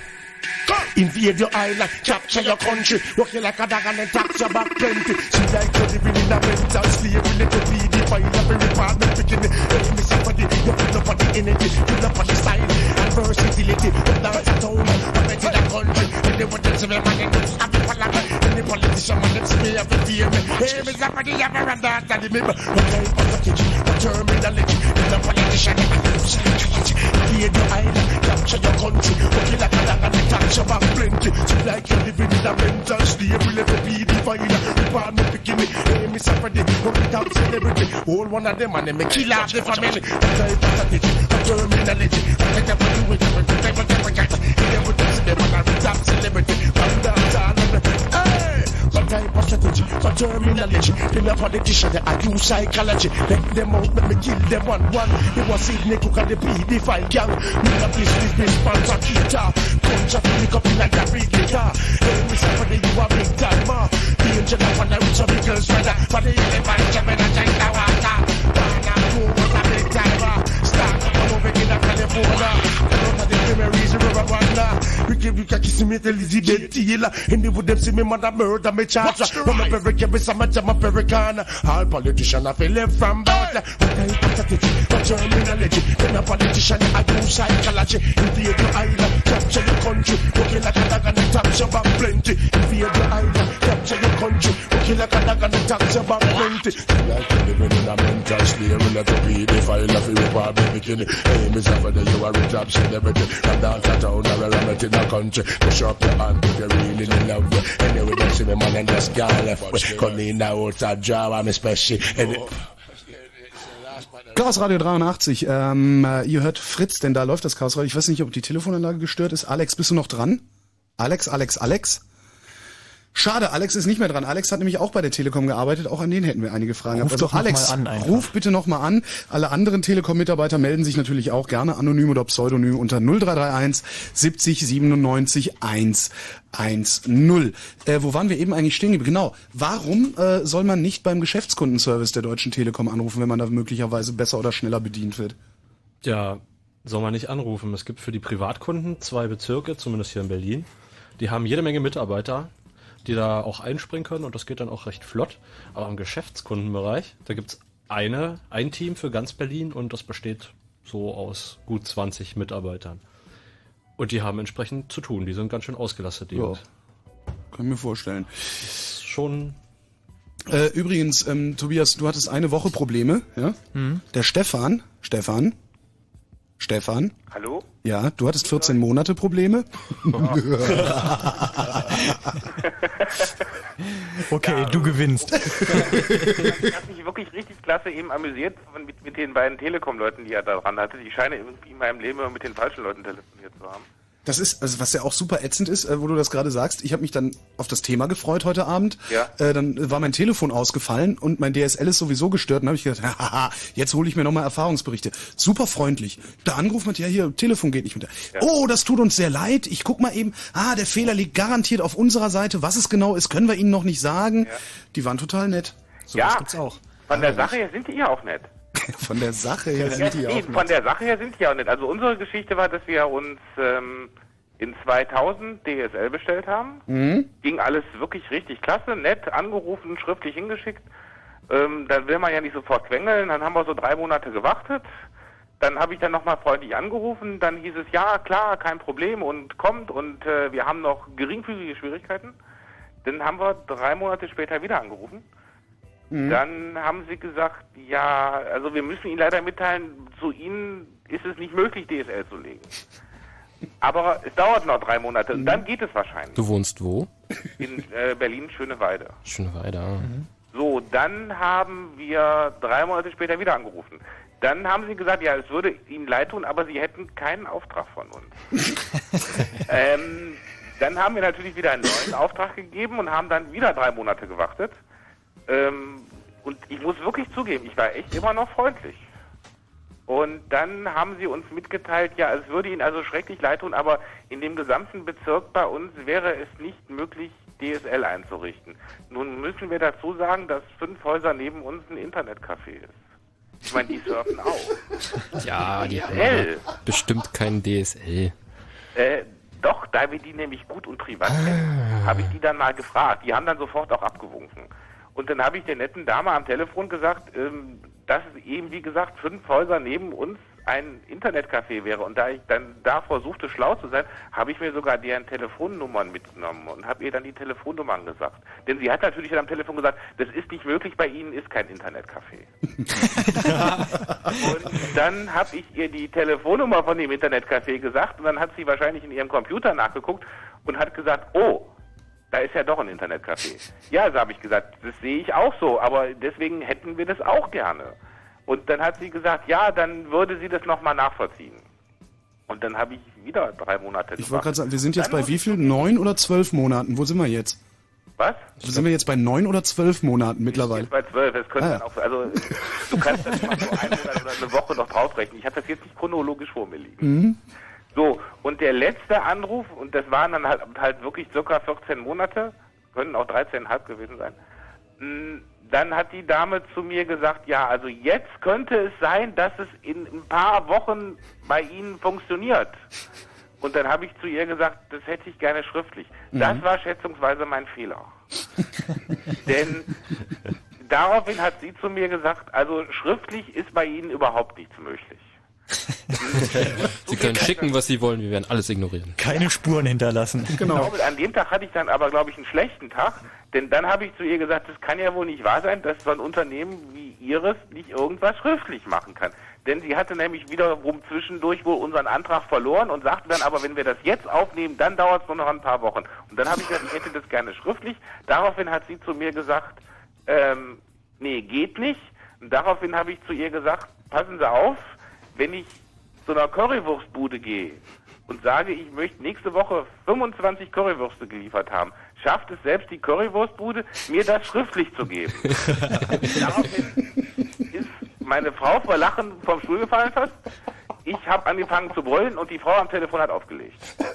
Invade your island, capture your country. Walk you like a dog and then tax your back plenty. See like you're living in a mental slave. We let you be the file of every department picking it. Hey, Mister Freddy, you fill up on the energy, fill up on the style and versatility. You dance at home, you bet in the country. And they want to see me man in the happy parliament. Any politician man, let's be a bit fear me. Hey, Mister Freddy, you ever dance at the member? What type of strategy? What terminology? You're a politician, you have to psychology. Invade your island, capture your country. Walk you like a dog and then tax your back plenty. See like you're living in a mental slave. We let you be the fire, the partner picking me. Hey, Mister Freddy, no top celebrity. All one of them and they make kill off the family. What type of strategy? What terminology? What type of do it? What type of type of cat? He never does them and I'm top celebrity. One dance all of them. Hey! What type of strategy? What terminology? They're not politician, I do psychology. Let them out, let me kill them one one. They was Sidney Cook and the P D file gang. Me a business, business, sponsor, guitar. Punch up, pick up in like a big guitar. Hey, Mister Freddy, you a big timer. The angel of one, I reach a big girl's weather. For the elephant, jump in and drink the water. One and two was a big timer. Start to come over in a California. One of the memories of a wonder. We give you a kiss me, Elizabeth Taylor. And they would them see me mother murder me charger. From a very carry some of them a Americana. All politicians I feel left from bout. What type of strategy? What terminology? Then a politician I do psychology. Invade your island, capture your country. Walking like a dog and the tax your back plenty. Invade your island, capture your country. Walking like a dog and the tax your back plenty. Like you living in a mental slave. We let you be the file of your Republic bikini. Hey, Mister Freddy, you are a top celebrity. And dance a town or a rabbit in the country. Push up your hand if you're really in love. Anyway, don't see me man and just girl left. Come in now outside job, I'm especially. Chaos Radio dreiundachtzig, ähm, äh, ihr hört Fritz, denn da läuft das Chaos Radio. Ich weiß nicht, ob die Telefonanlage gestört ist. Alex, bist du noch dran? Alex, Alex, Alex? Schade, Alex ist nicht mehr dran. Alex hat nämlich auch bei der Telekom gearbeitet. Auch an den hätten wir einige Fragen gehabt. Ruf Also doch noch Alex, mal an einfach. ruf bitte noch mal an. Alle anderen Telekom-Mitarbeiter melden sich natürlich auch gerne anonym oder pseudonym unter null drei drei eins siebzig siebenundneunzig hundertzehn. Äh, wo waren wir eben eigentlich stehen geblieben? Genau. Warum äh, soll man nicht beim Geschäftskundenservice der Deutschen Telekom anrufen, wenn man da möglicherweise besser oder schneller bedient wird? Ja, soll man nicht anrufen. Es gibt für die Privatkunden zwei Bezirke, zumindest hier in Berlin. Die haben jede Menge Mitarbeiter, die da auch einspringen können und das geht dann auch recht flott. Aber im Geschäftskundenbereich, da gibt's eine, ein Team für ganz Berlin und das besteht so aus gut zwanzig Mitarbeitern. Und die haben entsprechend zu tun. Die sind ganz schön ausgelastet, die Ja. Jungs. Kann ich mir vorstellen. Ist schon... Äh, übrigens, ähm, Tobias, du hattest eine Woche Probleme, ja? Mhm. Der Stefan, Stefan, Stefan. Hallo? Ja, du hattest vierzehn Monate Probleme. Okay, Ja. du gewinnst. Ich habe mich wirklich richtig klasse eben amüsiert mit, mit den beiden Telekom-Leuten, die er da dran hatte. Ich scheine irgendwie in meinem Leben immer mit den falschen Leuten telefoniert zu haben. Das ist, also was ja auch super ätzend ist, äh, wo du das gerade sagst, ich habe mich dann auf das Thema gefreut heute Abend. Ja. Äh, dann war mein Telefon ausgefallen und mein D S L ist sowieso gestört. Und habe ich gedacht, haha, jetzt hole ich mir nochmal Erfahrungsberichte. Super freundlich. Der Anruf mit, ja hier, Telefon geht nicht mit. Ja. Oh, das tut uns sehr leid. Ich guck mal eben, ah, der Fehler liegt garantiert auf unserer Seite. Was es genau ist, können wir Ihnen noch nicht sagen. Ja. Die waren total nett. So Ja. was gibt's auch. Von der Sache her sind die ja auch nett. Von der Sache her sind die Ja, auch nee, nett. von der Sache her sind die auch nett. Also unsere Geschichte war, dass wir uns ähm, in zweitausend D S L bestellt haben. Mhm. Ging alles wirklich richtig klasse, nett, angerufen, schriftlich hingeschickt. Ähm, dann will man ja nicht sofort quengeln. Dann haben wir so drei Monate gewartet. Dann habe ich dann nochmal freundlich angerufen. Dann hieß es, ja klar, kein Problem und kommt und äh, wir haben noch geringfügige Schwierigkeiten. Dann haben wir drei Monate später wieder angerufen. Mhm. Dann haben sie gesagt, ja, also wir müssen Ihnen leider mitteilen, zu Ihnen ist es nicht möglich, D S L zu legen. Aber es dauert noch drei Monate und dann geht es wahrscheinlich. Du wohnst wo? In äh, Berlin, Schöneweide. Schöneweide, ah. Mhm. So, dann haben wir drei Monate später wieder angerufen. Dann haben sie gesagt, ja, es würde Ihnen leid tun, aber Sie hätten keinen Auftrag von uns. ähm, dann haben wir natürlich wieder einen neuen Auftrag gegeben und haben dann wieder drei Monate gewartet. Ähm, und ich muss wirklich zugeben, ich war echt immer noch freundlich. Und dann haben sie uns mitgeteilt, ja, es würde Ihnen also schrecklich leid tun, aber in dem gesamten Bezirk bei uns wäre es nicht möglich, D S L einzurichten. Nun müssen wir dazu sagen, dass fünf Häuser neben uns ein Internetcafé ist. Ich meine, die surfen auch. Ja, die D S haben L. bestimmt kein D S L. Äh, doch, da wir die nämlich gut und privat kennen, habe ich die dann mal gefragt. Die haben dann sofort auch abgewunken. Und dann habe ich der netten Dame am Telefon gesagt, ähm, dass es eben, wie gesagt, fünf Häuser neben uns ein Internetcafé wäre. Und da ich dann da versuchte, schlau zu sein, habe ich mir sogar deren Telefonnummern mitgenommen und habe ihr dann die Telefonnummern gesagt. Denn sie hat natürlich dann am Telefon gesagt, das ist nicht möglich, bei Ihnen ist kein Internetcafé. Und dann habe ich ihr die Telefonnummer von dem Internetcafé gesagt und dann hat sie wahrscheinlich in ihrem Computer nachgeguckt und hat gesagt, oh, da ist ja doch ein Internetcafé. Ja, so habe ich gesagt, das sehe ich auch so, aber deswegen hätten wir das auch gerne. Und dann hat sie gesagt, ja, dann würde sie das nochmal nachvollziehen. Und dann habe ich wieder drei Monate Ich wollte gerade gewartet. sagen, wir sind jetzt Dann bei wie viel? Neun oder zwölf Monaten? Wo sind wir jetzt? Was? Sind wir jetzt bei neun oder zwölf Monaten mittlerweile? Bei zwölf, das könnte Ah, dann ja. auch, also du kannst das mal so einen Monat oder eine Woche noch draufrechnen. Ich habe das jetzt nicht chronologisch vor mir liegen. Mhm. So, und der letzte Anruf, und das waren dann halt, halt wirklich circa vierzehn Monate, können auch dreizehn Komma fünf gewesen sein, mh, dann hat die Dame zu mir gesagt, ja, also jetzt könnte es sein, dass es in ein paar Wochen bei Ihnen funktioniert. Und dann habe ich zu ihr gesagt, das hätte ich gerne schriftlich. Das Mhm. war schätzungsweise mein Fehler. Denn daraufhin hat sie zu mir gesagt, also schriftlich ist bei Ihnen überhaupt nichts möglich. Sie können schicken, was Sie wollen, wir werden alles ignorieren. Keine Spuren hinterlassen. Genau. Ich glaube, an dem Tag hatte ich dann aber, glaube ich, einen schlechten Tag, denn dann habe ich zu ihr gesagt, das kann ja wohl nicht wahr sein, dass so ein Unternehmen wie Ihres nicht irgendwas schriftlich machen kann. Denn sie hatte nämlich wiederum zwischendurch wohl unseren Antrag verloren und sagte dann, aber wenn wir das jetzt aufnehmen, dann dauert es nur noch ein paar Wochen. Und dann habe ich gesagt, ich hätte das gerne schriftlich. Daraufhin hat sie zu mir gesagt, ähm, nee, geht nicht. Und daraufhin habe ich zu ihr gesagt, passen Sie auf, wenn ich zu einer Currywurstbude gehe und sage, ich möchte nächste Woche fünfundzwanzig Currywürste geliefert haben, schafft es selbst die Currywurstbude, mir das schriftlich zu geben. Daraufhin ist meine Frau vor Lachen vom Stuhl gefallen fast. Ich habe angefangen zu brüllen und die Frau am Telefon hat aufgelegt.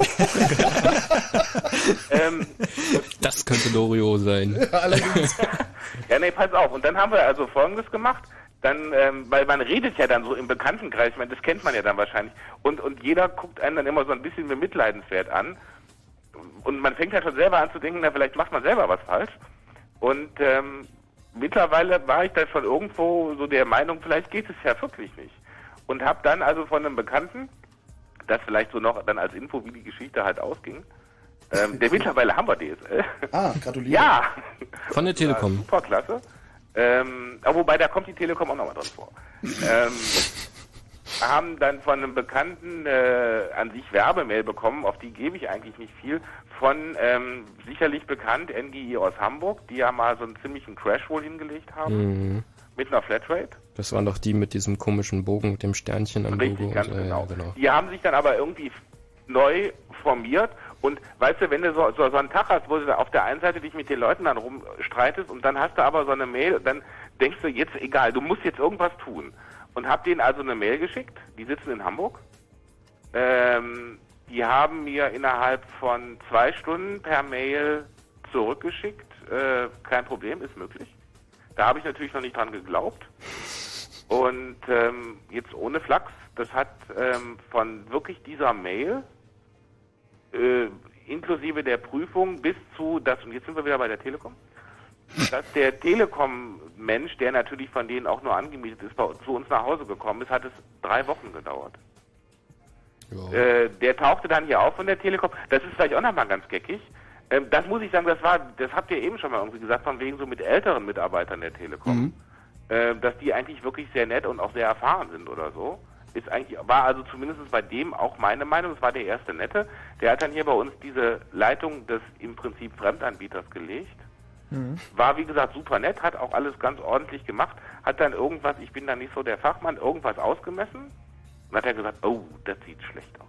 ähm, Das könnte Loriot sein. ja, nee, pass auf. Und dann haben wir also Folgendes gemacht. Dann, ähm, weil man redet ja dann so im Bekanntenkreis, ich meine, das kennt man ja dann wahrscheinlich. Und, und jeder guckt einen dann immer so ein bisschen bemitleidenswert an. Und man fängt ja schon selber an zu denken, na, vielleicht macht man selber was falsch. Und ähm, mittlerweile war ich dann schon irgendwo so der Meinung, vielleicht geht es ja wirklich nicht. Und habe dann also von einem Bekannten, das vielleicht so noch dann als Info, wie die Geschichte halt ausging, ähm, der mittlerweile haben wir D S L. Ah, gratuliere. Ja! Von der Telekom. Ja, super klasse. Ähm, aber wobei, da kommt die Telekom auch nochmal drin vor. ähm, haben dann von einem Bekannten äh, an sich Werbemail bekommen, auf die gebe ich eigentlich nicht viel, von ähm, sicherlich bekannt N G I aus Hamburg, die ja mal so einen ziemlichen Crash wohl hingelegt haben, Mhm. mit einer Flatrate. Das waren doch die mit diesem komischen Bogen, mit dem Sternchen am Richtig, Logo. ganz und so, genau. Ja, genau. Die haben sich dann aber irgendwie neu formiert und weißt du, wenn du so, so, so einen Tag hast, wo du auf der einen Seite dich mit den Leuten dann rumstreitest und dann hast du aber so eine Mail, dann denkst du, jetzt egal, du musst jetzt irgendwas tun. Und hab denen also eine Mail geschickt, die sitzen in Hamburg. Ähm, die haben mir innerhalb von zwei Stunden per Mail zurückgeschickt, äh, kein Problem, ist möglich. Da habe ich natürlich noch nicht dran geglaubt. Und ähm, jetzt ohne Flachs, das hat ähm, von wirklich dieser Mail äh, inklusive der Prüfung bis zu, das, und jetzt sind wir wieder bei der Telekom, dass der Telekom-Mensch, der natürlich von denen auch nur angemietet ist, bei, zu uns nach Hause gekommen ist, hat es drei Wochen gedauert. Äh, der tauchte dann hier auf von der Telekom. Das ist vielleicht auch nochmal ganz geckig. Ähm, das muss ich sagen, das war, das habt ihr eben schon mal irgendwie gesagt, von wegen so mit älteren Mitarbeitern der Telekom, Mhm. äh, dass die eigentlich wirklich sehr nett und auch sehr erfahren sind oder so. Ist eigentlich, war also zumindest bei dem auch meine Meinung, es war der erste Nette. Der hat dann hier bei uns diese Leitung des im Prinzip Fremdanbieters gelegt. Mhm. War, wie gesagt, super nett, hat auch alles ganz ordentlich gemacht, hat dann irgendwas, ich bin da nicht so der Fachmann, irgendwas ausgemessen und hat er gesagt, oh, das sieht schlecht aus.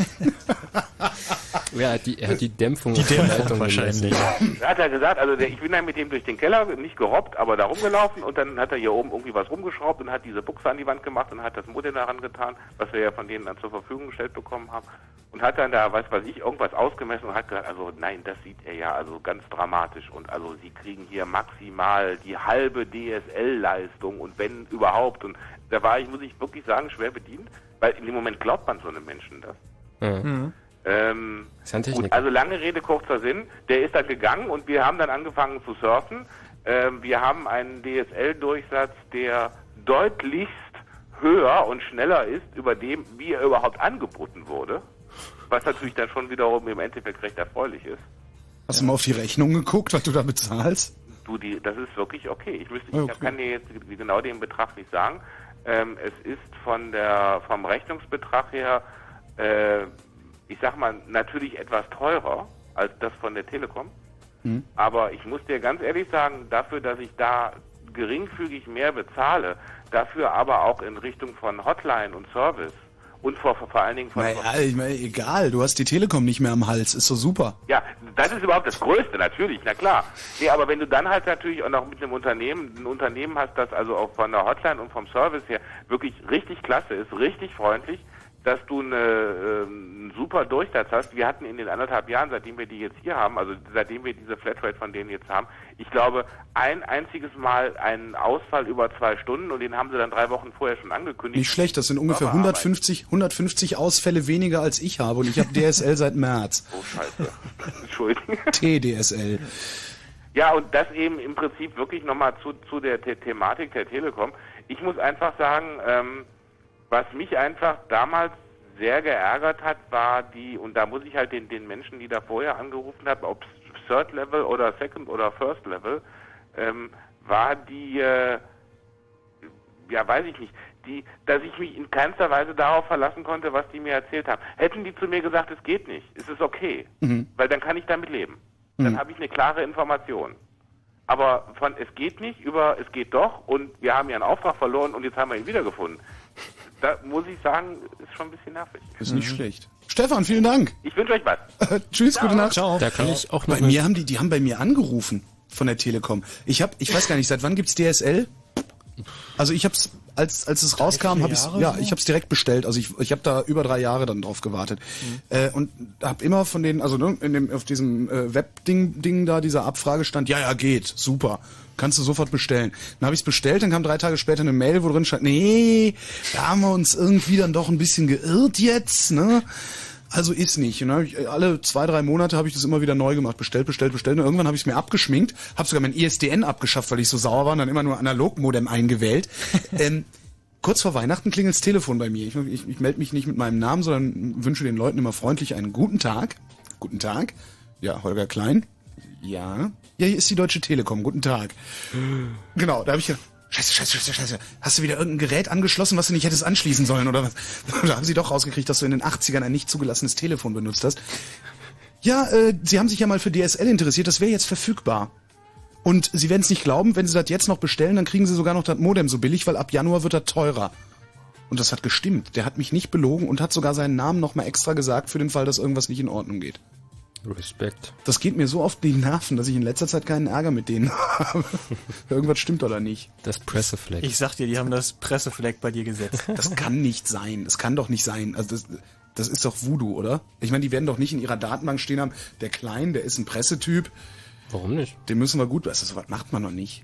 Ja, er hat die, er hat die Dämpfung Die auf der Dämpfung Leitung wahrscheinlich. gemessen. Da hat er gesagt, also der, ich bin dann mit dem durch den Keller, nicht gerobbt, aber da rumgelaufen und dann hat er hier oben irgendwie was rumgeschraubt und hat diese Buchse an die Wand gemacht und hat das Modell daran getan, was wir ja von denen dann zur Verfügung gestellt bekommen haben und hat dann da, weiß was ich, irgendwas ausgemessen und hat gesagt, also nein, das sieht er ja also ganz dramatisch und also sie kriegen hier maximal die halbe D S L-Leistung und wenn überhaupt und da war ich, muss ich wirklich sagen, schwer bedient, weil in dem Moment glaubt man so einem Menschen das. Ja. Mhm. Ähm, Ist ja ein Techniker. gut, also lange Rede, kurzer Sinn. Der ist dann gegangen und wir haben dann angefangen zu surfen. Ähm, wir haben einen D S L-Durchsatz, der deutlichst höher und schneller ist über dem, wie er überhaupt angeboten wurde. Was natürlich dann schon wiederum im Endeffekt recht erfreulich ist. Hast du mal auf die Rechnung geguckt, was du da bezahlst? Du, die, das ist wirklich okay. Ich wüsste, Okay. ich kann dir jetzt genau den Betrag nicht sagen. Ähm, es ist von der, vom Rechnungsbetrag her, äh, ich sag mal, natürlich etwas teurer als das von der Telekom. Mhm. Aber ich muss dir ganz ehrlich sagen, dafür, dass ich da geringfügig mehr bezahle, dafür aber auch in Richtung von Hotline und Service und vor, vor allen Dingen von... Naja, ich meine, egal, du hast die Telekom nicht mehr am Hals, ist so super. Ja, das ist überhaupt das Größte, natürlich, na klar. Nee, aber wenn du dann halt natürlich auch noch mit einem Unternehmen, ein Unternehmen hast, das also auch von der Hotline und vom Service her wirklich richtig klasse ist, richtig freundlich, dass du eine, äh, einen super Durchsatz hast. Wir hatten in den anderthalb Jahren, seitdem wir die jetzt hier haben, also seitdem wir diese Flatrate von denen jetzt haben, ich glaube, ein einziges Mal einen Ausfall über zwei Stunden und den haben sie dann drei Wochen vorher schon angekündigt. Nicht schlecht, das sind ungefähr Serverarbeit. hundertfünfzig, hundertfünfzig Ausfälle weniger als ich habe und ich habe D S L seit März. Oh, scheiße. Entschuldigung. T D S L. Ja, und das eben im Prinzip wirklich nochmal zu, zu der The Thematik der Telekom. Ich muss einfach sagen, ähm, was mich einfach damals sehr geärgert hat, war die, und da muss ich halt den, den Menschen, die da vorher angerufen haben, ob Third Level oder Second oder First Level, ähm, war die, äh, ja, weiß ich nicht, die, dass ich mich in keinster Weise darauf verlassen konnte, was die mir erzählt haben. Hätten die zu mir gesagt, es geht nicht, es ist okay, Mhm. weil dann kann ich damit leben. Dann Mhm. habe ich eine klare Information. Aber von es geht nicht über es geht doch und wir haben ja einen Auftrag verloren und jetzt haben wir ihn wiedergefunden. Da muss ich sagen, ist schon ein bisschen nervig. Ist nicht schlecht. Stefan, vielen Dank. Ich wünsche euch was. Tschüss, Ciao. gute Nacht. Ciao. Da kann ich auch noch Bei mir haben die, die haben bei mir angerufen von der Telekom. Ich habe, ich weiß gar nicht, seit wann gibt's D S L? Also ich hab's, als als es rauskam, habe ich Jahre ja, so? ich habe es direkt bestellt. Also ich ich habe da über drei Jahre dann drauf gewartet äh, und habe immer von denen, also ne, in dem auf diesem äh, Webding Ding da dieser Abfrage stand, ja ja geht, super, kannst du sofort bestellen. Dann habe ich es bestellt, dann kam drei Tage später eine Mail, wo drin stand, nee, da haben wir uns irgendwie dann doch ein bisschen geirrt jetzt, ne? Also ist nicht. Und dann hab ich, alle zwei, drei Monate habe ich das immer wieder neu gemacht. Bestellt, bestellt, bestellt. Und irgendwann habe ich es mir abgeschminkt, habe sogar mein I S D N abgeschafft, weil ich so sauer war und dann immer nur Analogmodem eingewählt. ähm, kurz vor Weihnachten klingelt das Telefon bei mir. Ich, ich, ich melde mich nicht mit meinem Namen, sondern wünsche den Leuten immer freundlich einen guten Tag. Guten Tag. Ja, Holger Klein. Ja. Ja, hier ist die Deutsche Telekom. Guten Tag. Genau, da habe ich ja... Scheiße, scheiße, scheiße, scheiße. Hast du wieder irgendein Gerät angeschlossen, was du nicht hättest anschließen sollen, oder was? Da haben sie doch rausgekriegt, dass du in den achtzigern ein nicht zugelassenes Telefon benutzt hast. Ja, äh, sie haben sich ja mal für D S L interessiert, das wäre jetzt verfügbar. Und sie werden es nicht glauben, wenn sie das jetzt noch bestellen, dann kriegen sie sogar noch das Modem so billig, weil ab Januar wird das teurer. Und das hat gestimmt. Der hat mich nicht belogen und hat sogar seinen Namen nochmal extra gesagt, für den Fall, dass irgendwas nicht in Ordnung geht. Respekt. Das geht mir so oft die Nerven, dass ich in letzter Zeit keinen Ärger mit denen habe. Irgendwas stimmt oder nicht. Das Pressefleck. Ich sag dir, die haben das Pressefleck bei dir gesetzt. Das kann nicht sein. Das kann doch nicht sein. Also das, das ist doch Voodoo, oder? Ich meine, die werden doch nicht in ihrer Datenbank stehen haben, der Klein, der ist ein Pressetyp. Warum nicht? Den müssen wir gut... Also sowas macht man noch nicht.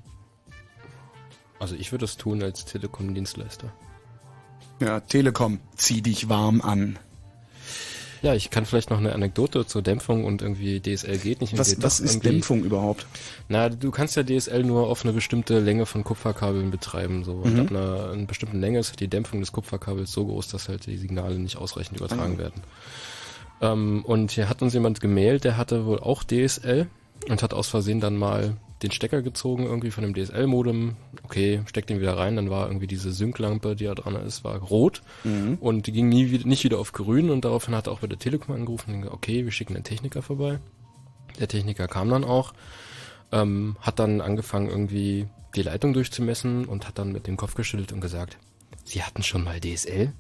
Also ich würde das tun als Telekom-Dienstleister. Ja, Telekom, zieh dich warm an. Ja, ich kann vielleicht noch eine Anekdote zur Dämpfung und irgendwie D S L geht nicht. Und Was, geht was doch ist irgendwie. Dämpfung überhaupt? Na, du kannst ja D S L nur auf eine bestimmte Länge von Kupferkabeln betreiben. So. Und Mhm. ab einer, einer bestimmten Länge ist die Dämpfung des Kupferkabels so groß, dass halt die Signale nicht ausreichend übertragen Ah. werden. Ähm, und hier hat uns jemand gemailt, der hatte wohl auch D S L und hat aus Versehen dann mal den Stecker gezogen irgendwie von dem D S L-Modem. Okay, steckt den wieder rein, dann war irgendwie diese Sync-Lampe, die da dran ist, war rot Mhm. und die ging nie wieder, nicht wieder auf grün und daraufhin hat er auch bei der Telekom angerufen und gesagt, okay, wir schicken einen Techniker vorbei. Der Techniker kam dann auch, ähm, hat dann angefangen irgendwie die Leitung durchzumessen und hat dann mit dem Kopf geschüttelt und gesagt, Sie hatten schon mal D S L?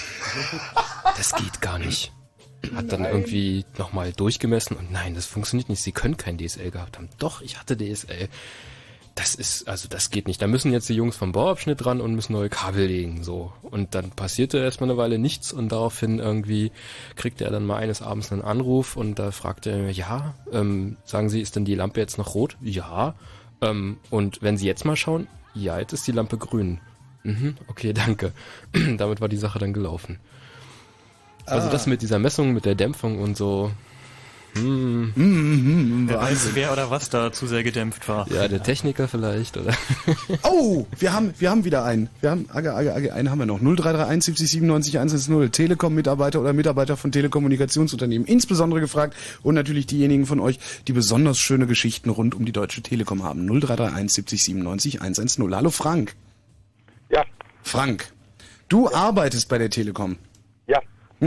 Das geht gar nicht. Hat dann Nein. irgendwie nochmal durchgemessen und nein, das funktioniert nicht. Sie können kein D S L gehabt haben. Doch, ich hatte D S L. Das ist, also das geht nicht. Da müssen jetzt die Jungs vom Bauabschnitt ran und müssen neue Kabel legen, so. Und dann passierte erstmal eine Weile nichts und daraufhin irgendwie kriegte er dann mal eines Abends einen Anruf und da fragte er, ja, ähm, sagen Sie, ist denn die Lampe jetzt noch rot? Ja. Ähm, und wenn Sie jetzt mal schauen, ja, jetzt ist die Lampe grün. Mhm, okay, danke. Damit war die Sache dann gelaufen. Also Ah. das mit dieser Messung, mit der Dämpfung und so. Hm. Mhm, Wer weiß, Wahnsinn. wer oder was da zu sehr gedämpft war. Ja, der Techniker vielleicht, oder? Oh, wir haben, wir haben wieder einen. Wir haben, Age, Age, Age, einen haben wir noch. null drei drei eins siebzig siebenundneunzig hundertzehn. Telekom-Mitarbeiter oder Mitarbeiter von Telekommunikationsunternehmen. Insbesondere gefragt und natürlich diejenigen von euch, die besonders schöne Geschichten rund um die Deutsche Telekom haben. null drei drei eins siebzig siebenundneunzig hundertzehn. Hallo Frank. Ja. Frank, du arbeitest bei der Telekom. Ja.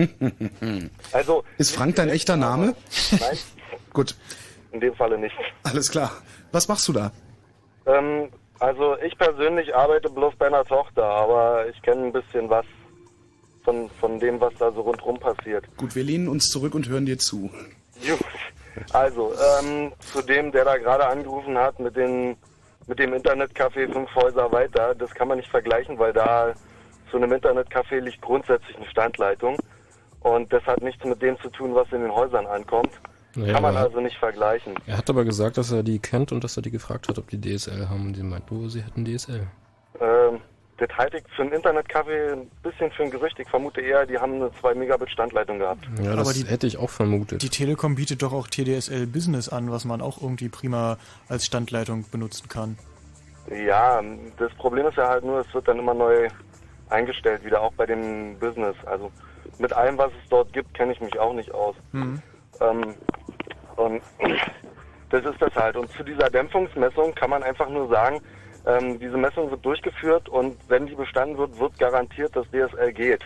Also. Ist Frank dein echter Name? Nein. Gut. In dem Falle nicht. Alles klar. Was machst du da? Ähm, also ich persönlich arbeite bloß bei einer Tochter, aber ich kenne ein bisschen was von, von dem, was da so rundherum passiert. Gut, wir lehnen uns zurück und hören dir zu. Gut. Also, ähm, zu dem, der da gerade angerufen hat mit den mit dem Internetcafé fünf Häuser weiter, das kann man nicht vergleichen, weil da zu einem Internetcafé liegt grundsätzlich eine Standleitung und das hat nichts mit dem zu tun, was in den Häusern ankommt. Naja, kann man aber- also nicht vergleichen. Er hat aber gesagt, dass er die kennt und dass er die gefragt hat, ob die D S L haben. Und sie meint, oh, sie hätten D S L. Ähm, das halte ich für ein Internetcafé ein bisschen für ein Gerücht. Ich vermute eher, die haben eine zwei Megabit Standleitung gehabt. Ja, das Aber die- hätte ich auch vermutet. Die Telekom bietet doch auch T D S L Business an, was man auch irgendwie prima als Standleitung benutzen kann. Ja, das Problem ist ja halt nur, es wird dann immer neu eingestellt, wieder auch bei dem Business. Also mit allem, was es dort gibt, kenne ich mich auch nicht aus. Mhm. Ähm, und das ist das halt. Und zu dieser Dämpfungsmessung kann man einfach nur sagen, ähm, diese Messung wird durchgeführt und wenn die bestanden wird, wird garantiert, dass D S L geht.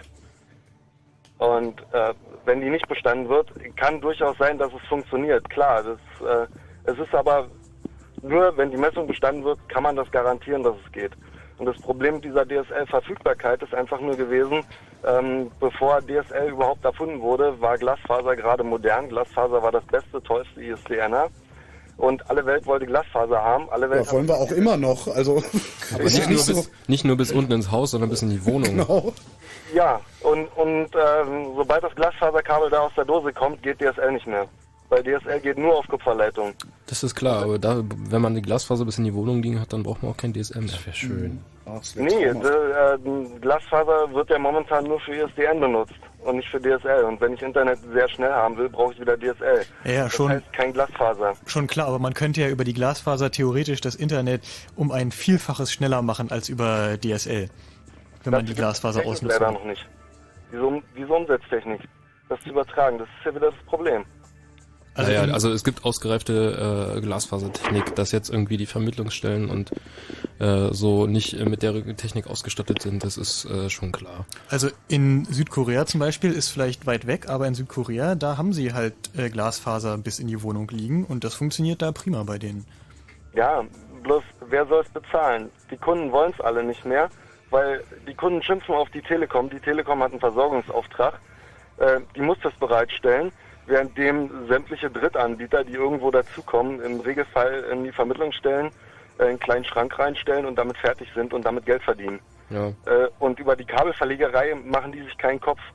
Und äh, wenn die nicht bestanden wird, kann durchaus sein, dass es funktioniert. Klar, das, äh, es ist aber nur, wenn die Messung bestanden wird, kann man das garantieren, dass es geht. Und das Problem dieser D S L-Verfügbarkeit ist einfach nur gewesen, ähm, bevor D S L überhaupt erfunden wurde, war Glasfaser gerade modern. Glasfaser war das beste, tollste I S D N R. Und alle Welt wollte Glasfaser haben. Alle Welt Ja, wollen wir auch immer noch. Also, Aber ist ja nicht, nur nicht so. bis, nicht nur bis unten ins Haus, sondern bis in die Wohnung. Genau. Ja, und, und ähm, sobald das Glasfaserkabel da aus der Dose kommt, geht D S L nicht mehr. Weil D S L geht nur auf Kupferleitung. Das ist klar, aber da, wenn man die Glasfaser bis in die Wohnung liegen hat, dann braucht man auch kein D S L mehr. Das wäre schön. Nee, äh, äh, Glasfaser wird ja momentan nur für I S D N benutzt und nicht für D S L. Und wenn ich Internet sehr schnell haben will, brauche ich wieder D S L. Ja, ja, das schon. heißt kein Glasfaser. Schon klar, aber man könnte ja über die Glasfaser theoretisch das Internet um ein Vielfaches schneller machen als über D S L, wenn man die Glasfaser Technik ausnutzt. leider noch nicht. Diese, um, diese Umsetztechnik, das zu übertragen, das ist ja wieder das Problem. Also, ja, also es gibt ausgereifte äh, Glasfasertechnik, dass jetzt irgendwie die Vermittlungsstellen und äh, so nicht äh, mit der Technik ausgestattet sind, das ist äh, schon klar. Also in Südkorea zum Beispiel ist vielleicht weit weg, aber in Südkorea, da haben sie halt äh, Glasfaser bis in die Wohnung liegen und das funktioniert da prima bei denen. Ja, bloß wer soll es bezahlen? Die Kunden wollen es alle nicht mehr, weil die Kunden schimpfen auf die Telekom. Die Telekom hat einen Versorgungsauftrag, äh, die muss das bereitstellen, währenddem sämtliche Drittanbieter, die irgendwo dazukommen, im Regelfall in die Vermittlungsstellen äh, einen kleinen Schrank reinstellen und damit fertig sind und damit Geld verdienen. Ja. Äh, und über die Kabelverlegerei machen die sich keinen Kopf.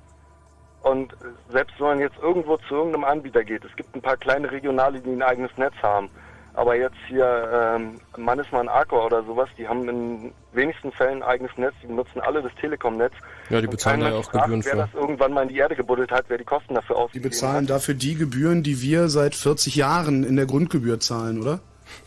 Und selbst wenn man jetzt irgendwo zu irgendeinem Anbieter geht, es gibt ein paar kleine Regionale, die ein eigenes Netz haben, aber jetzt hier ähm, Mannesmann, Arcor oder sowas, die haben in wenigsten Fällen ein eigenes Netz, die benutzen alle das Telekom-Netz. Ja, die Und bezahlen kein da ja Mensch auch fragt, Gebühren wer für. das irgendwann mal in die Erde gebuddelt hat, wer die Kosten dafür Die ausgegeben bezahlen hat. dafür die Gebühren, die wir seit vierzig Jahren in der Grundgebühr zahlen, oder?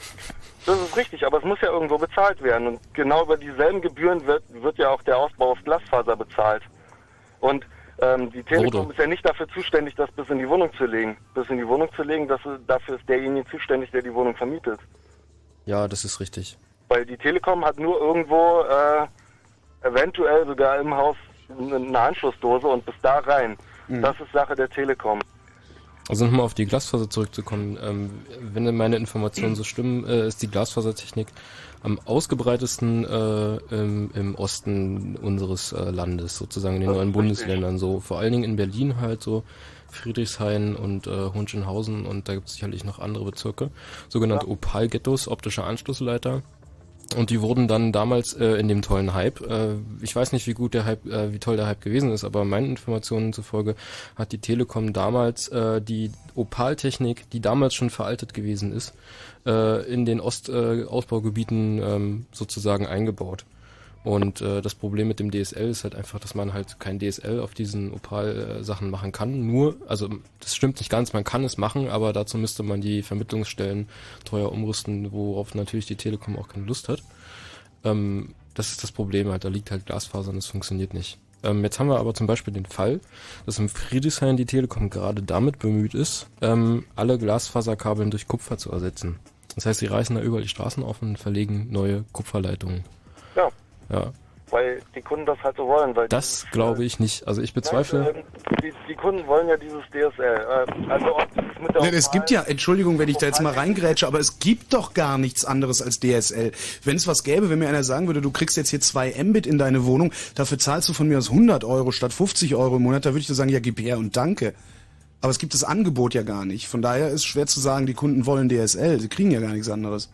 Das ist richtig, aber es muss ja irgendwo bezahlt werden. Und genau über dieselben Gebühren wird, wird ja auch der Ausbau auf Glasfaser bezahlt. Und Ähm, die Telekom Wurde. ist ja nicht dafür zuständig, das bis in die Wohnung zu legen. Bis in die Wohnung zu legen, das ist, dafür ist derjenige zuständig, der die Wohnung vermietet. Ja, das ist richtig. Weil die Telekom hat nur irgendwo, äh, eventuell sogar im Haus eine Anschlussdose und bis da rein. Mhm. Das ist Sache der Telekom. Also nochmal auf die Glasfaser zurückzukommen. Ähm, wenn meine Informationen so stimmen, äh, ist die Glasfasertechnik am ausgebreitesten äh, im, im Osten unseres äh, Landes, sozusagen in den neuen Bundesländern. So vor allen Dingen in Berlin halt so Friedrichshain und äh, Hohenschönhausen und da gibt es sicherlich noch andere Bezirke, sogenannte ja. Opal-Ghettos, optische Anschlussleiter. Und die wurden dann damals äh, in dem tollen Hype, äh, ich weiß nicht, wie gut der Hype, äh, wie toll der Hype gewesen ist, aber meinen Informationen zufolge hat die Telekom damals äh, die Opal-Technik, die damals schon veraltet gewesen ist, äh, in den Ostausbaugebieten äh, ähm, sozusagen eingebaut. Und äh, das Problem mit dem D S L ist halt einfach, dass man halt kein D S L auf diesen Opal-Sachen machen kann. Nur, also das stimmt nicht ganz, man kann es machen, aber dazu müsste man die Vermittlungsstellen teuer umrüsten, worauf natürlich die Telekom auch keine Lust hat. Ähm, das ist das Problem halt, da liegt halt Glasfaser und es funktioniert nicht. Ähm, jetzt haben wir aber zum Beispiel den Fall, dass im Friedrichshain die Telekom gerade damit bemüht ist, ähm, alle Glasfaserkabeln durch Kupfer zu ersetzen. Das heißt, sie reißen da überall die Straßen auf und verlegen neue Kupferleitungen. Ja. Ja. Weil die Kunden das halt so wollen. Weil das glaube ich nicht. Also ich bezweifle... Nein, äh, die, die Kunden wollen ja dieses D S L. Äh, also ob das mit der Ja, es gibt ja, Entschuldigung, wenn ich da jetzt mal reingrätsche, aber es gibt doch gar nichts anderes als D S L. Wenn es was gäbe, wenn mir einer sagen würde, du kriegst jetzt hier zwei Mbit in deine Wohnung, dafür zahlst du von mir aus hundert Euro statt fünfzig Euro im Monat, da würde ich dir sagen, ja, gib her und danke. Aber es gibt das Angebot ja gar nicht. Von daher ist schwer zu sagen, die Kunden wollen D S L. Sie kriegen ja gar nichts anderes.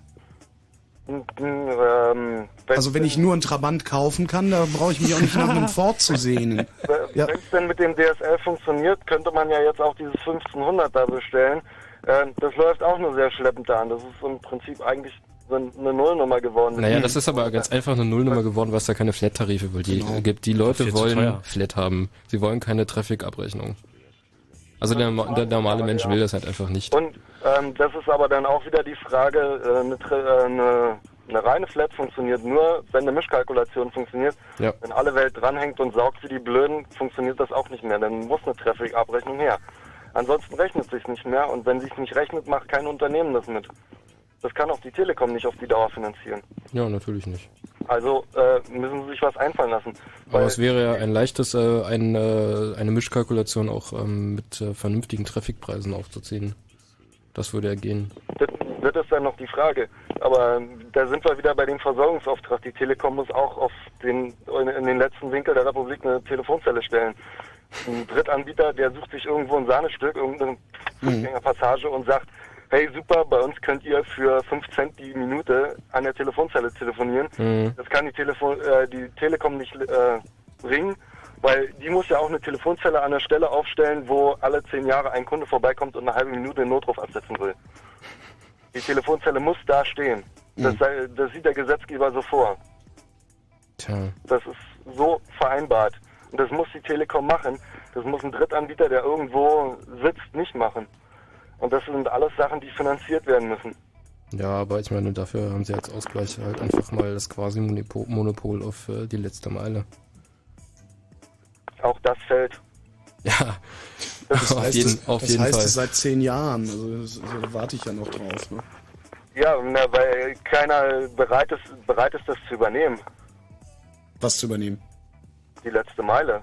Ähm, also wenn ich nur einen Trabant kaufen kann, da brauche ich mich auch nicht nach einem Ford zu sehnen. Ja. Wenn es denn mit dem D S L funktioniert, könnte man ja jetzt auch dieses fünfzehnhundert da bestellen. Äh, das läuft auch nur sehr schleppend an. Das ist im Prinzip eigentlich so eine Nullnummer geworden. Naja, das ist aber ganz einfach eine Nullnummer geworden, weil es da keine Flat-Tarife will. Die, genau. gibt. Die Leute wollen Flat haben. Sie wollen keine Traffic-Abrechnung. Also der, der normale Mensch will das halt einfach nicht. Und ähm, das ist aber dann auch wieder die Frage, äh, eine, äh, eine, eine reine Flat funktioniert nur, wenn eine Mischkalkulation funktioniert. Ja. Wenn alle Welt dranhängt und saugt wie die Blöden, funktioniert das auch nicht mehr. Dann muss eine Traffic-Abrechnung her. Ansonsten rechnet es sich nicht mehr und wenn sich nicht rechnet, macht kein Unternehmen das mit. Das kann auch die Telekom nicht auf die Dauer finanzieren. Ja, natürlich nicht. Also äh, müssen sie sich was einfallen lassen. Aber es wäre ja ein leichtes, äh, ein, äh, eine Mischkalkulation auch ähm, mit äh, vernünftigen Trafficpreisen aufzuziehen. Das würde ja gehen. Das, das ist dann noch die Frage. Aber da sind wir wieder bei dem Versorgungsauftrag. Die Telekom muss auch auf den, in den letzten Winkel der Republik eine Telefonzelle stellen. Ein Drittanbieter, der sucht sich irgendwo ein Sahnestück, irgendeine Fußgängerpassage und sagt, hey super, bei uns könnt ihr für fünf Cent die Minute an der Telefonzelle telefonieren. Mhm. Das kann die, Telefon äh, die Telekom nicht äh, bringen, weil die muss ja auch eine Telefonzelle an der Stelle aufstellen, wo alle zehn Jahre ein Kunde vorbeikommt und eine halbe Minute den Notruf absetzen will. Die Telefonzelle muss da stehen. Das, Mhm. das sieht der Gesetzgeber so vor. Tja. Das ist so vereinbart. Und das muss die Telekom machen. Das muss ein Drittanbieter, der irgendwo sitzt, nicht machen. Und das sind alles Sachen, die finanziert werden müssen. Ja, aber ich meine, dafür haben sie als Ausgleich halt einfach mal das quasi Monopol auf äh, die letzte Meile. Auch das fällt. Ja, das auf heißt, jeden, es, auf das jeden heißt Fall. es seit zehn Jahren. Also das, da warte ich ja noch drauf. Ne? Ja, na, weil keiner bereit ist, bereit ist, das zu übernehmen. Was zu übernehmen? Die letzte Meile.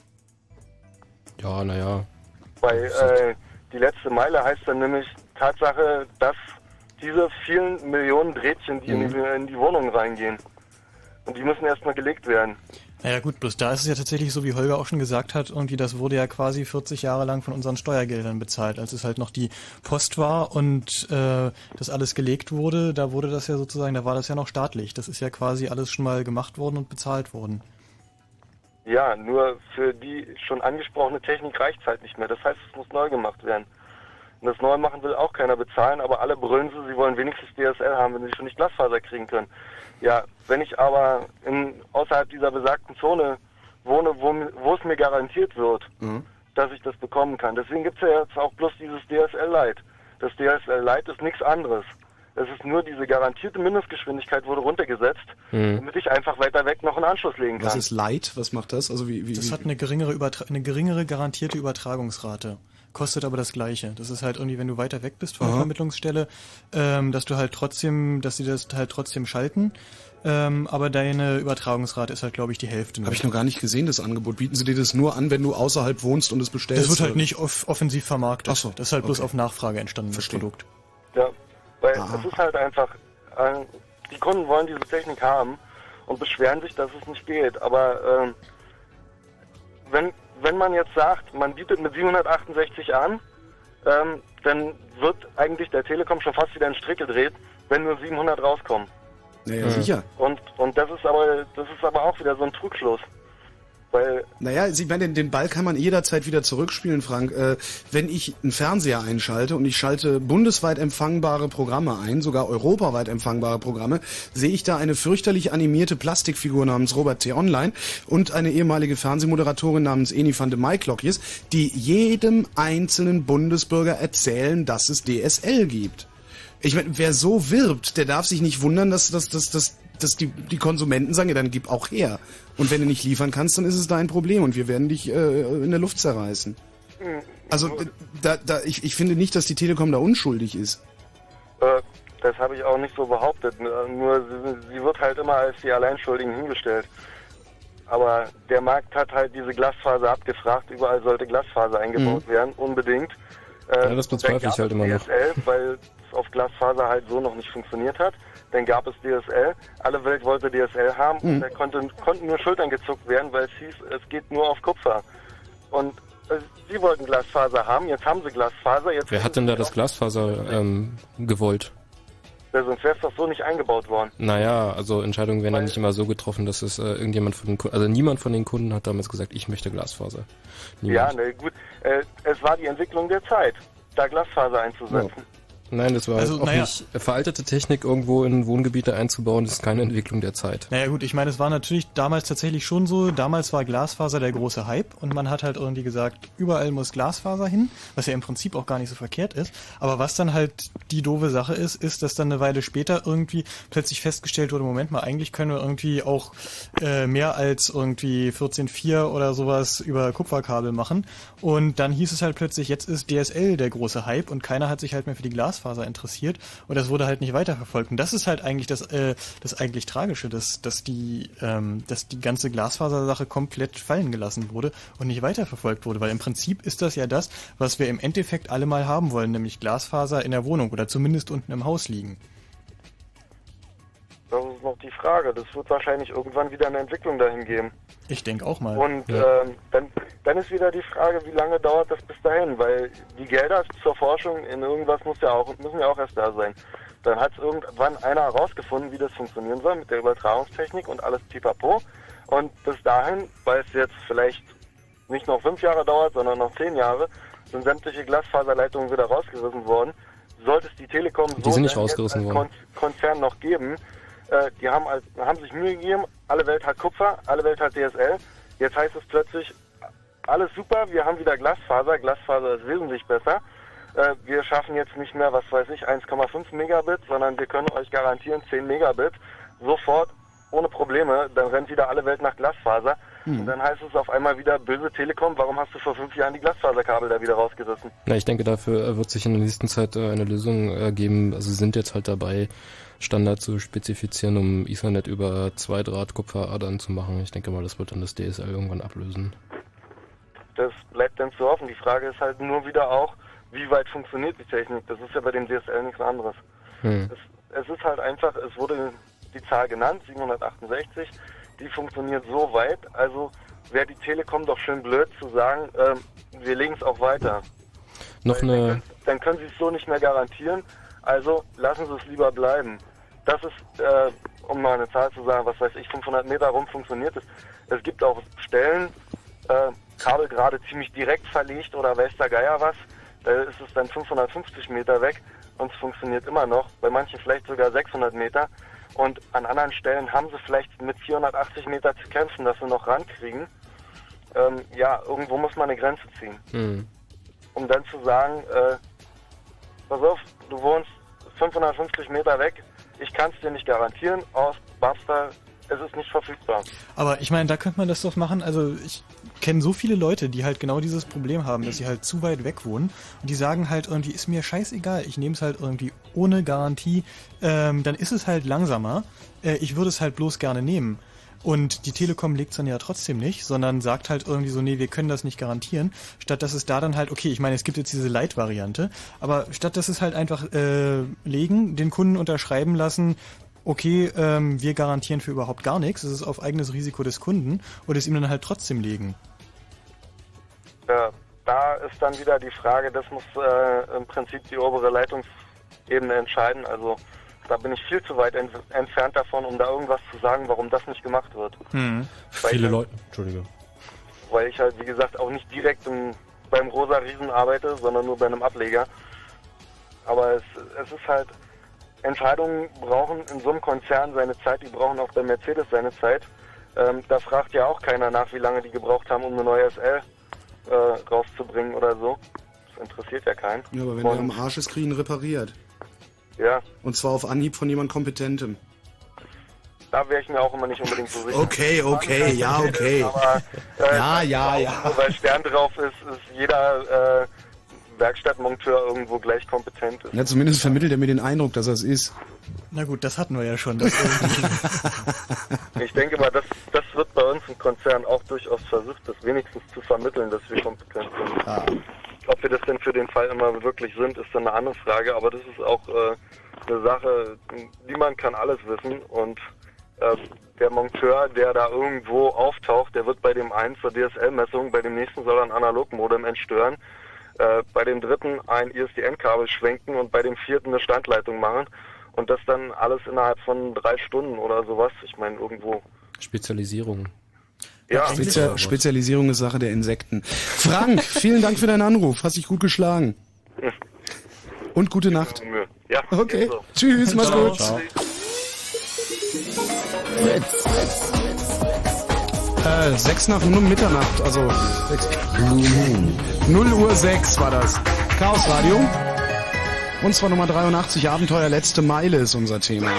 Ja, naja. Weil äh, die letzte Meile heißt dann nämlich Tatsache, dass diese vielen Millionen Drähtchen, die Mhm. in, die, in die Wohnungen reingehen, und die müssen erstmal gelegt werden. Naja gut, bloß da ist es ja tatsächlich so, wie Holger auch schon gesagt hat, irgendwie das wurde ja quasi vierzig Jahre lang von unseren Steuergeldern bezahlt. Als es halt noch die Post war und äh, das alles gelegt wurde, da wurde das ja sozusagen, da war das ja noch staatlich. Das ist ja quasi alles schon mal gemacht worden und bezahlt worden. Ja, nur für die schon angesprochene Technik reicht es halt nicht mehr. Das heißt, es muss neu gemacht werden. Und das neu machen will auch keiner bezahlen, aber alle brüllen sie, sie wollen wenigstens D S L haben, wenn sie schon nicht Glasfaser kriegen können. Ja, wenn ich aber in, außerhalb dieser besagten Zone wohne, wo, wo es mir garantiert wird, Mhm. dass ich das bekommen kann. Deswegen gibt es ja jetzt auch bloß dieses D S L Lite. Das D S L Lite ist nichts anderes. Es ist nur diese garantierte Mindestgeschwindigkeit wurde runtergesetzt, Mhm. damit ich einfach weiter weg noch einen Anschluss legen kann. Was ist Light? Was macht das? Also wie, wie, Das wie? hat eine geringere, Übertra eine geringere garantierte Übertragungsrate. Kostet aber das Gleiche. Das ist halt irgendwie, wenn du weiter weg bist von der Aha. Vermittlungsstelle, ähm, dass du halt trotzdem, dass sie das halt trotzdem schalten. Ähm, aber deine Übertragungsrate ist halt, glaube ich, die Hälfte. Habe ich noch gar nicht gesehen, das Angebot. Bieten sie dir das nur an, wenn du außerhalb wohnst und es bestellst? Das wird halt oder? nicht off offensiv vermarktet. Ach so, das ist halt bloß okay. auf Nachfrage entstandenes Verstehe. Produkt. Ja, weil Ah. es ist halt einfach, äh, die Kunden wollen diese Technik haben und beschweren sich, dass es nicht geht. Aber ähm, wenn, wenn man jetzt sagt, man bietet mit siebenhundertachtundsechzig an, ähm, dann wird eigentlich der Telekom schon fast wieder einen Strick gedreht, wenn nur siebenhundert rauskommen. Naja, mhm. sicher. Und, und das ist aber, das ist aber auch wieder so ein Trugschluss. Weil, Naja, Sie meinen, den, den Ball kann man jederzeit wieder zurückspielen, Frank. Äh, wenn ich einen Fernseher einschalte und ich schalte bundesweit empfangbare Programme ein, sogar europaweit empfangbare Programme, sehe ich da eine fürchterlich animierte Plastikfigur namens Robert T. Online und eine ehemalige Fernsehmoderatorin namens Eni van de Maiklokjes, die jedem einzelnen Bundesbürger erzählen, dass es D S L gibt. Ich meine, wer so wirbt, der darf sich nicht wundern, dass, dass, dass, dass, dass die, die Konsumenten sagen, ja, dann gib auch her. Und wenn du nicht liefern kannst, dann ist es dein Problem und wir werden dich äh, in der Luft zerreißen. Also da, da, ich, ich finde nicht, dass die Telekom da unschuldig ist. äh, das habe ich auch nicht so behauptet. Nur sie, sie wird halt immer als die Alleinschuldigen hingestellt. Aber der Markt hat halt diese Glasfaser abgefragt. Überall sollte Glasfaser eingebaut Mhm. werden, unbedingt. Äh, Ja, das bezweifle dann ich halt gab immer es D S L, weil es auf Glasfaser halt so noch nicht funktioniert hat. Dann gab es D S L. Alle Welt wollte D S L haben. Mhm. Und da konnte, konnten nur Schultern gezuckt werden, weil es hieß, es geht nur auf Kupfer. Und äh, sie wollten Glasfaser haben. Jetzt haben sie Glasfaser. Jetzt Wer hat denn da das Glasfaser ähm, gewollt? Sonst wäre es doch so nicht eingebaut worden. Naja, also Entscheidungen werden ja nicht immer so getroffen, dass es äh, irgendjemand von den Kunden, also niemand von den Kunden hat damals gesagt, ich möchte Glasfaser. Ja, Niemand. ne, gut. Äh, es war die Entwicklung der Zeit, da Glasfaser einzusetzen. Ja. Nein, das war Also, auch naja. nicht. Veraltete Technik irgendwo in Wohngebiete einzubauen, ist keine Entwicklung der Zeit. Naja gut, ich meine, es war natürlich damals tatsächlich schon so, damals war Glasfaser der große Hype und man hat halt irgendwie gesagt, überall muss Glasfaser hin, was ja im Prinzip auch gar nicht so verkehrt ist. Aber was dann halt die doofe Sache ist, ist, dass dann eine Weile später irgendwie plötzlich festgestellt wurde, Moment mal, eigentlich können wir irgendwie auch äh, mehr als irgendwie vierzehn Komma vier oder sowas über Kupferkabel machen. Und dann hieß es halt plötzlich, jetzt ist D S L der große Hype und keiner hat sich halt mehr für die Glasfaser interessiert. Und das wurde halt nicht weiterverfolgt. Und das ist halt eigentlich das, äh, das eigentlich Tragische, dass, dass die, ähm, dass die ganze Glasfasersache komplett fallen gelassen wurde und nicht weiterverfolgt wurde. Weil im Prinzip ist das ja das, was wir im Endeffekt alle mal haben wollen, nämlich Glasfaser in der Wohnung oder zumindest unten im Haus liegen. Das ist noch die Frage. Das wird wahrscheinlich irgendwann wieder eine Entwicklung dahin geben. Ich denke auch mal. Und Ja. ähm, dann, dann ist wieder die Frage, wie lange dauert das bis dahin? Weil die Gelder zur Forschung in irgendwas muss ja auch, müssen ja auch erst da sein. Dann hat es irgendwann einer herausgefunden, wie das funktionieren soll mit der Übertragungstechnik und alles pipapo. Und bis dahin, weil es jetzt vielleicht nicht noch fünf Jahre dauert, sondern noch zehn Jahre, sind sämtliche Glasfaserleitungen wieder rausgerissen worden. Sollte es die Telekom Die so sind nicht denn jetzt rausgerissen als worden. Kon Konzern noch geben, äh, die haben, als, haben sich Mühe gegeben, alle Welt hat Kupfer, alle Welt hat D S L. Jetzt heißt es plötzlich, alles super, wir haben wieder Glasfaser, Glasfaser ist wesentlich besser. Äh, wir schaffen jetzt nicht mehr, was weiß ich, eins Komma fünf Megabit, sondern wir können euch garantieren zehn Megabit, sofort, ohne Probleme, dann rennt wieder alle Welt nach Glasfaser. Hm. Und dann heißt es auf einmal wieder, böse Telekom, warum hast du vor fünf Jahren die Glasfaserkabel da wieder rausgerissen? Na, ich denke, dafür äh, wird sich in der nächsten Zeit äh, eine Lösung ergeben. Also sie sind jetzt halt dabei, Standard zu spezifizieren, um Ethernet über zwei Draht Kupferadern zu machen. Ich denke mal, das wird dann das D S L irgendwann ablösen. Das bleibt dann zu hoffen. Die Frage ist halt nur wieder auch, wie weit funktioniert die Technik? Das ist ja bei dem D S L nichts anderes. Hm. Es, es ist halt einfach, es wurde die Zahl genannt, siebenhundertachtundsechzig, die funktioniert so weit, also wäre die Telekom doch schön blöd zu sagen, ähm, wir legen es auch weiter. Noch eine... Dann können sie es so nicht mehr garantieren, also lassen sie es lieber bleiben. Das ist, äh, um mal eine Zahl zu sagen, was weiß ich, fünfhundert Meter rum funktioniert es. Es gibt auch Stellen, äh, Kabel gerade ziemlich direkt verlegt oder weiß der Geier was, da ist es dann fünfhundertfünfzig Meter weg und es funktioniert immer noch, bei manchen vielleicht sogar sechshundert Meter. Und an anderen Stellen haben sie vielleicht mit vierhundertachtzig Meter zu kämpfen, dass sie noch rankriegen. Ähm, ja, irgendwo muss man eine Grenze ziehen. Hm. Um dann zu sagen, äh, pass auf, du wohnst fünfhundertfünfzig Meter weg. Ich kann es dir nicht garantieren. Aus Basta, es ist nicht verfügbar. Aber ich meine, da könnte man das doch machen. Also ich kenne so viele Leute, die halt genau dieses Problem haben, dass sie halt zu weit weg wohnen und die sagen halt irgendwie, ist mir scheißegal, ich nehme es halt irgendwie ohne Garantie, ähm, dann ist es halt langsamer, äh, ich würde es halt bloß gerne nehmen. Und die Telekom legt es dann ja trotzdem nicht, sondern sagt halt irgendwie so, nee, wir können das nicht garantieren, statt dass es da dann halt, okay, ich meine, es gibt jetzt diese Light-Variante, aber statt dass es halt einfach äh, legen, den Kunden unterschreiben lassen, okay, ähm, wir garantieren für überhaupt gar nichts, es ist auf eigenes Risiko des Kunden und es ihm dann halt trotzdem legen. Ja, da ist dann wieder die Frage, das muss äh, im Prinzip die obere Leitungsebene entscheiden, also da bin ich viel zu weit ent entfernt davon, um da irgendwas zu sagen, warum das nicht gemacht wird. Hm. Weil Viele ich, Leute, Entschuldige. Weil ich halt, wie gesagt, auch nicht direkt im, beim Rosa Riesen arbeite, sondern nur bei einem Ableger. Aber es, es ist halt, Entscheidungen brauchen in so einem Konzern seine Zeit, die brauchen auch bei Mercedes seine Zeit. Ähm, da fragt ja auch keiner nach, wie lange die gebraucht haben, um eine neue S L äh, rauszubringen oder so. Das interessiert ja keinen. Ja, aber wenn Und, der am Arsch ist, kriegen ihn repariert. Ja. Und zwar auf Anhieb von jemand Kompetentem. Da wäre ich mir auch immer nicht unbedingt so sicher. Okay, okay, ja, okay. Aber, äh, Ja, ja, ja. Nur weil Stern drauf ist, ist jeder äh, Werkstattmonteur irgendwo gleich kompetent ist. Ja, zumindest vermittelt er mir den Eindruck, dass er es ist. Na gut, das hatten wir ja schon. Das Ich denke mal, das, das wird bei uns im Konzern auch durchaus versucht, das wenigstens zu vermitteln, dass wir kompetent sind. Ah. Ob wir das denn für den Fall immer wirklich sind, ist dann eine andere Frage, aber das ist auch äh, eine Sache, niemand kann alles wissen und äh, der Monteur, der da irgendwo auftaucht, der wird bei dem einen zur D S L-Messung, bei dem nächsten soll er ein Analogmodem entstören, äh, bei dem dritten ein I S D N-Kabel schwenken und bei dem vierten eine Standleitung machen und das dann alles innerhalb von drei Stunden oder sowas. Ich meine, irgendwo... Spezialisierung. Ja, Spezia Spezialisierung ist Sache der Insekten. Frank, vielen Dank für deinen Anruf. Hast dich gut geschlagen. Und gute Nacht. Ja, okay. so. Tschüss, mach's Ciao. gut. Ciao. Fritz. Äh, sechs nach Mitternacht, also null Uhr sechs war das. Chaos Radio. Und zwar Nummer dreiundachtzig, Abenteuer letzte Meile ist unser Thema.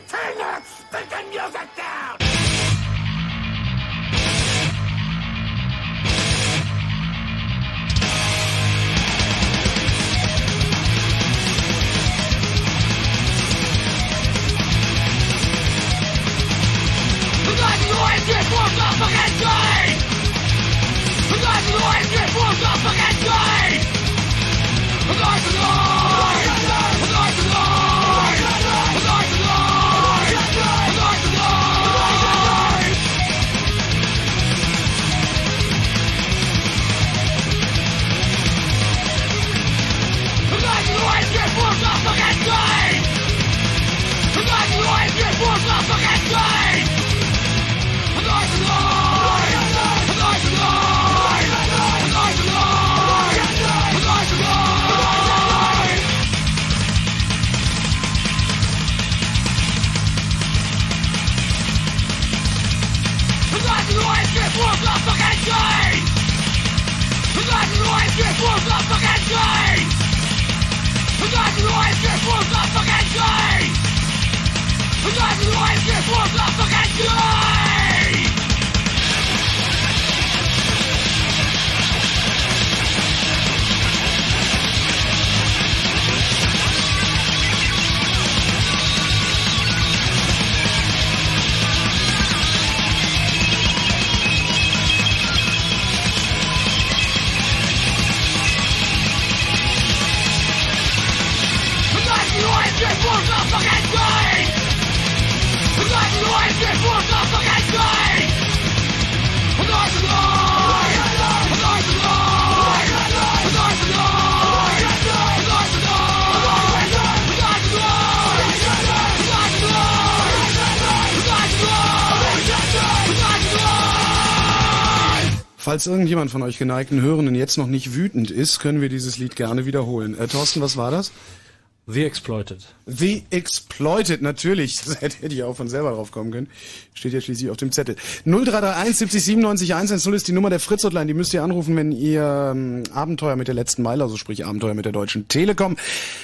Falls irgendjemand von euch geneigten Hörenden jetzt noch nicht wütend ist, können wir dieses Lied gerne wiederholen. Äh, Thorsten, was war das? The Exploited. The Exploited, natürlich. Das hätte ich auch von selber drauf kommen können. Steht ja schließlich auf dem Zettel. null drei drei eins siebzig siebenundneunzig hundertzehn ist die Nummer der Fritz-Hotline. Die müsst ihr anrufen, wenn ihr ähm, Abenteuer mit der letzten Meile, also sprich Abenteuer mit der Deutschen Telekom,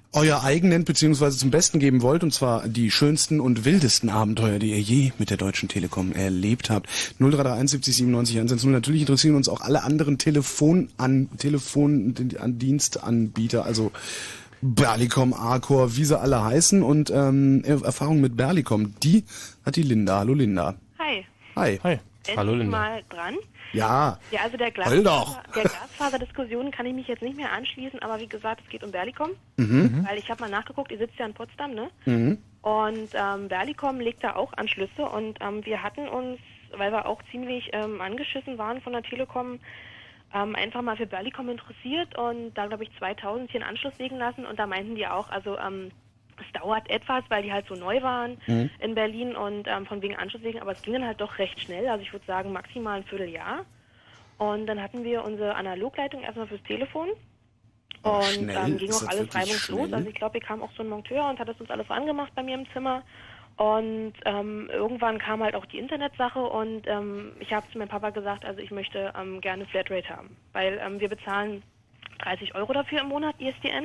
euer eigen nennt bzw. zum Besten geben wollt, und zwar die schönsten und wildesten Abenteuer, die ihr je mit der Deutschen Telekom erlebt habt. null drei drei eins siebzig siebenundneunzig eins eins null. Natürlich interessieren uns auch alle anderen Telefon an Telefon an Dienstanbieter, also Berlicom, Arcor, wie sie alle heißen, und ähm, Erfahrung mit Berlicom, die hat die Linda. Hallo Linda. Hi. Hi. Hi. Hallo Linda. Mal dran. Ja. Ja, also der, Heul doch. Glasfaser, der Glasfaserdiskussion kann ich mich jetzt nicht mehr anschließen, aber wie gesagt, es geht um Berlicom. Mhm. Weil ich habe mal nachgeguckt, ihr sitzt ja in Potsdam, ne? Mhm. Und ähm, Berlicom legt da auch Anschlüsse, und ähm, wir hatten uns, weil wir auch ziemlich ähm, angeschissen waren von der Telekom, ähm, einfach mal für Berlicom interessiert und da, glaube ich, zweitausend hier einen Anschluss legen lassen, und da meinten die auch, also ähm, es dauert etwas, weil die halt so neu waren Mhm. in Berlin und ähm, von wegen Anschluss legen, aber es ging dann halt doch recht schnell, also ich würde sagen maximal ein Vierteljahr. Und dann hatten wir unsere Analogleitung erstmal fürs Telefon. Oh, Und schnell? ähm, ging Ist auch das alles wirklich reibungslos. schnell? Also ich glaube, hier kam auch so ein Monteur und hat das uns alles angemacht bei mir im Zimmer. Und ähm, irgendwann kam halt auch die Internetsache, und ähm, ich habe zu meinem Papa gesagt, also ich möchte ähm, gerne Flatrate haben. Weil ähm, wir bezahlen dreißig Euro dafür im Monat, I S D N.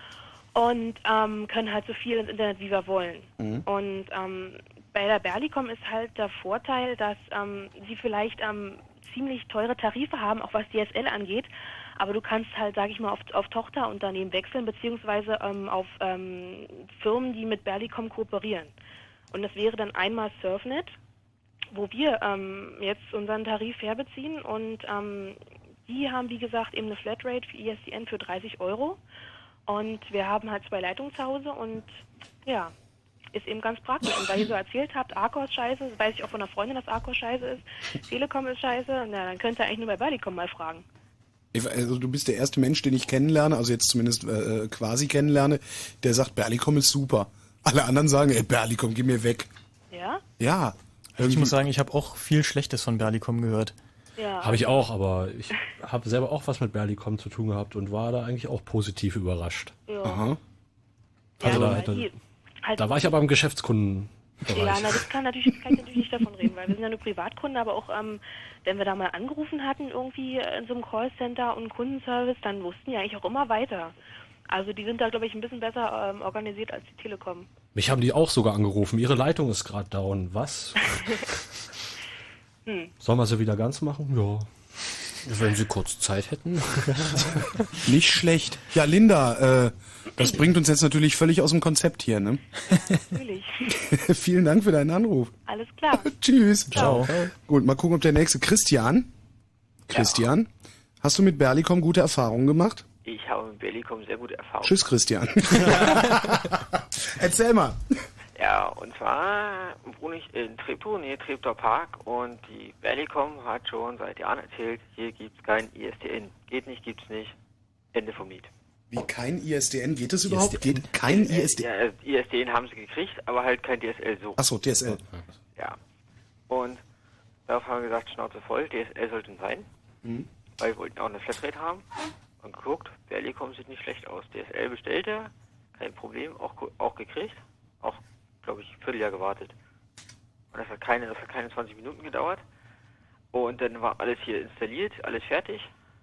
Und ähm, können halt so viel ins Internet, wie wir wollen. Mhm. Und ähm, bei der Berlicom ist halt der Vorteil, dass ähm, sie vielleicht ähm, ziemlich teure Tarife haben, auch was D S L angeht. Aber du kannst halt, sage ich mal, auf, auf Tochterunternehmen wechseln, beziehungsweise ähm, auf ähm, Firmen, die mit Berlicom kooperieren. Und das wäre dann einmal Surfnet, wo wir ähm, jetzt unseren Tarif herbeziehen. Und ähm, die haben, wie gesagt, eben eine Flatrate für I S D N für dreißig Euro. Und wir haben halt zwei Leitungen zu Hause, und ja, ist eben ganz praktisch. Und weil ihr so erzählt habt, Arcor ist scheiße, das weiß ich auch von einer Freundin, dass Arcor scheiße ist, Telekom ist scheiße, na, dann könnt ihr eigentlich nur bei Berlicom mal fragen. Ich- Also du bist der erste Mensch, den ich kennenlerne, also jetzt zumindest äh, quasi kennenlerne, der sagt, Berlicom ist super. Alle anderen sagen, ey, Berlicom, geh mir weg. Ja? Ja. Ich muss sagen, ich habe auch viel Schlechtes von Berlicom gehört. Ja. Habe ich auch, aber ich habe selber auch was mit Berlicom zu tun gehabt und war da eigentlich auch positiv überrascht. Ja. Aha. Also Ja, da, weil da, die halt- da war ich aber im Geschäftskundenbereich. Ja, na, das kann natürlich, kann ich natürlich nicht davon reden, weil wir sind ja nur Privatkunden, aber auch, ähm, wenn wir da mal angerufen hatten, irgendwie in so einem Callcenter und Kundenservice, dann wussten die eigentlich auch immer weiter. Also die sind da, glaube ich, ein bisschen besser ähm, organisiert als die Telekom. Mich haben die auch sogar angerufen. Ihre Leitung ist gerade down. Was? Hm. Sollen wir sie wieder ganz machen? Ja. Wenn Sie kurz Zeit hätten. Nicht schlecht. Ja, Linda, äh, das bringt uns jetzt natürlich völlig aus dem Konzept hier, ne? Natürlich. Vielen Dank für deinen Anruf. Alles klar. Tschüss. Ciao. Gut, mal gucken, ob der nächste Christian. Christian, hast du mit Berlicom gute Erfahrungen gemacht? Ich habe mit Berlicom sehr gute Erfahrungen. Tschüss, Christian. Erzähl mal. Ja, und zwar wohne ich in Treptow, Nähe Treptower Park, und die Berlicom hat schon seit Jahren erzählt, hier gibt's kein I S D N. Geht nicht, gibt's nicht. Ende vom Lied. Wie, kein I S D N? Geht das überhaupt? Geht kein I S D N? Ja, also I S D N haben sie gekriegt, aber halt kein D S L so. Achso, D S L. Ja. Und darauf haben wir gesagt, Schnauze voll, D S L sollten sein, Mhm. weil wir wollten auch eine Flatrate haben. Und geguckt, Berlicom sieht nicht schlecht aus. D S L bestellte, kein Problem, auch, auch gekriegt. Auch, glaube ich, ein Vierteljahr gewartet. Und das hat keine, das hat keine zwanzig Minuten gedauert. Und dann war alles hier installiert, alles fertig.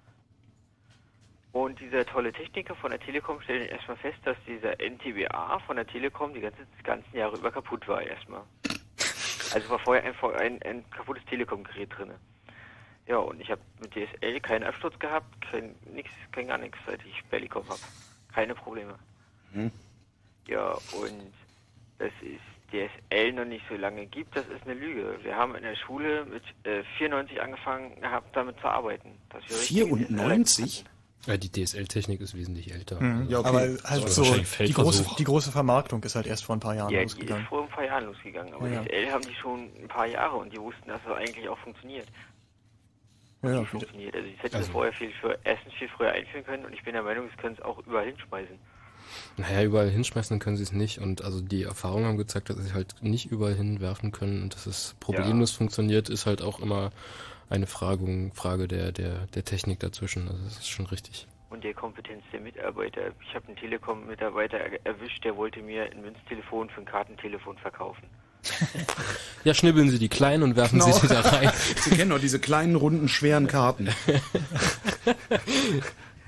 Und dieser tolle Techniker von der Telekom stellte erstmal fest, dass dieser N T B A von der Telekom die ganze, die ganzen Jahre über kaputt war erstmal. Also war vorher ein, ein, ein kaputtes Telekom-Gerät drin. Ja, und ich habe mit D S L keinen Absturz gehabt, kein nix, kein gar nichts, seit ich Berlicom habe. Keine Probleme. Mhm. Ja, und dass es D S L noch nicht so lange gibt, das ist eine Lüge. Wir haben in der Schule mit äh, vierundneunzig angefangen gehabt, damit zu arbeiten. Dass wir richtige vierundneunzig? Ja, die D S L-Technik ist wesentlich älter. Mhm. Also, Ja, okay. Aber halt das so, ist wahrscheinlich die große, Feldversuch. die große Vermarktung ist halt erst vor ein paar Jahren Ja, die losgegangen. ist vor ein paar Jahren losgegangen. Aber Ja, ja. D S L haben die schon ein paar Jahre und die wussten, dass es eigentlich auch funktioniert. Ja, ja. funktioniert. Also ich hätte Also- das vorher viel, früher, erstens viel früher einführen können, und ich bin der Meinung, sie können es auch überall hinschmeißen. Naja, überall hinschmeißen können sie es nicht. Und also die Erfahrungen haben gezeigt, dass sie es halt nicht überall hinwerfen können und dass es problemlos funktioniert, ist halt auch immer eine Frage, Frage der, der, der Technik dazwischen. Also das ist schon richtig. Und der Kompetenz der Mitarbeiter. Ich habe einen Telekom-Mitarbeiter er- erwischt, der wollte mir ein Münztelefon für ein Kartentelefon verkaufen. Ja, schnibbeln Sie die kleinen und werfen Genau. Sie sie da rein. Sie kennen doch diese kleinen, runden, schweren Karten.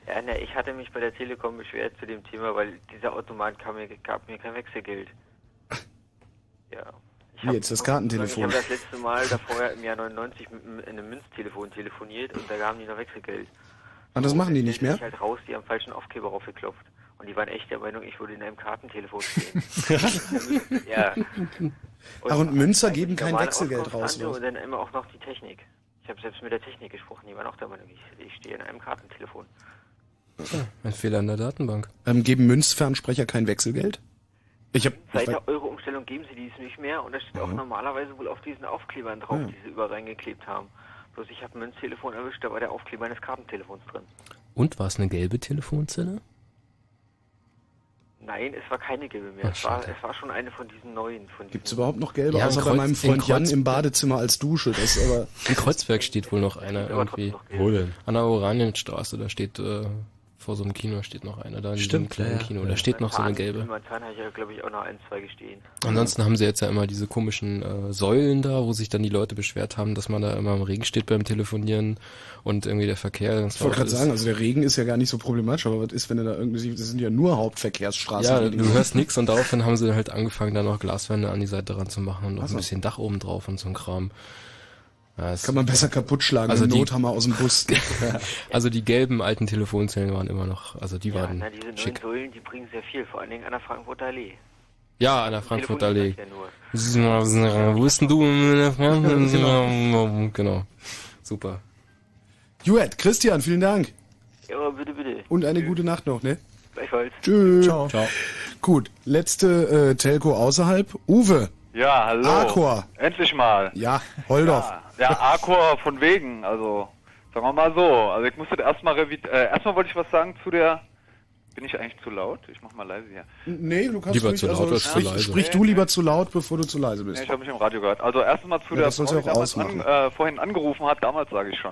Ja, ne, ich hatte mich bei der Telekom beschwert zu dem Thema, weil dieser Automat kam mir, gab mir kein Wechselgeld. Ja. Ich Wie jetzt, das Kartentelefon? Ich habe das letzte Mal davor im Jahr neunundneunzig mit einem Münztelefon telefoniert und da haben die noch Wechselgeld. Und das machen die nicht mehr? Ich halt raus, die haben falschen Aufkleber raufgeklopft. Und die waren echt der Meinung, ich würde in einem Kartentelefon stehen. Ja. Ach, und Münzer geben kein normale Wechselgeld raus, Auskunftsamt oder? Und dann immer auch noch die Technik. Ich habe selbst mit der Technik gesprochen, die waren auch der Meinung, ich, ich stehe in einem Kartentelefon. Ein Fehler in der Datenbank. Ähm, geben Münzfernsprecher kein Wechselgeld? Ich hab, Seit ich weiß- der Euro-Umstellung geben sie dies nicht mehr und das steht auch Mhm. normalerweise wohl auf diesen Aufklebern drauf, Ja. die sie überall reingeklebt haben. Bloß ich habe ein Münztelefon erwischt, da war der Aufkleber eines Kartentelefons drin. Und war es eine gelbe Telefonzelle? Nein, es war keine gelbe mehr. Ach, es, war, schade. es war schon eine von diesen neuen. Von Gibt's diesen überhaupt noch gelbe? Ja, Außer in bei Kreuz- meinem in Freund Jan Kreuz- im Badezimmer als Dusche. Das ist aber In Kreuzberg steht wohl noch einer irgendwie. Wo denn? An der Oranienstraße, da steht äh, vor so einem Kino steht noch einer, da in diesem Stimmt, kleinen ja, ja. Kino, da steht noch so eine gelbe. Momentan habe ich ja, glaube ich, auch noch ein, zwei gestehen. Ansonsten haben sie jetzt ja immer diese komischen äh, Säulen da, wo sich dann die Leute beschwert haben, dass man da immer im Regen steht beim Telefonieren und irgendwie der Verkehr ganz Ich wollte laut gerade ist. sagen, also der Regen ist ja gar nicht so problematisch, aber was ist, wenn du da irgendwie, das sind ja nur Hauptverkehrsstraßen. Ja, die du Dinger. hörst nichts und daraufhin haben sie halt angefangen, da noch Glaswände an die Seite dran zu machen und noch Ach so. ein bisschen Dach oben drauf und so ein Kram. Ja, es- Kann man besser kaputt schlagen, Also also die- Nothammer aus dem Bus. Also die gelben alten Telefonzellen waren immer noch, also die Ja, waren na, diese neuen schick. Säulen, die bringen sehr viel, vor allen Dingen an der Frankfurter Allee. Ja, an der Frankfurter Allee. Telefoniert ja nur. Wo bist denn du? Genau. Super. Juet, Christian, vielen Dank. Ja, bitte, bitte. Und eine gute Nacht noch, ne? Gleichfalls. Tschüss. Ciao. Ciao. Gut, letzte äh, Telco außerhalb. Uwe. Ja, hallo. Arcor. Endlich mal. Ja, heul doch. Ja, ja Arcor von wegen, also sagen wir mal so. Also ich musste erstmal revit äh, erstmal wollte ich was sagen zu der. Bin ich eigentlich zu laut? Ich mach mal leise hier. Nee, du kannst Lieber ruhig, zu laut also als zu sprich, leise. sprich du lieber zu laut, bevor du zu leise bist. Nee, ich habe mich im Radio gehört. Also erstmal zu Ja, der das sollst du Frau, die auch damals ausmachen. an, äh, vorhin angerufen hat, damals sage ich schon.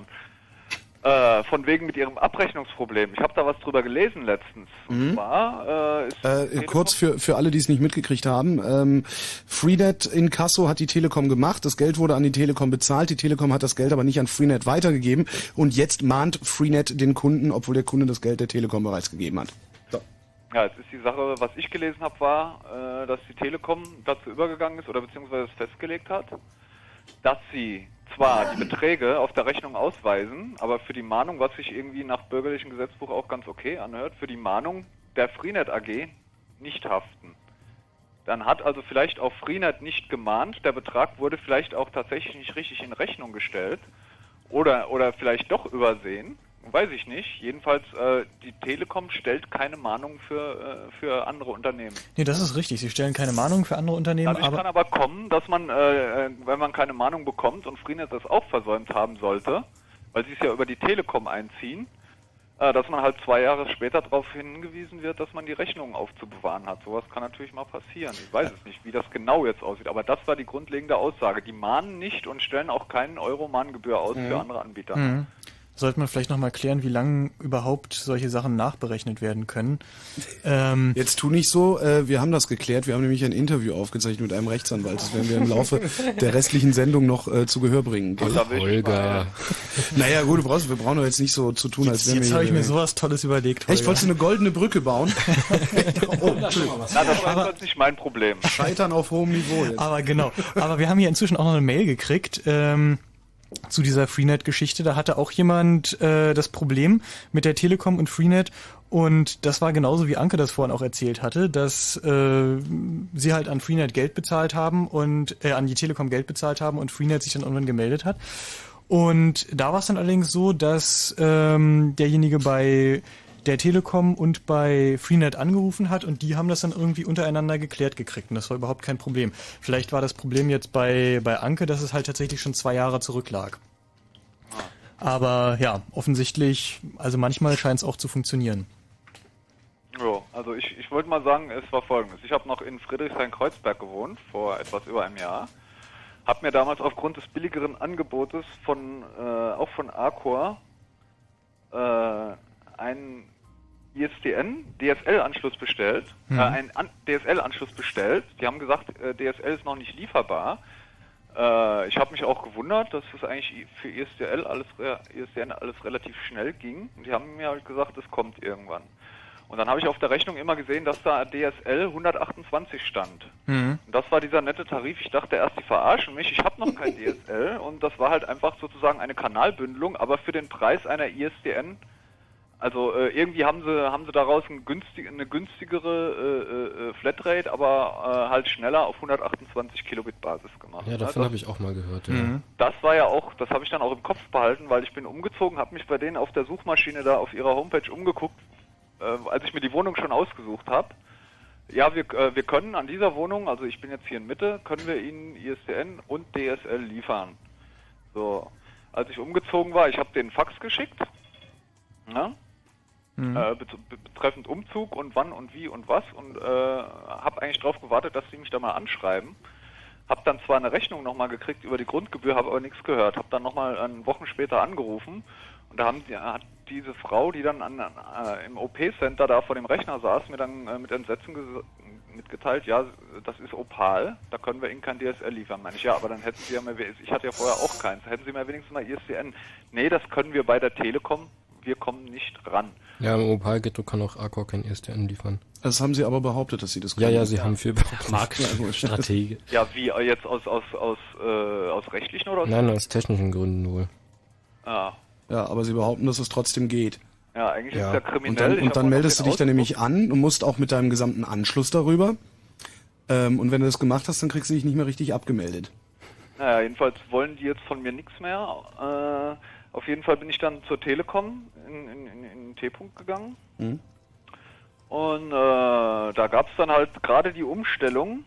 Äh, von wegen mit ihrem Abrechnungsproblem. Ich habe da was drüber gelesen letztens. Und Mhm. zwar äh, ist Äh, kurz für, für alle, die es nicht mitgekriegt haben. Ähm, Freenet Inkasso hat die Telekom gemacht. Das Geld wurde an die Telekom bezahlt. Die Telekom hat das Geld aber nicht an Freenet weitergegeben. Und jetzt mahnt Freenet den Kunden, obwohl der Kunde das Geld der Telekom bereits gegeben hat. So. Ja, jetzt ist die Sache, was ich gelesen habe, war, äh, dass die Telekom dazu übergegangen ist oder beziehungsweise es festgelegt hat, dass sie zwar die Beträge auf der Rechnung ausweisen, aber für die Mahnung, was sich irgendwie nach bürgerlichem Gesetzbuch auch ganz okay anhört, für die Mahnung der Freenet A G nicht haften. Dann hat also vielleicht auch Freenet nicht gemahnt, der Betrag wurde vielleicht auch tatsächlich nicht richtig in Rechnung gestellt oder, oder vielleicht doch übersehen. Weiß ich nicht. Jedenfalls, äh, die Telekom stellt keine Mahnung für, äh, für andere Unternehmen. Nee, das ist richtig. Sie stellen keine Mahnung für andere Unternehmen, Dadurch aber kann aber kommen, dass man, äh, wenn man keine Mahnung bekommt und Freenet das auch versäumt haben sollte, weil sie es ja über die Telekom einziehen, äh, dass man halt zwei Jahre später darauf hingewiesen wird, dass man die Rechnung aufzubewahren hat. Sowas kann natürlich mal passieren. Ich weiß es nicht, wie das genau jetzt aussieht, aber das war die grundlegende Aussage. Die mahnen nicht und stellen auch keinen Euro Mahngebühr aus Mhm. für andere Anbieter. Mhm. Sollte man vielleicht nochmal klären, wie lange überhaupt solche Sachen nachberechnet werden können. Ähm, Jetzt tu nicht so, äh, wir haben das geklärt. Wir haben nämlich ein Interview aufgezeichnet mit einem Rechtsanwalt. Das werden wir im Laufe der restlichen Sendung noch äh, zu Gehör bringen. Gell? Holger. Naja, gut, du brauchst, wir brauchen doch jetzt nicht so zu tun, als jetzt wären jetzt wir habe ich hier- mir sowas Tolles überlegt. Echt, wolltest du eine goldene Brücke bauen? Oh, Entschuldigung. Na, das war jetzt nicht mein Problem. Scheitern auf hohem Niveau jetzt. Aber genau. Aber wir haben hier inzwischen auch noch eine Mail gekriegt ähm, zu dieser Freenet-Geschichte. Da hatte auch jemand äh, das Problem mit der Telekom und Freenet. Und das war genauso, wie Anke das vorhin auch erzählt hatte, dass äh, sie halt an Freenet Geld bezahlt haben und äh, an die Telekom Geld bezahlt haben und Freenet sich dann irgendwann gemeldet hat. Und da war es dann allerdings so, dass ähm, derjenige bei der Telekom und bei Freenet angerufen hat und die haben das dann irgendwie untereinander geklärt gekriegt und das war überhaupt kein Problem. Vielleicht war das Problem jetzt bei, bei Anke, dass es halt tatsächlich schon zwei Jahre zurücklag. Aber ja, offensichtlich, also manchmal scheint es auch zu funktionieren. Ja, also ich, ich wollte mal sagen, es war folgendes. Ich habe noch in Friedrichshain-Kreuzberg gewohnt, vor etwas über einem Jahr. Habe mir damals aufgrund des billigeren Angebotes von äh, auch von Arcor äh, einen I S D N, D S L-Anschluss bestellt, Mhm. äh, einen An D S L-Anschluss bestellt. Die haben gesagt, äh, D S L ist noch nicht lieferbar. Äh, ich habe mich auch gewundert, dass es eigentlich für I S D L alles, I S D N alles relativ schnell ging. Und die haben mir halt gesagt, es kommt irgendwann. Und dann habe ich auf der Rechnung immer gesehen, dass da D S L hundertachtundzwanzig stand. Mhm. Und das war dieser nette Tarif. Ich dachte erst, die verarschen mich. Ich habe noch kein D S L. Und das war halt einfach sozusagen eine Kanalbündelung, aber für den Preis einer I S D N. Also äh, irgendwie haben sie haben sie daraus ein günstig, eine günstigere äh, äh, Flatrate, aber äh, halt schneller auf hundertachtundzwanzig Kilobit Basis gemacht. Ja, davon habe ich auch mal gehört. Ja. Mhm. Das war ja auch, das habe ich dann auch im Kopf behalten, weil ich bin umgezogen, habe mich bei denen auf der Suchmaschine da auf ihrer Homepage umgeguckt, äh, als ich mir die Wohnung schon ausgesucht habe. Ja, wir, äh, wir können an dieser Wohnung, also ich bin jetzt hier in Mitte, können wir Ihnen I S D N und D S L liefern. So, als ich umgezogen war, ich habe den Fax geschickt, ne? Mhm. Äh, betreffend Umzug und wann und wie und was und äh, habe eigentlich darauf gewartet, dass sie mich da mal anschreiben. Habe dann zwar eine Rechnung nochmal gekriegt über die Grundgebühr, habe aber nichts gehört. Habe dann nochmal äh, Wochen später angerufen und da haben die, hat diese Frau, die dann an, äh, im O P-Center da vor dem Rechner saß, mir dann äh, mit Entsetzen mitgeteilt, ja, das ist Opal, da können wir Ihnen kein D S L liefern. Meine ich, ja, aber dann hätten Sie ja mal, ich hatte ja vorher auch keins, hätten Sie mir wenigstens mal I S D N. Nee, das können wir bei der Telekom, wir kommen nicht ran. Ja, im Opal-Ghetto kann auch Arcor kein I S D N liefern. Das haben sie aber behauptet, dass sie das können. können. Ja, ja, sie haben viel behauptet. Marktstratege. Ja, wie äh, jetzt aus aus aus äh, aus rechtlichen oder aus? Nein, aus technischen Gründen wohl. Ah. Ja, aber sie behaupten, dass es trotzdem geht. Ja, eigentlich Ja. ist ja kriminell. Und dann, Ich und hab dann auch meldest noch du den dich dann nämlich an und musst auch mit deinem gesamten Anschluss darüber. Ähm, und wenn du das gemacht hast, dann kriegst du dich nicht mehr richtig abgemeldet. Naja, jedenfalls wollen die jetzt von mir nichts mehr. Äh, auf jeden Fall bin ich dann zur Telekom in, in, in, in den T-Punkt gegangen. Mhm. Und äh, da gab es dann halt gerade die Umstellung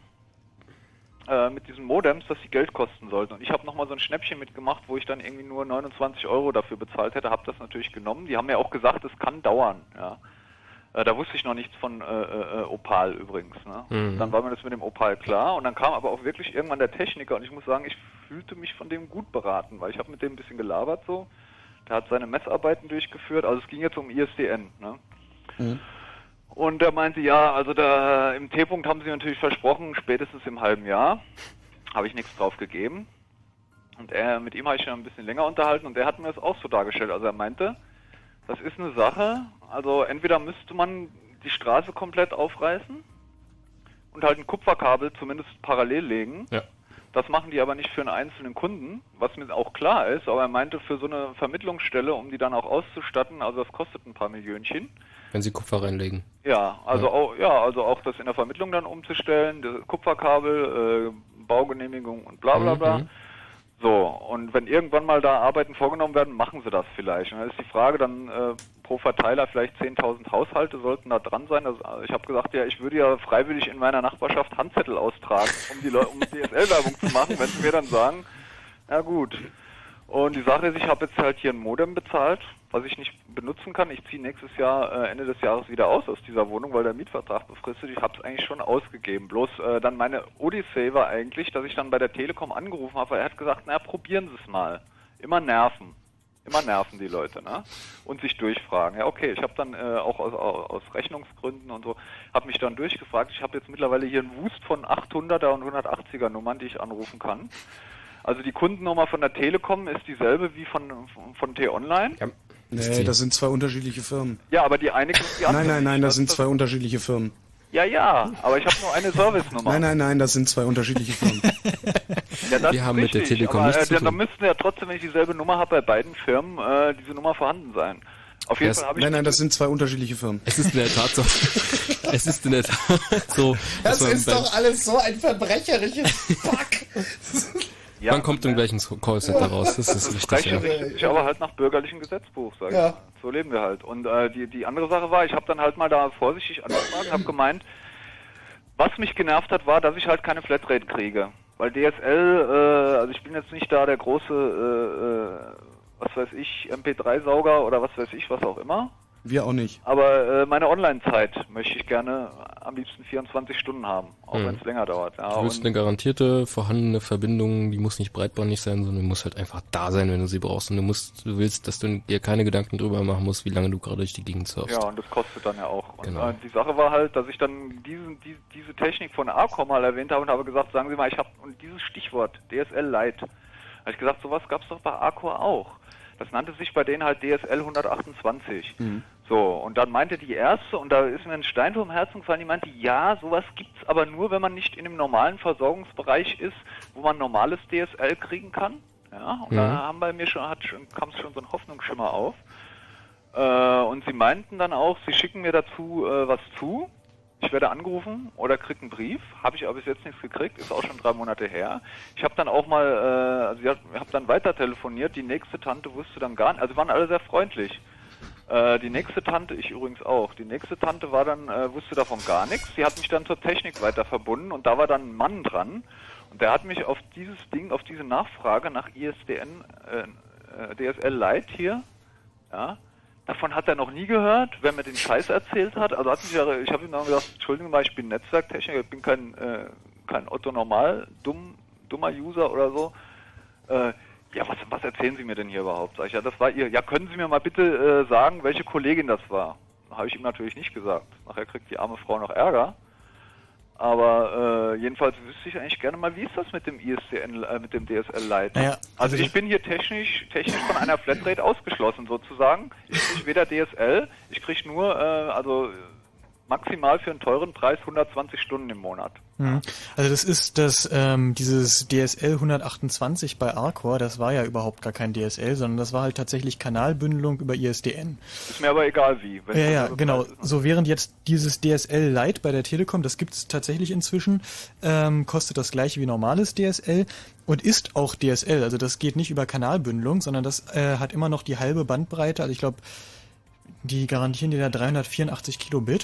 äh, mit diesen Modems, dass sie Geld kosten sollten. Und ich habe nochmal so ein Schnäppchen mitgemacht, wo ich dann irgendwie nur neunundzwanzig Euro dafür bezahlt hätte, habe das natürlich genommen. Die haben mir auch gesagt, es kann dauern. Ja. Äh, da wusste ich noch nichts von äh, äh, Opal übrigens. Ne? Mhm. Dann war mir das mit dem Opal klar. Und dann kam aber auch wirklich irgendwann der Techniker. Und ich muss sagen, ich fühlte mich von dem gut beraten, weil ich habe mit dem ein bisschen gelabert so. Der hat seine Messarbeiten durchgeführt. Also es ging jetzt um I S D N. Ne? Mhm. Und er meinte, ja, also da im T-Punkt haben sie natürlich versprochen, spätestens im halben Jahr. Habe ich nichts drauf gegeben. Und er, mit ihm habe ich schon ein bisschen länger unterhalten und der hat mir das auch so dargestellt. Also er meinte, das ist eine Sache, also entweder müsste man die Straße komplett aufreißen und halt ein Kupferkabel zumindest parallel legen. Ja. Das machen die aber nicht für einen einzelnen Kunden, was mir auch klar ist, aber er meinte, für so eine Vermittlungsstelle, um die dann auch auszustatten, also das kostet ein paar Millionchen. Wenn sie Kupfer reinlegen. Ja, also Ja. auch ja, also auch das in der Vermittlung dann umzustellen, das Kupferkabel, äh, Baugenehmigung und bla bla bla. Mhm. So, und wenn irgendwann mal da Arbeiten vorgenommen werden, machen sie das vielleicht. Und dann ist die Frage dann äh, pro Verteiler vielleicht zehntausend Haushalte sollten da dran sein. Das, also ich habe gesagt, ja, ich würde ja freiwillig in meiner Nachbarschaft Handzettel austragen, um die Leute, um D S L-Werbung zu machen, wenn sie mir dann sagen, ja gut. Und die Sache ist, ich habe jetzt halt hier ein Modem bezahlt, was ich nicht benutzen kann. Ich ziehe nächstes Jahr, äh, Ende des Jahres wieder aus aus dieser Wohnung, weil der Mietvertrag befristet. Ich habe es eigentlich schon ausgegeben. Bloß äh, dann meine Odyssee war eigentlich, dass ich dann bei der Telekom angerufen habe, weil er hat gesagt, naja, probieren Sie es mal. Immer nerven. Immer nerven die Leute, ne? Und sich durchfragen. Ja, okay, ich habe dann äh, auch aus, aus Rechnungsgründen und so, habe mich dann durchgefragt. Ich habe jetzt mittlerweile hier einen Wust von achthunderter und hundertachtziger Nummern, die ich anrufen kann. Also die Kundennummer von der Telekom ist dieselbe wie von, von, von T-Online. Ja. Nee, das sind zwei unterschiedliche Firmen. Ja, aber die eine die andere. Nein, nein, nein, das nicht. sind zwei unterschiedliche Firmen. Ja, ja, aber ich habe nur eine Service-Nummer. Nein, nein, nein, das sind zwei unterschiedliche Firmen. Ja, das Wir ist haben mit der richtig, Telekom aber, nichts äh, zu dann tun. müssten ja trotzdem, wenn ich dieselbe Nummer habe bei beiden Firmen, äh, diese Nummer vorhanden sein. Auf jeden Das- Fall habe ich... Nein, nein, das sind zwei unterschiedliche Firmen. Es ist in der Tat so. Es ist in der Tat so. dass man beim- alles so ein verbrecherisches Fuck. Ja, Man kommt im gleichen Callcenter raus, das ist richtig. Spreche Ja. richtig, aber halt nach bürgerlichem Gesetzbuch, sag ich Ja. mal. So leben wir halt. Und äh, die, die andere Sache war, ich habe dann halt mal da vorsichtig angefragt, habe gemeint, was mich genervt hat, war, dass ich halt keine Flatrate kriege. Weil D S L, äh, also ich bin jetzt nicht da der große, äh, äh, was weiß ich, M P drei Sauger oder was weiß ich, was auch immer. Wir auch nicht. Aber äh, meine Online-Zeit möchte ich gerne am liebsten vierundzwanzig Stunden haben, auch Hm. wenn es länger dauert. Ja, Du willst und eine garantierte vorhandene Verbindung, die muss nicht breitbandig sein, sondern muss halt einfach da sein, wenn du sie brauchst. Und du musst, du willst, dass du dir keine Gedanken drüber machen musst, wie lange du gerade durch die Gegend surfst. ja, und das kostet dann ja auch. Und Genau. äh, die Sache war halt, dass ich dann diesen, die, diese Technik von Arcor mal erwähnt habe und habe gesagt, sagen Sie mal, ich habe, und dieses Stichwort, D S L Lite, habe ich gesagt, sowas gab es doch bei Arcor auch. Das nannte sich bei denen halt D S L hundertachtundzwanzig. Mhm. So, und dann meinte die Erste, und da ist mir ein Stein vom Herzen gefallen, die meinte, ja, sowas gibt's aber nur, wenn man nicht in dem normalen Versorgungsbereich ist, wo man normales D S L kriegen kann. Ja, und Mhm. da haben bei mir schon, hat schon, kam schon so ein Hoffnungsschimmer auf. Äh, und sie meinten dann auch, sie schicken mir dazu äh, was zu. Ich werde angerufen oder krieg einen Brief. Habe ich aber bis jetzt nichts gekriegt, ist auch schon drei Monate her. Ich habe dann auch mal, äh, also ich habe dann weiter telefoniert. Die nächste Tante wusste dann gar nicht, also waren alle sehr freundlich. Äh, die nächste Tante, ich übrigens auch, die nächste Tante war dann, äh, wusste davon gar nichts. Sie hat mich dann zur Technik weiter verbunden und da war dann ein Mann dran. Und der hat mich auf dieses Ding, auf diese Nachfrage nach I S D N, äh, äh, D S L Lite hier, ja, davon hat er noch nie gehört, wer mir den Scheiß erzählt hat. Also hat mich ja, ich habe ihm dann gesagt, Entschuldigung mal, ich bin Netzwerktechniker, ich bin kein, äh, kein Otto Normal, dumm, dummer User oder so. Äh, ja, was, was erzählen Sie mir denn hier überhaupt? Sag ich, ja, das war ihr. Ja, können Sie mir mal bitte äh, sagen, welche Kollegin das war? Habe ich ihm natürlich nicht gesagt. Nachher kriegt die arme Frau noch Ärger. Aber äh, jedenfalls wüsste ich eigentlich gerne mal, wie ist das mit dem I S D N, äh, mit dem D S L Lite? Naja, also ich bin hier technisch, technisch von einer Flatrate ausgeschlossen sozusagen. Ich kriege weder D S L, ich kriege nur, äh, also maximal für einen teuren Preis hundertzwanzig Stunden im Monat. Mhm. Also das ist das, ähm, dieses D S L hundertachtundzwanzig bei Arcor, das war ja überhaupt gar kein D S L, sondern das war halt tatsächlich Kanalbündelung über I S D N. Ist mir aber egal wie. Wenn Ja, das ja, also genau. Preis ist. So während jetzt dieses D S L Lite bei der Telekom, das gibt's tatsächlich inzwischen, ähm, kostet das gleiche wie normales D S L und ist auch D S L. Also das geht nicht über Kanalbündelung, sondern das äh, hat immer noch die halbe Bandbreite. Also ich glaube, die garantieren dir da dreihundertvierundachtzig Kilobit.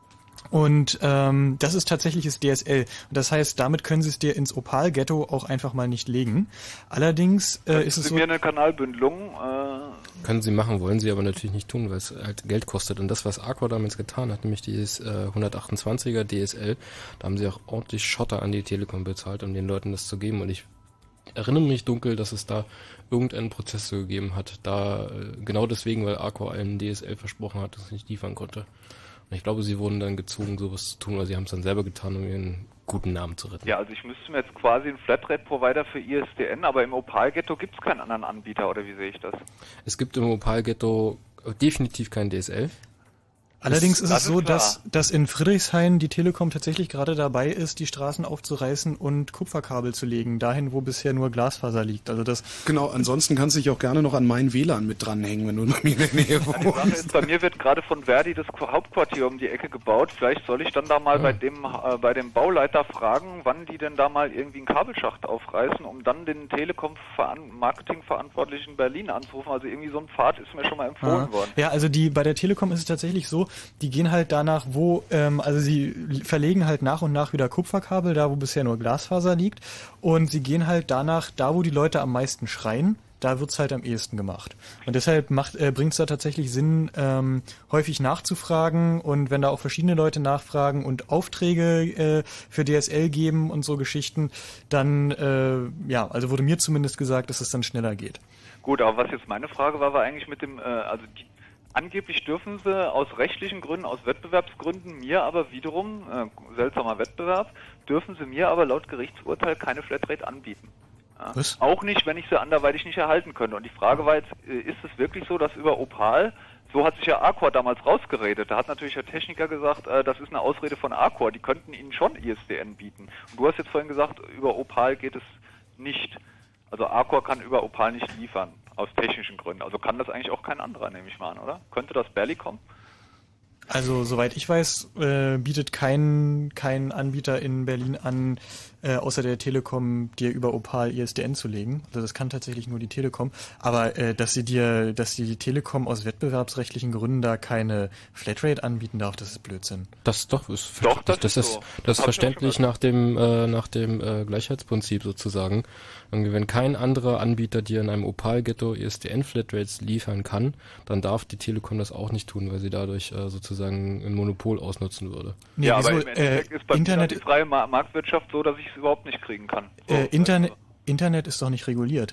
Und ähm, das ist tatsächliches D S L. Und das heißt, damit können sie es dir ins Opal-Ghetto auch einfach mal nicht legen. Allerdings äh, ist es Sie so... mir eine Kanalbündelung. Äh, Können sie machen, wollen sie aber natürlich nicht tun, weil es halt Geld kostet. Und das, was Arcor damals getan hat, nämlich dieses äh, hundertachtundzwanziger D S L, da haben sie auch ordentlich Schotter an die Telekom bezahlt, um den Leuten das zu geben. Und ich erinnere mich dunkel, dass es da irgendeinen Prozess so gegeben hat. Da äh, genau deswegen, weil Arcor einen D S L versprochen hat, das nicht liefern konnte. Und ich glaube, sie wurden dann gezwungen, sowas zu tun, weil sie haben es dann selber getan, um ihren guten Namen zu retten. ja, also ich müsste mir jetzt quasi einen Flatrate-Provider für I S D N, aber im Opal-Ghetto gibt es keinen anderen Anbieter, oder wie sehe ich das? Es gibt im Opal-Ghetto definitiv kein D S L. Allerdings ist Das es so, ist klar. dass, dass in Friedrichshain die Telekom tatsächlich gerade dabei ist, die Straßen aufzureißen und Kupferkabel zu legen, dahin, wo bisher nur Glasfaser liegt. Also das Genau, ansonsten kannst du dich auch gerne noch an mein W L A N mit dranhängen, wenn du bei mir in der Nähe Ja, die Sache wohnst. ist, bei mir wird gerade von Verdi das Qu- Hauptquartier um die Ecke gebaut. Vielleicht soll ich dann da mal bei dem äh, bei dem Bauleiter fragen, wann die denn da mal irgendwie einen Kabelschacht aufreißen, um dann den Telekom-Marketing-Verantwortlichen in Berlin anzurufen. Also irgendwie so ein Pfad ist mir schon mal empfohlen Aha. worden. Ja, also die bei der Telekom ist es tatsächlich so, die gehen halt danach, wo, ähm, also sie verlegen halt nach und nach wieder Kupferkabel, da wo bisher nur Glasfaser liegt, und sie gehen halt danach, da wo die Leute am meisten schreien, da wird's halt am ehesten gemacht. Und deshalb macht äh, bringt's da tatsächlich Sinn, ähm, häufig nachzufragen, und wenn da auch verschiedene Leute nachfragen und Aufträge äh, für D S L geben und so Geschichten, dann, äh, ja, also wurde mir zumindest gesagt, dass es dann schneller geht. Gut, aber was jetzt meine Frage war, war eigentlich mit dem, äh, also die, angeblich dürfen sie aus rechtlichen Gründen, aus Wettbewerbsgründen, mir aber wiederum, äh, seltsamer Wettbewerb, dürfen sie mir aber laut Gerichtsurteil keine Flatrate anbieten. Ja. Was? Auch nicht, wenn ich sie anderweitig nicht erhalten könnte. Und die Frage war jetzt, äh, ist es wirklich so, dass über Opal, so hat sich ja Arcor damals rausgeredet, da hat natürlich der Techniker gesagt, äh, das ist eine Ausrede von Arcor, die könnten ihnen schon I S D N bieten. Und du hast jetzt vorhin gesagt, über Opal geht es nicht. Also Arcor kann über Opal nicht liefern, aus technischen Gründen. Also kann das eigentlich auch kein anderer, nehme ich mal an, oder? Könnte das Berlicom? Also soweit ich weiß, äh, bietet kein kein Anbieter in Berlin an, äh, außer der Telekom, dir über Opal I S D N zu legen. Also das kann tatsächlich nur die Telekom. Aber äh, dass sie dir, dass die Telekom aus wettbewerbsrechtlichen Gründen da keine Flatrate anbieten darf, das ist Blödsinn. Das doch ist Doch, das das ist ist so. das, Das ist hab ich verständlich auch schon nach dem äh, nach dem äh, Gleichheitsprinzip sozusagen. Und wenn kein anderer Anbieter dir in einem Opal-Ghetto I S D N-Flatrates liefern kann, dann darf die Telekom das auch nicht tun, weil sie dadurch äh, sozusagen ein Monopol ausnutzen würde. Nee, ja, wieso, aber im Endeffekt äh, ist bei Internet- mir die freie Ma- Marktwirtschaft so, dass ich es überhaupt nicht kriegen kann. Äh, Internet Internet ist doch nicht reguliert.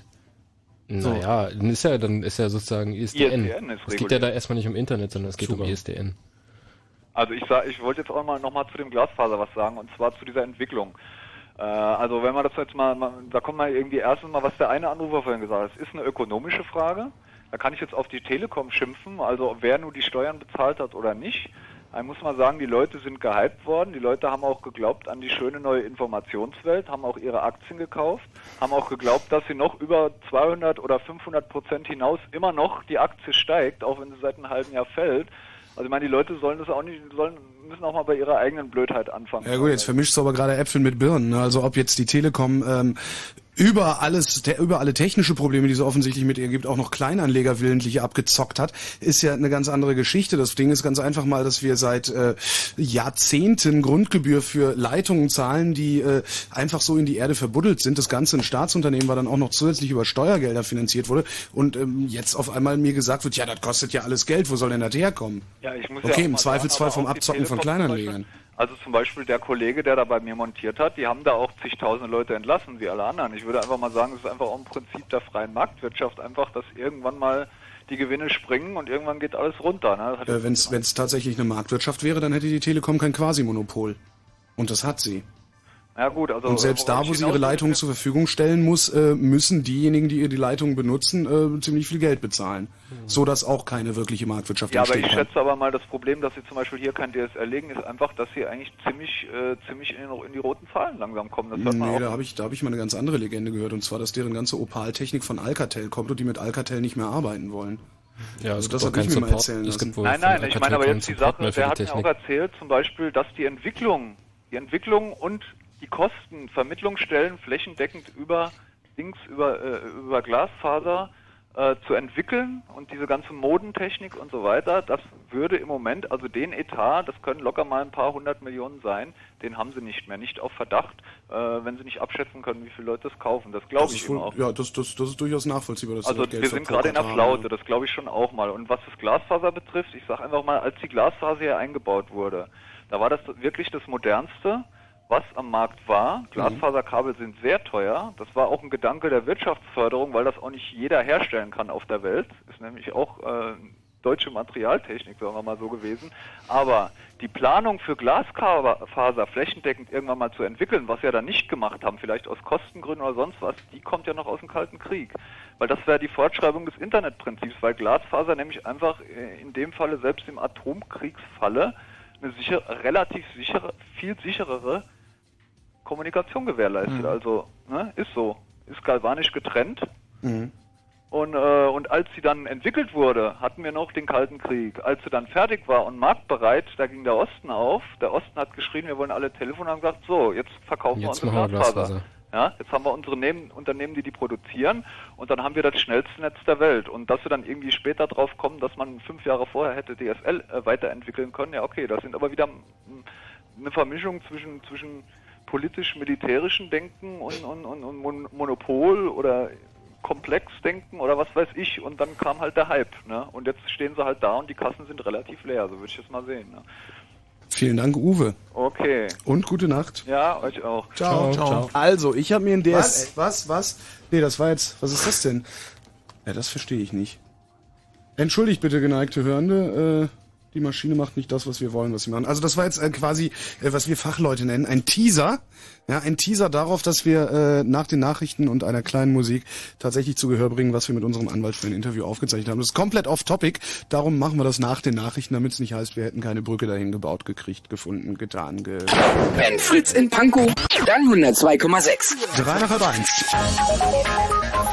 So. Naja, dann ist ja, dann ist ja sozusagen I S D N. I S D N ist Es geht ja reguliert. da erstmal nicht um Internet, sondern es geht Super. um I S D N. Also ich sag, ich wollte jetzt auch mal nochmal zu dem Glasfaser was sagen, und zwar zu dieser Entwicklung. Äh, also wenn man das jetzt mal, mal, da kommt mal irgendwie erstens mal, was der eine Anrufer vorhin gesagt hat, es ist eine ökonomische Frage. Da kann ich jetzt auf die Telekom schimpfen, also wer nur die Steuern bezahlt hat oder nicht. Da muss man sagen, die Leute sind gehypt worden, die Leute haben auch geglaubt an die schöne neue Informationswelt, haben auch ihre Aktien gekauft, haben auch geglaubt, dass sie noch über zweihundert oder fünfhundert Prozent hinaus immer noch die Aktie steigt, auch wenn sie seit einem halben Jahr fällt. Also ich meine, die Leute sollen das auch nicht, sollen, müssen auch mal bei ihrer eigenen Blödheit anfangen. Ja gut, jetzt vermischst du aber gerade Äpfel mit Birnen. Ne? Also ob jetzt die Telekom ähm, über alles, der, über alle technische Probleme, die es offensichtlich mit ihr gibt, auch noch Kleinanleger willentlich abgezockt hat, ist ja eine ganz andere Geschichte. Das Ding ist ganz einfach mal, dass wir seit äh, Jahrzehnten Grundgebühr für Leitungen zahlen, die äh, einfach so in die Erde verbuddelt sind. Das Ganze ein Staatsunternehmen war dann auch noch zusätzlich über Steuergelder finanziert wurde und ähm, jetzt auf einmal mir gesagt wird, ja, das kostet ja alles Geld, wo soll denn das herkommen? Ja, ich muss Okay, ja auch im mal Zweifelsfall sagen, vom aber auch die Abzocken von Telekom zum Kleinanlegern. Beispiel, also zum Beispiel der Kollege, der da bei mir montiert hat, die haben da auch zigtausende Leute entlassen, wie alle anderen. Ich würde einfach mal sagen, es ist einfach auch ein Prinzip der freien Marktwirtschaft, einfach, dass irgendwann mal die Gewinne springen und irgendwann geht alles runter. Ne? Das hat Äh, Wenn es tatsächlich eine Marktwirtschaft wäre, dann hätte die Telekom kein Quasi-Monopol. Und das hat sie. Ja gut, also Und selbst worauf da, ich wo sie hinaus ihre will, Leitungen zur Verfügung stellen muss, äh, müssen diejenigen, die ihr die Leitung benutzen, äh, ziemlich viel Geld bezahlen. So dass auch keine wirkliche Marktwirtschaft Ja, aber entstehen ich kann. schätze aber mal, das Problem, dass sie zum Beispiel hier kein D S L legen, ist einfach, dass sie eigentlich ziemlich äh, ziemlich in, in die roten Zahlen langsam kommen. Das hört man Nee, auch. da habe ich, da hab ich mal eine ganz andere Legende gehört, und zwar, dass deren ganze Opal-Technik von Alcatel kommt und die mit Alcatel nicht mehr arbeiten wollen. Ja, also es das gibt hat auch ich mir keinen mal Support. erzählen Es lassen. gibt wohl Nein, von nein, ich Alcatel meine aber keinen jetzt die Support Sache, mehr für der die hat mir Technik. auch erzählt zum Beispiel, dass die Entwicklung, die Entwicklung und die Kosten, Vermittlungsstellen flächendeckend über Dings, über, äh, über Glasfaser äh, zu entwickeln und diese ganze Modentechnik und so weiter, das würde im Moment, also den Etat, das können locker mal ein paar hundert Millionen sein, den haben sie nicht mehr, nicht auf Verdacht, äh, wenn sie nicht abschätzen können, wie viele Leute es kaufen. Das glaube Das ich ist wohl- immer auch. Ja, das, das, das ist durchaus nachvollziehbar. Dass sie Also das Geld wir sind gerade in der verpokert haben. Flaute, das glaube ich schon auch mal. Und was das Glasfaser betrifft, ich sage einfach mal, als die Glasfaser hier eingebaut wurde, da war das wirklich das Modernste, was am Markt war. Glasfaserkabel sind sehr teuer. Das war auch ein Gedanke der Wirtschaftsförderung, weil das auch nicht jeder herstellen kann auf der Welt. Ist nämlich auch äh, deutsche Materialtechnik, sagen wir mal so gewesen. Aber die Planung für Glasfaser flächendeckend irgendwann mal zu entwickeln, was wir da nicht gemacht haben, vielleicht aus Kostengründen oder sonst was, die kommt ja noch aus dem Kalten Krieg. Weil das wäre die Fortschreibung des Internetprinzips, weil Glasfaser nämlich einfach äh, in dem Falle, selbst im Atomkriegsfalle, eine sicher, relativ sichere, viel sicherere Kommunikation gewährleistet. Mhm. Also, ne, ist so. Ist galvanisch getrennt. Mhm. Und, äh, und als sie dann entwickelt wurde, hatten wir noch den Kalten Krieg. Als sie dann fertig war und marktbereit, da ging der Osten auf. Der Osten hat geschrien, wir wollen alle Telefone, haben gesagt, so, jetzt verkaufen Jetzt wir machen unsere wir Glasfaser. Glasfaser. Ja, jetzt haben wir unsere Nehmen, Unternehmen, die die produzieren, und dann haben wir das schnellste Netz der Welt. Und dass wir dann irgendwie später drauf kommen, dass man fünf Jahre vorher hätte D S L äh, weiterentwickeln können, ja okay, das sind aber wieder mm, eine Vermischung zwischen, zwischen politisch-militärischen Denken und, und, und, und Mon Monopol oder Komplexdenken oder was weiß ich, und dann kam halt der Hype. Ne? Und jetzt stehen sie halt da und die Kassen sind relativ leer, so würde ich das mal sehen. Ne? Vielen Dank, Uwe. Okay. Und gute Nacht. Ja, euch auch. Ciao. Ciao. Ciao. Also, ich habe mir ein D S L... Was? Was? Was? Nee, das war jetzt... Was ist das denn? Ja, das verstehe ich nicht. Entschuldigt bitte, geneigte Hörende. Äh, die Maschine macht nicht das, was wir wollen, was sie machen. Also das war jetzt äh, quasi, äh, was wir Fachleute nennen, ein Teaser. Ja, ein Teaser darauf, dass wir äh, nach den Nachrichten und einer kleinen Musik tatsächlich zu Gehör bringen, was wir mit unserem Anwalt für ein Interview aufgezeichnet haben. Das ist komplett off-topic. Darum machen wir das nach den Nachrichten, damit es nicht heißt, wir hätten keine Brücke dahin gebaut, gekriegt, gefunden, getan. Ge Wenn Fritz in Pankow, dann hundertzwei Komma sechs. Drei nach halb eins.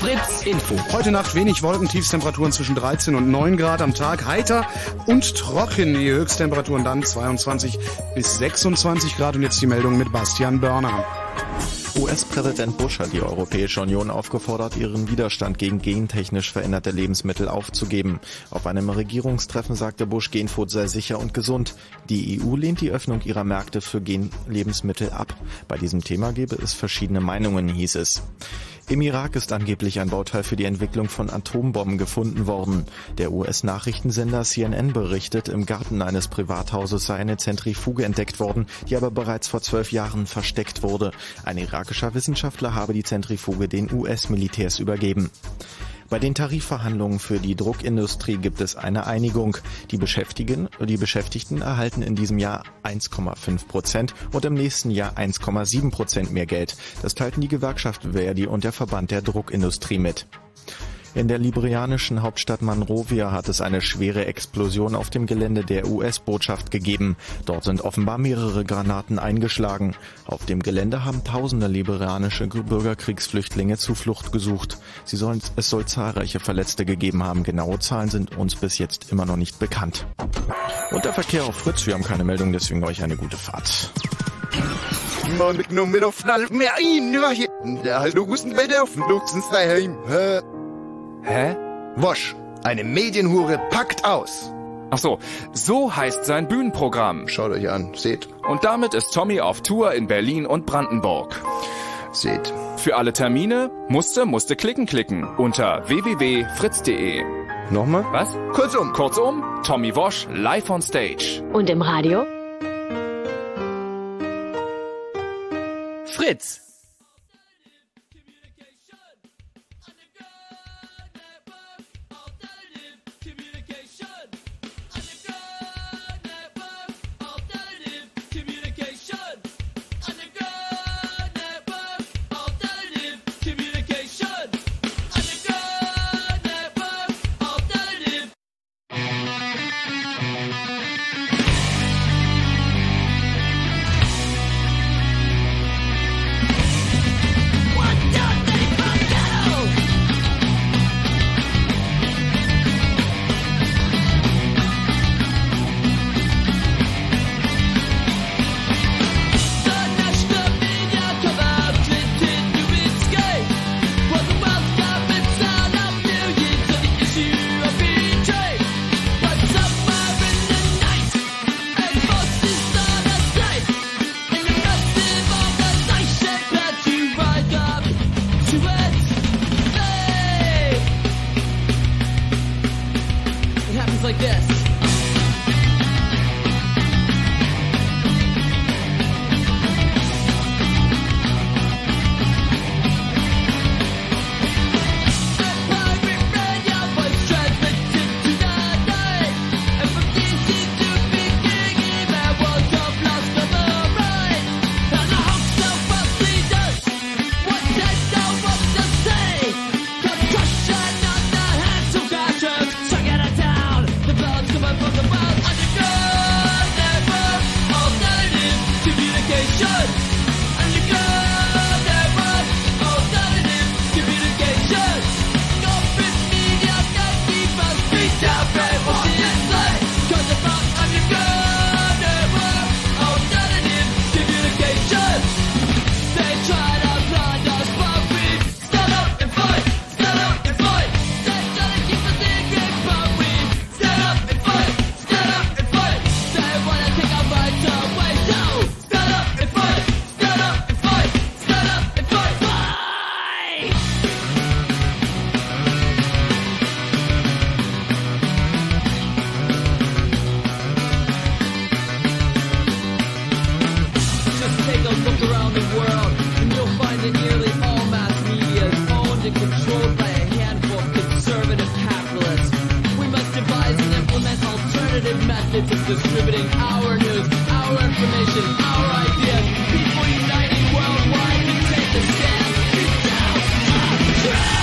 Fritz Info. Heute Nacht wenig Wolken, Tiefstemperaturen zwischen dreizehn und neun Grad am Tag. Heiter und trocken, die Höchsttemperaturen dann zweiundzwanzig bis sechsundzwanzig Grad. Und jetzt die Meldung mit Bastian Börner. U S-Präsident Bush hat die Europäische Union aufgefordert, ihren Widerstand gegen gentechnisch veränderte Lebensmittel aufzugeben. Auf einem Regierungstreffen sagte Bush, Genfood sei sicher und gesund. Die E U lehnt die Öffnung ihrer Märkte für Genlebensmittel ab. Bei diesem Thema gebe es verschiedene Meinungen, hieß es. Im Irak ist angeblich ein Bauteil für die Entwicklung von Atombomben gefunden worden. Der U S-Nachrichtensender C N N berichtet, im Garten eines Privathauses sei eine Zentrifuge entdeckt worden, die aber bereits vor zwölf Jahren versteckt wurde. Ein irakischer Wissenschaftler habe die Zentrifuge den U S-Militärs übergeben. Bei den Tarifverhandlungen für die Druckindustrie gibt es eine Einigung. Die Beschäftigten, die Beschäftigten erhalten in diesem Jahr eins Komma fünf Prozent und im nächsten Jahr eins Komma sieben Prozent mehr Geld. Das teilten die Gewerkschaft Verdi und der Verband der Druckindustrie mit. In der liberianischen Hauptstadt Monrovia hat es eine schwere Explosion auf dem Gelände der U S-Botschaft gegeben. Dort sind offenbar mehrere Granaten eingeschlagen. Auf dem Gelände haben tausende liberianische Bürgerkriegsflüchtlinge Zuflucht gesucht. Sie sollen, es soll zahlreiche Verletzte gegeben haben. Genaue Zahlen sind uns bis jetzt immer noch nicht bekannt. Und der Verkehr auf Fritz. Wir haben keine Meldung, deswegen euch eine gute Fahrt. Hä? Wosch, eine Medienhure packt aus. Ach so, so heißt sein Bühnenprogramm. Schaut euch an, seht. Und damit ist Tommy auf Tour in Berlin und Brandenburg. Seht. Für alle Termine musste, musste klicken klicken unter w w w punkt fritz punkt de. Nochmal? Was? Kurzum. Kurzum, Tommy Wosch live on stage. Und im Radio? Fritz. methods of distributing our news, our information, our ideas. People uniting worldwide to take a stand. It's out of control.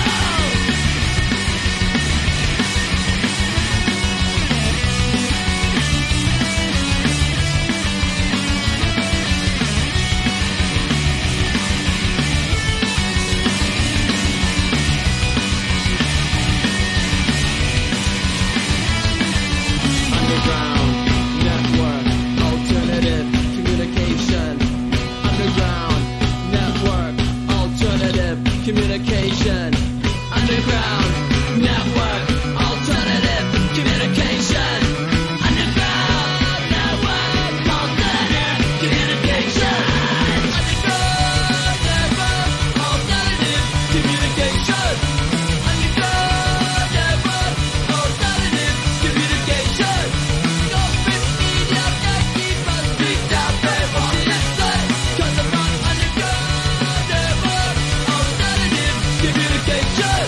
communication. Underground network, alternative communication. Underground network, alternative communication. Underground network, alternative communication. Underground network, alternative communication. Corporate media that keep us streets out there for listen. 'Cause I'm on underground network, alternative communication.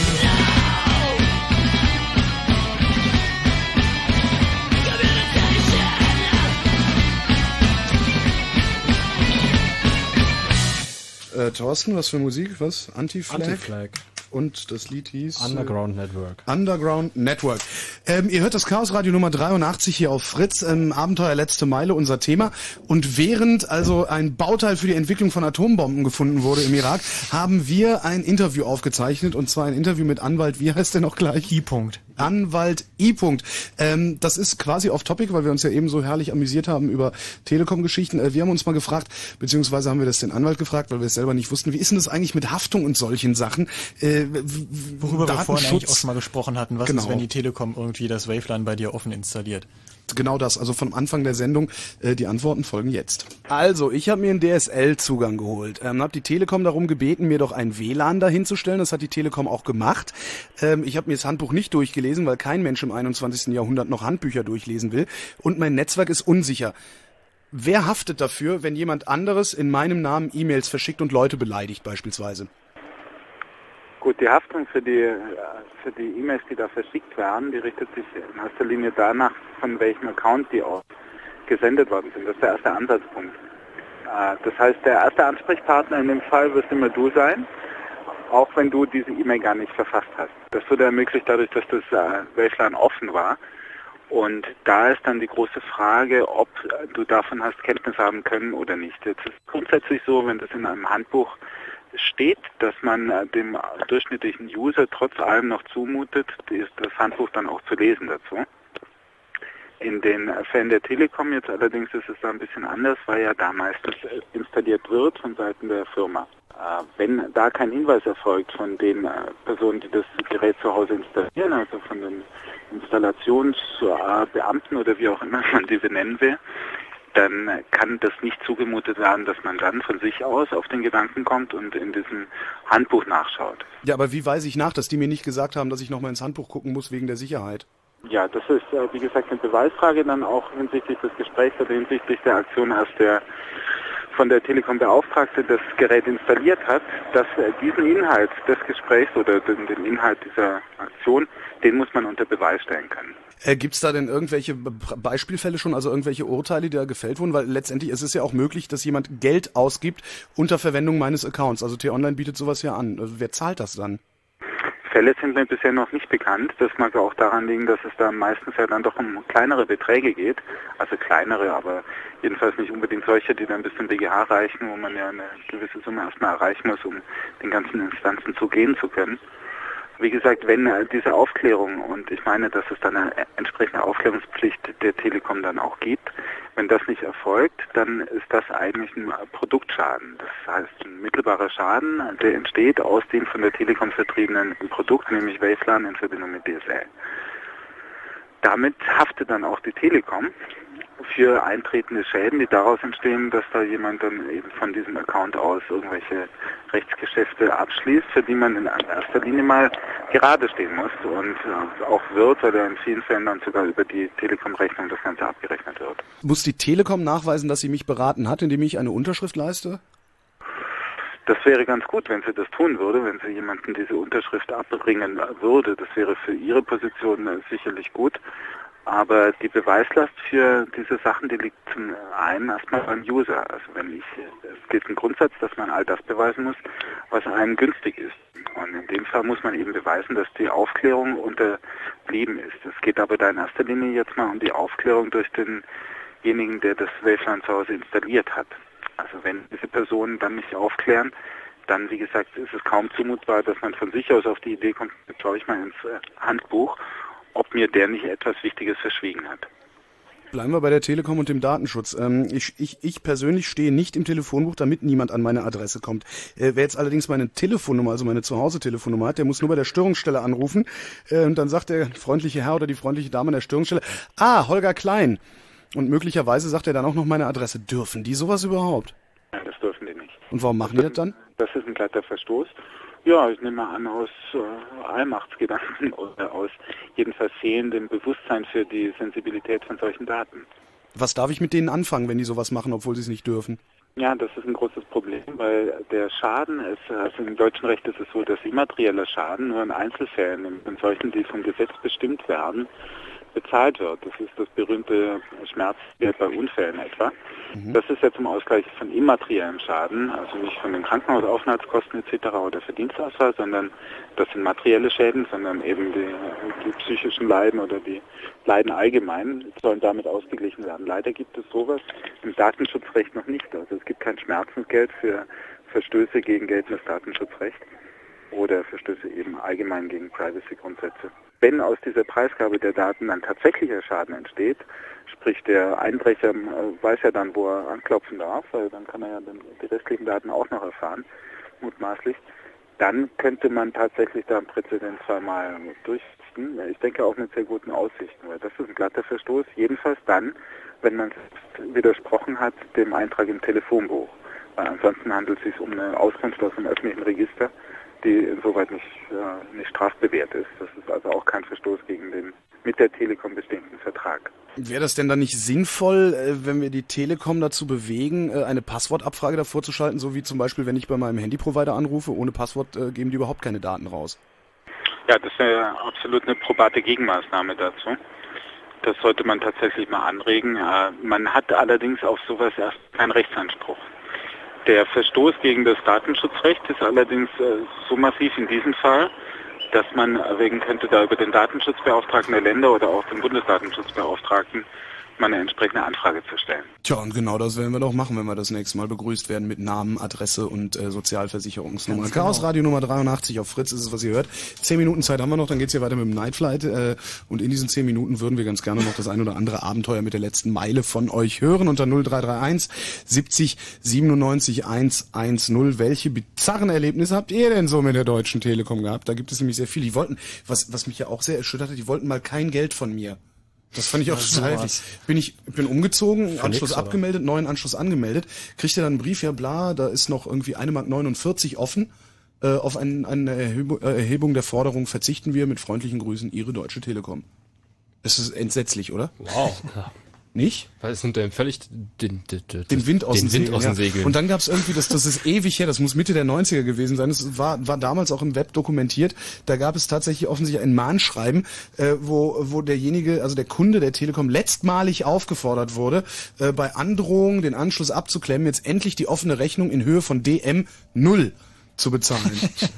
Äh, Thorsten, was für Musik? Was? Anti-Flag? Anti-Flag. Und das Lied hieß? Underground Network. Underground Network. Ähm, ihr hört das Chaos Radio Nummer dreiundachtzig hier auf Fritz. Ähm, Abenteuer letzte Meile, unser Thema. Und während also ein Bauteil für die Entwicklung von Atombomben gefunden wurde im Irak, haben wir ein Interview aufgezeichnet. Und zwar ein Interview mit Anwalt, wie heißt der noch gleich? I-Punkt. Anwalt I. Ähm, das ist quasi off-topic, weil wir uns ja eben so herrlich amüsiert haben über Telekom-Geschichten. Äh, wir haben uns mal gefragt, beziehungsweise haben wir das den Anwalt gefragt, weil wir es selber nicht wussten, wie ist denn das eigentlich mit Haftung und solchen Sachen? Äh, Worüber wir vorhin eigentlich auch schon mal gesprochen hatten. Was Genau. ist, wenn die Telekom irgendwie das Wavelan bei dir offen installiert? Genau das, also vom Anfang der Sendung. Äh, die Antworten folgen jetzt. Also, ich habe mir einen D S L-Zugang geholt. Ähm, habe die Telekom darum gebeten, mir doch ein W L A N dahinzustellen. Das hat die Telekom auch gemacht. Ähm, ich habe mir das Handbuch nicht durchgelesen, weil kein Mensch im einundzwanzigsten Jahrhundert noch Handbücher durchlesen will. Und mein Netzwerk ist unsicher. Wer haftet dafür, wenn jemand anderes in meinem Namen E-Mails verschickt und Leute beleidigt beispielsweise? Gut, die Haftung für die äh, für die E-Mails, die da verschickt werden, die richtet sich in erster Linie danach, von welchem Account die auch gesendet worden sind. Das ist der erste Ansatzpunkt. Äh, das heißt, der erste Ansprechpartner in dem Fall wirst immer du sein, auch wenn du diese E-Mail gar nicht verfasst hast. Das wurde ermöglicht dadurch, dass das äh, Wavelan offen war. Und da ist dann die große Frage, ob äh, du davon hast Kenntnis haben können oder nicht. Jetzt ist es grundsätzlich so, wenn das in einem Handbuch steht, dass man äh, dem durchschnittlichen User trotz allem noch zumutet, ist das Handbuch dann auch zu lesen dazu. In den Fällen der Telekom jetzt allerdings ist es da ein bisschen anders, weil ja da meistens installiert wird von Seiten der Firma. Äh, wenn da kein Hinweis erfolgt von den äh, Personen, die das Gerät zu Hause installieren, also von den Installationsbeamten oder wie auch immer man die benennen will, dann kann das nicht zugemutet werden, dass man dann von sich aus auf den Gedanken kommt und in diesem Handbuch nachschaut. Ja, aber wie weise ich nach, dass die mir nicht gesagt haben, dass ich nochmal ins Handbuch gucken muss wegen der Sicherheit? Ja, das ist, äh, wie gesagt, eine Beweisfrage dann auch hinsichtlich des Gesprächs oder hinsichtlich der Aktion, als der von der Telekom Beauftragte das Gerät installiert hat, dass äh, diesen Inhalt des Gesprächs oder den, den Inhalt dieser Aktion, den muss man unter Beweis stellen können. Äh, Gibt es da denn irgendwelche Be- Beispielfälle schon, also irgendwelche Urteile, die da gefällt wurden? Weil letztendlich ist es ja auch möglich, dass jemand Geld ausgibt unter Verwendung meines Accounts. Also T-Online bietet sowas ja an. Also wer zahlt das dann? Fälle sind mir bisher noch nicht bekannt. Das mag auch daran liegen, dass es da meistens ja dann doch um kleinere Beträge geht. Also kleinere, aber jedenfalls nicht unbedingt solche, die dann bis zum B G H reichen, wo man ja eine gewisse Summe erstmal erreichen muss, um den ganzen Instanzen zugehen zu können. Wie gesagt, wenn äh, diese Aufklärung, und ich meine, dass es dann eine entsprechende Aufklärungspflicht der Telekom dann auch gibt, wenn das nicht erfolgt, dann ist das eigentlich ein Produktschaden. Das heißt, ein mittelbarer Schaden, der entsteht aus dem von der Telekom vertriebenen Produkt, nämlich Wavelan in Verbindung mit D S L. Damit haftet dann auch die Telekom für eintretende Schäden, die daraus entstehen, dass da jemand dann eben von diesem Account aus irgendwelche Rechtsgeschäfte abschließt, für die man in erster Linie mal gerade stehen muss und auch wird, oder in vielen Fällen dann sogar über die Telekom-Rechnung das Ganze abgerechnet wird. Muss die Telekom nachweisen, dass sie mich beraten hat, indem ich eine Unterschrift leiste? Das wäre ganz gut, wenn sie das tun würde, wenn sie jemanden diese Unterschrift abbringen würde. Das wäre für ihre Position sicherlich gut. Aber die Beweislast für diese Sachen, die liegt zum einen erstmal beim User. Also wenn ich, es gilt ein Grundsatz, dass man all das beweisen muss, was einem günstig ist. Und in dem Fall muss man eben beweisen, dass die Aufklärung unterblieben ist. Es geht aber da in erster Linie jetzt mal um die Aufklärung durch denjenigen, der das Wavelan zu Hause installiert hat. Also wenn diese Personen dann nicht aufklären, dann, wie gesagt, ist es kaum zumutbar, dass man von sich aus auf die Idee kommt, jetzt schaue ich mal ins Handbuch, ob mir der nicht etwas Wichtiges verschwiegen hat. Bleiben wir bei der Telekom und dem Datenschutz. Ähm, ich, ich, ich persönlich stehe nicht im Telefonbuch, damit niemand an meine Adresse kommt. Äh, wer jetzt allerdings meine Telefonnummer, also meine Zuhause-Telefonnummer hat, der muss nur bei der Störungsstelle anrufen. Äh, und dann sagt der freundliche Herr oder die freundliche Dame an der Störungsstelle, ah, Holger Klein. Und möglicherweise sagt er dann auch noch meine Adresse. Dürfen die sowas überhaupt? Nein, das dürfen die nicht. Und warum machen die das dann? Das ist ein glatter Verstoß. Ja, ich nehme mal an, aus äh, Allmachtsgedanken oder aus jedenfalls fehlendem Bewusstsein für die Sensibilität von solchen Daten. Was darf ich mit denen anfangen, wenn die sowas machen, obwohl sie es nicht dürfen? Ja, das ist ein großes Problem, weil der Schaden ist, also im deutschen Recht ist es so, dass immaterieller Schaden nur in Einzelfällen, in solchen, die vom Gesetz bestimmt werden, bezahlt wird. Das ist das berühmte Schmerzwert bei Unfällen etwa. Mhm. Das ist ja zum Ausgleich von immateriellem Schaden, also nicht von den Krankenhausaufenthaltskosten et cetera oder Verdienstausfall, sondern das sind materielle Schäden, sondern eben die, die psychischen Leiden oder die Leiden allgemein sollen damit ausgeglichen werden. Leider gibt es sowas im Datenschutzrecht noch nicht. Also es gibt kein Schmerzensgeld für Verstöße gegen geltendes Datenschutzrecht oder Verstöße eben allgemein gegen Privacy-Grundsätze. Wenn aus dieser Preisgabe der Daten dann tatsächlicher Schaden entsteht, sprich der Einbrecher äh, weiß ja dann, wo er anklopfen darf, weil dann kann er ja dann die restlichen Daten auch noch erfahren, mutmaßlich, dann könnte man tatsächlich da einen Präzedenzfall mal durchsetzen. Ich denke auch mit sehr guten Aussichten, weil das ist ein glatter Verstoß, jedenfalls dann, wenn man widersprochen hat dem Eintrag im Telefonbuch. Weil ansonsten handelt es sich um eine Auskunft aus dem öffentlichen Register, die insoweit nicht, äh, nicht strafbewehrt ist. Das ist also auch kein Verstoß gegen den mit der Telekom bestehenden Vertrag. Wäre das denn dann nicht sinnvoll, äh, wenn wir die Telekom dazu bewegen, äh, eine Passwortabfrage davor zu schalten, so wie zum Beispiel, wenn ich bei meinem Handyprovider anrufe, ohne Passwort äh, geben die überhaupt keine Daten raus? Ja, das wäre absolut eine probate Gegenmaßnahme dazu. Das sollte man tatsächlich mal anregen. Äh, man hat allerdings auf sowas erst keinen Rechtsanspruch. Der Verstoß gegen das Datenschutzrecht ist allerdings äh, so massiv in diesem Fall, dass man erwägen könnte, da über den Datenschutzbeauftragten der Länder oder auch den Bundesdatenschutzbeauftragten mal eine entsprechende Anfrage zu stellen. Tja, und genau das werden wir doch machen, wenn wir das nächste Mal begrüßt werden mit Namen, Adresse und äh, Sozialversicherungsnummer. Ganz Chaos genau. Radio Nummer dreiundachtzig auf Fritz ist es, was ihr hört. Zehn Minuten Zeit haben wir noch, dann geht's hier weiter mit dem Night Flight. Äh, und in diesen zehn Minuten würden wir ganz gerne noch das ein oder andere Abenteuer mit der letzten Meile von euch hören. Unter null drei drei eins siebzig siebenundneunzig hundertzehn. Welche bizarren Erlebnisse habt ihr denn so mit der Deutschen Telekom gehabt? Da gibt es nämlich sehr viele. Die wollten, was, was mich ja auch sehr erschüttert hat, die wollten mal kein Geld von mir. Das fand ich auch Ja, total sowas. heftig. Bin ich bin umgezogen, Für Anschluss nix, oder? abgemeldet, neuen Anschluss angemeldet, kriegte dann einen Brief, ja bla, da ist noch irgendwie eine Mark neunundvierzig offen. Äh, auf ein, eine Erhebung, äh, Erhebung der Forderung verzichten wir. Mit freundlichen Grüßen, Ihre Deutsche Telekom. Das ist entsetzlich, oder? Wow. Nicht? Weil es nimmt einem völlig den, den, den, Den Wind aus den den Wind Segeln. aus den ja. Segeln. Und dann gab's irgendwie, das, das ist ewig her, das muss Mitte der neunziger gewesen sein, das war, war damals auch im Web dokumentiert, da gab es tatsächlich offensichtlich ein Mahnschreiben, äh, wo, wo derjenige, also der Kunde der Telekom letztmalig aufgefordert wurde, äh, bei Androhung den Anschluss abzuklemmen, jetzt endlich die offene Rechnung in Höhe von D M null zu bezahlen.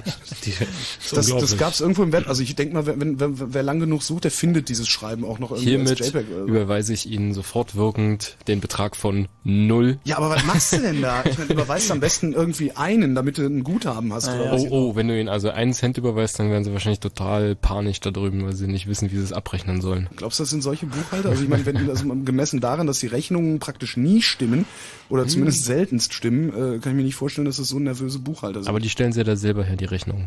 das das gab es irgendwo im Web. Also ich denke mal, wenn, wenn, wer lang genug sucht, der findet dieses Schreiben auch noch irgendwie Hiermit als JPEG. Oder so. überweise ich Ihnen sofort wirkend den Betrag von null. Ja, aber was machst du denn da? Ich meine, überweist am besten irgendwie einen, damit du ein Guthaben hast. Oder was? Oh, oh, wenn du ihnen also einen Cent überweist, dann werden sie wahrscheinlich total panisch da drüben, weil sie nicht wissen, wie sie es abrechnen sollen. Glaubst du, das sind solche Buchhalter? Also ich meine, wenn also gemessen daran, dass die Rechnungen praktisch nie stimmen oder zumindest Hm. seltenst stimmen, äh, kann ich mir nicht vorstellen, dass das so nervöse Buchhalter sind. Aber die stellen sie ja da selber her, die Rechnung.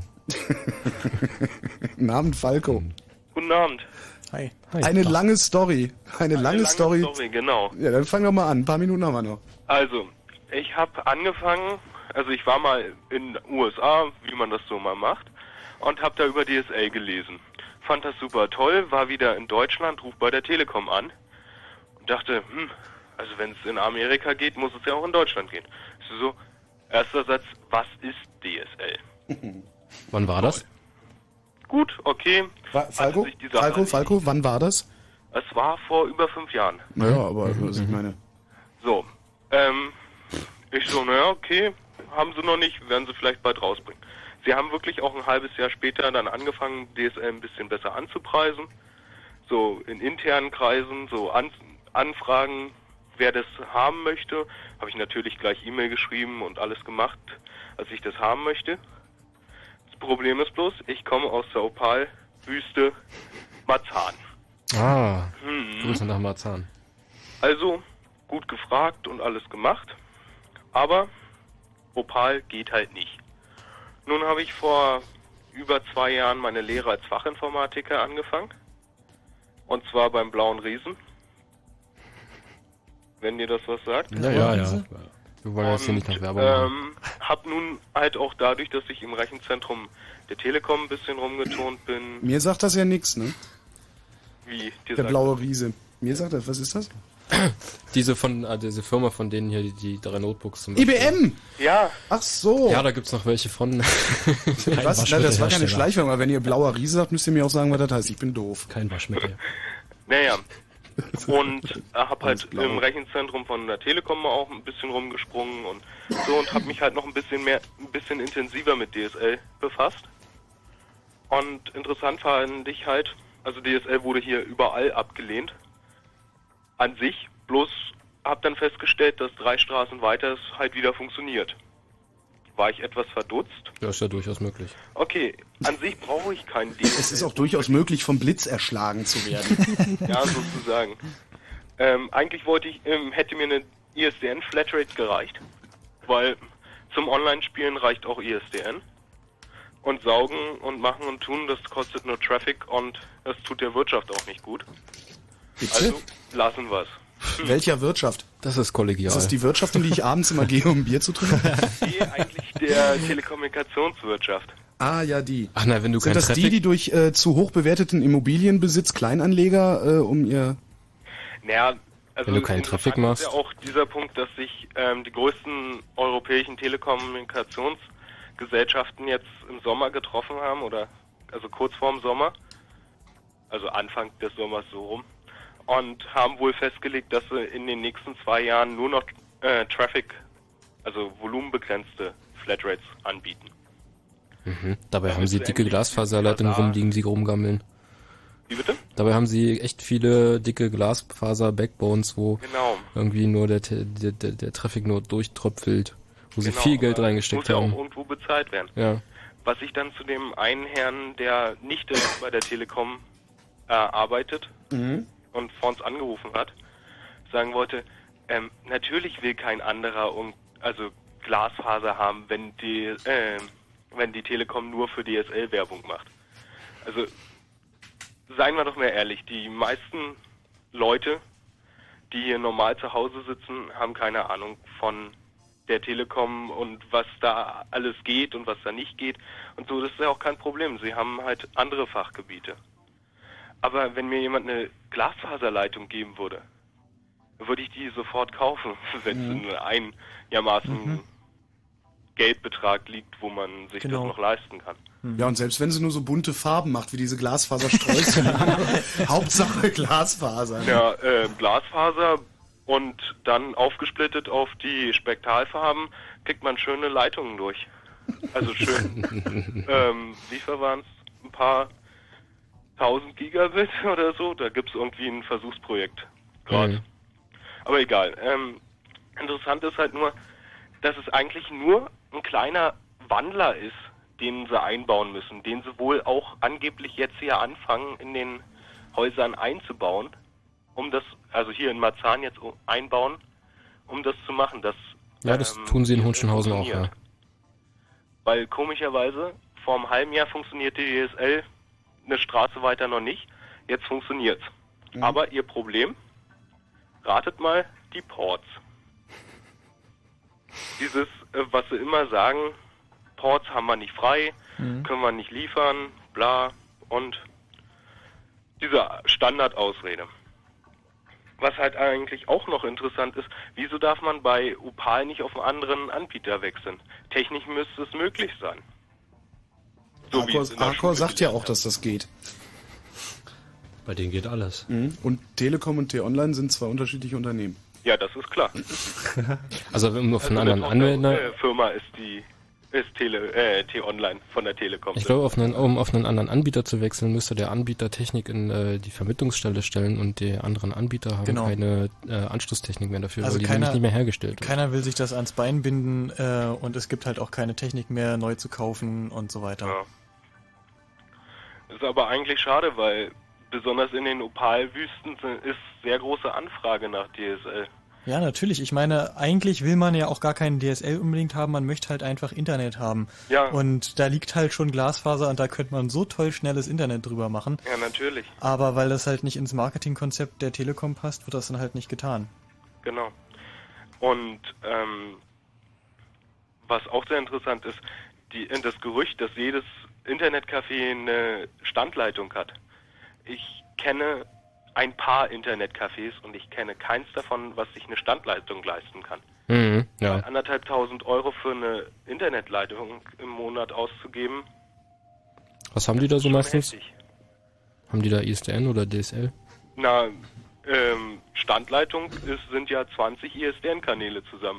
Guten Abend, Falco. Guten Abend. Hi. Eine lange Story. Eine, lange, lange Story. Story, genau. Ja, dann fang doch mal an. Ein paar Minuten haben wir noch. Also, ich habe angefangen, also ich war mal in den U S A, wie man das so mal macht, und habe da über D S L gelesen. Fand das super toll, war wieder in Deutschland, ruf bei der Telekom an und dachte, hm, also wenn es in Amerika geht, muss es ja auch in Deutschland gehen. So, erster Satz, was ist D S L? Wann war das? Gut, okay. Fa- Falco, Hatte sich die Sache Falco, erledigt. Falco, wann war das? Es war vor über fünf Jahren. Naja, aber also ich meine... So, ähm, ich so, naja, okay, haben sie noch nicht, werden sie vielleicht bald rausbringen. Sie haben wirklich auch ein halbes Jahr später dann angefangen, D S L ein bisschen besser anzupreisen. So in internen Kreisen, so an, Anfragen, wer das haben möchte, habe ich natürlich gleich E-Mail geschrieben und alles gemacht, als ich das haben möchte. Das Problem ist bloß, ich komme aus der Opal-Wüste Marzahn. Ah, Hm. Grüße nach Marzahn. Also gut gefragt und alles gemacht, aber Opal geht halt nicht. Nun habe ich vor über zwei Jahren meine Lehre als Fachinformatiker angefangen. Und zwar beim Blauen Riesen. Wenn dir das was sagt. Ja, ja, ja. Wir wollen jetzt hier nicht noch Werbung machen. Ähm, hab nun halt auch dadurch, dass ich im Rechenzentrum der Telekom ein bisschen rumgeturnt bin. Mir sagt das ja nichts, ne? Wie? Dir Der sagt blaue Riese. Mir sagt das, was ist das? Diese von äh, diese Firma, von denen hier die, die drei Notebooks zum I B M! Ja. Ach so. Ja, da gibt's noch welche von. Was? Na, das war keine Schleichwerbung, aber wenn ihr blauer Riese sagt, müsst ihr mir auch sagen, was das heißt. Ich bin doof. Kein Waschmittel. Naja. Und äh, hab halt im Rechenzentrum von der Telekom auch ein bisschen rumgesprungen und so und hab mich halt noch ein bisschen mehr, ein bisschen intensiver mit D S L befasst. Und interessant fand ich halt, also D S L wurde hier überall abgelehnt. An sich, bloß hab dann festgestellt, dass drei Straßen weiter es halt wieder funktioniert. War ich etwas verdutzt? Ja, ist ja durchaus möglich. Okay, an sich brauche ich keinen D S L. Es ist auch durchaus möglich, vom Blitz erschlagen zu werden. Ja, sozusagen. Ähm, eigentlich wollte ich, ähm, hätte mir eine I S D N-Flatrate gereicht. Weil zum Online-Spielen reicht auch I S D N. Und saugen und machen und tun, das kostet nur Traffic und das tut der Wirtschaft auch nicht gut. Bitte? Also lassen wir's. Welcher Wirtschaft? Das ist kollegial. Ist das die Wirtschaft, in die ich abends immer gehe, um ein Bier zu trinken? Nee, eigentlich der Telekommunikationswirtschaft. Ah, ja, die. Ach na, wenn du Sind kein das Traffic... die, die durch äh, zu hoch bewerteten Immobilienbesitz Kleinanleger äh, um ihr... Naja, also Wenn du keinen interessant Traffic machst. ist ja auch dieser Punkt, dass sich ähm, die größten europäischen Telekommunikationsgesellschaften jetzt im Sommer getroffen haben, oder also kurz vorm Sommer, also Anfang des Sommers so rum, und haben wohl festgelegt, dass sie in den nächsten zwei Jahren nur noch äh, Traffic, also volumenbegrenzte Flatrates anbieten. Mhm. Dabei haben sie dicke Glasfaserleitungen rumliegen, die rumgammeln. Wie bitte? Dabei haben sie echt viele dicke Glasfaser-Backbones, wo Genau. irgendwie nur der, der, der, der Traffic nur durchtröpfelt, wo sie Genau, viel Geld aber reingesteckt muss ja haben. auch irgendwo bezahlt werden. Ja. Was ich dann zu dem einen Herrn, der nicht direkt bei der Telekom äh, arbeitet Mhm. und vor uns angerufen hat, sagen wollte, ähm, natürlich will kein anderer um, also Glasfaser haben, wenn die, äh, wenn die Telekom nur für D S L Werbung macht. Also seien wir doch mal ehrlich, die meisten Leute, die hier normal zu Hause sitzen, haben keine Ahnung von der Telekom und was da alles geht und was da nicht geht. Und so, das ist ja auch kein Problem. Sie haben halt andere Fachgebiete. Aber wenn mir jemand eine Glasfaserleitung geben würde, würde ich die sofort kaufen, wenn es Mhm. in einigermaßen Mhm. Geldbetrag liegt, wo man sich Genau. das noch leisten kann. Ja, und selbst wenn sie nur so bunte Farben macht, wie diese Glasfasersträuße. Hauptsache Glasfaser. Ja, äh, Glasfaser und dann aufgesplittet auf die Spektralfarben kriegt man schöne Leitungen durch. Also schön, ähm, wie viel waren es? Ein paar tausend Gigabit oder so. Da gibt es irgendwie ein Versuchsprojekt gerade. Mhm. Aber egal. Ähm, interessant ist halt nur, dass es eigentlich nur ein kleiner Wandler ist, den sie einbauen müssen, den sie wohl auch angeblich jetzt hier anfangen, in den Häusern einzubauen, um das, also hier in Marzahn jetzt einbauen, um das zu machen. Dass, Ja, das ähm, tun sie in Hohenschönhausen auch, ja. funktioniert. Weil komischerweise, vor einem halben Jahr funktionierte die D S L eine Straße weiter noch nicht, jetzt funktioniert's. Mhm. Aber ihr Problem, ratet mal, die Ports. Dieses, äh, was sie immer sagen, Ports haben wir nicht frei, Mhm. können wir nicht liefern, bla, und diese Standardausrede. Was halt eigentlich auch noch interessant ist, wieso darf man bei Opal nicht auf einen anderen Anbieter wechseln? Technisch müsste es möglich sein. So wie Arcor, es in der Arcor Schule sagt ja auch, dass das geht. Bei denen geht alles. Mhm. Und Telekom und T-Online sind zwei unterschiedliche Unternehmen. Ja, das ist klar. Also um auf einen Also anderen eine Anwender... Tochter- äh, Firma ist die ist Tele äh, T-Online von der Telekom. Ich glaube, auf einen, um auf einen anderen Anbieter zu wechseln, müsste der Anbieter Technik in äh, die Vermittlungsstelle stellen und die anderen Anbieter haben Genau. keine äh, Anschlusstechnik mehr dafür, Also weil die keiner, nämlich nicht mehr hergestellt wird. keiner will sich das ans Bein binden äh, und es gibt halt auch keine Technik mehr neu zu kaufen und so weiter. Ja. Das ist aber eigentlich schade, weil besonders in den Opalwüsten sind- ist sehr große Anfrage nach D S L. Ja, natürlich. Ich meine, eigentlich will man ja auch gar keinen D S L unbedingt haben, man möchte halt einfach Internet haben. Ja. Und da liegt halt schon Glasfaser und da könnte man so toll schnelles Internet drüber machen. Ja, natürlich. Aber weil das halt nicht ins Marketingkonzept der Telekom passt, wird das dann halt nicht getan. Genau. Und ähm, was auch sehr interessant ist, die, das Gerücht, dass jedes Internetcafé eine Standleitung hat. Ich kenne ein paar Internetcafés und ich kenne keins davon, was sich eine Standleitung leisten kann. Mhm, ja. Weil anderthalbtausend Euro für eine Internetleitung im Monat auszugeben, Was haben die da so schon meistens? heftig. Haben die da I S D N oder D S L? Na, ähm, Standleitung ist, sind ja zwanzig I S D N-Kanäle zusammen.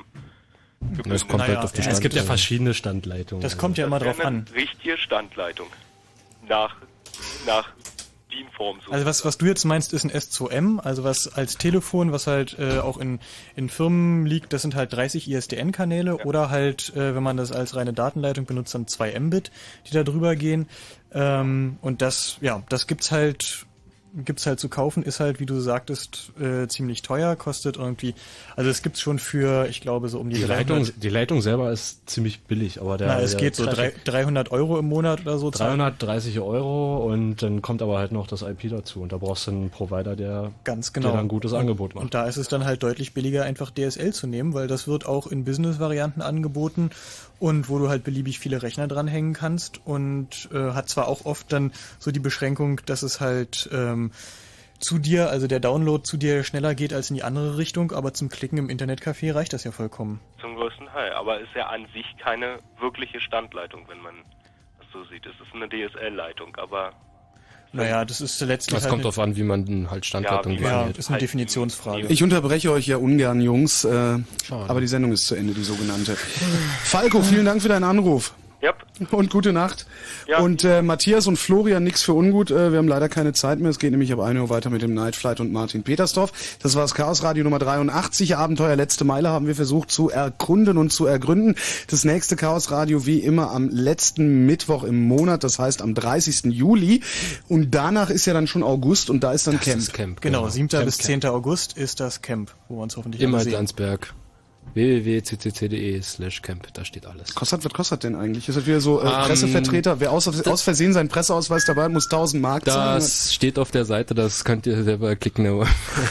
Das kommt halt auf die Es gibt ja Stand- verschiedene Standleitungen. Das kommt ja immer wäre drauf eine an. richtige Standleitung. Nach, nach DIN-Form so. Also was, was du jetzt meinst, ist ein S zwei M, also was als Telefon, was halt äh, auch in, in Firmen liegt, das sind halt dreißig I S D N-Kanäle oder halt, äh, wenn man das als reine Datenleitung benutzt, dann zwei Mbit, die da drüber gehen. Ähm, und das, ja, das gibt's halt gibt's halt zu kaufen, ist halt, wie du sagtest, äh, ziemlich teuer, kostet irgendwie, also es gibt's schon für, ich glaube, so um die, Die dreihundert Leitung, die Leitung selber ist ziemlich billig, aber der, Na, es der geht so drei, dreihundert Euro im Monat oder so. dreihundertdreißig Euro und dann kommt aber halt noch das I P dazu und da brauchst du einen Provider, der, Ganz genau. der dann ein gutes und, Angebot macht. Und da ist es dann halt deutlich billiger, einfach D S L zu nehmen, weil das wird auch in Business-Varianten angeboten und wo du halt beliebig viele Rechner dranhängen kannst und äh, hat zwar auch oft dann so die Beschränkung, dass es halt ähm, zu dir, also der Download zu dir schneller geht als in die andere Richtung, aber zum Klicken im Internetcafé reicht das ja vollkommen. Zum größten Teil. Aber ist ja an sich keine wirkliche Standleitung, wenn man das so sieht. Es ist eine D S L-Leitung, aber Naja, das ist letztlich Das halt kommt eine- drauf an, wie man halt Standleitung Ja, wie Ja, definiert. ist eine Definitionsfrage. Ich unterbreche euch ja ungern, Jungs, äh, aber die Sendung ist zu Ende, die sogenannte. Falco, vielen Dank für deinen Anruf. Yep. Und gute Nacht. Ja. Und äh, Matthias und Florian, nix für ungut. Äh, wir haben leider keine Zeit mehr. Es geht nämlich ab ein Uhr weiter mit dem Night Flight und Martin Petersdorf. Das war das Chaos Radio Nummer dreiundachtzig. Abenteuer letzte Meile haben wir versucht zu erkunden und zu ergründen. Das nächste Chaos Radio wie immer am letzten Mittwoch im Monat, das heißt am dreißigsten Juli. Und danach ist ja dann schon August und da ist dann Das Camp. ist Camp, Genau, siebter Camp, bis Camp. zehnter August ist das Camp, wo wir uns hoffentlich Immer alle sehen. Landsberg. w w w punkt c c c punkt d e slash camp, da steht alles. Kostet, was kostet denn eigentlich? Ist das wieder so äh, Ähm, Pressevertreter? Wer aus, aus Versehen seinen Presseausweis dabei hat, muss tausend Mark zahlen? Das steht auf der Seite, das könnt ihr selber klicken. aber-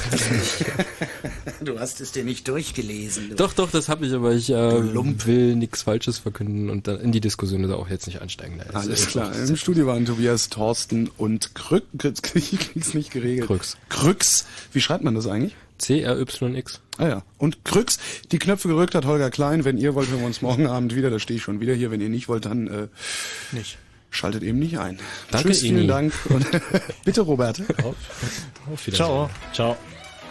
Du hast es dir nicht durchgelesen. Du. Doch, doch, das habe ich, aber ich äh, will nichts Falsches verkünden und dann in die Diskussion da auch jetzt nicht einsteigen. Da ist Alles äh, klar. Im Studio waren Tobias, Thorsten und Krück. Ich krieg's nicht geregelt. Krüx. Krüx. Wie schreibt man das eigentlich? C R Y X. Ah ja. Und Krüx. Die Knöpfe gerückt hat Holger Klein. Wenn ihr wollt, hören wir uns morgen Abend wieder. Da stehe ich schon wieder hier. Wenn ihr nicht wollt, dann äh, nicht. Schaltet eben nicht ein. Danke, Tschüss, vielen Ini. Dank. Und bitte, Robert. Auf, auf Wiedersehen. Ciao. Ciao.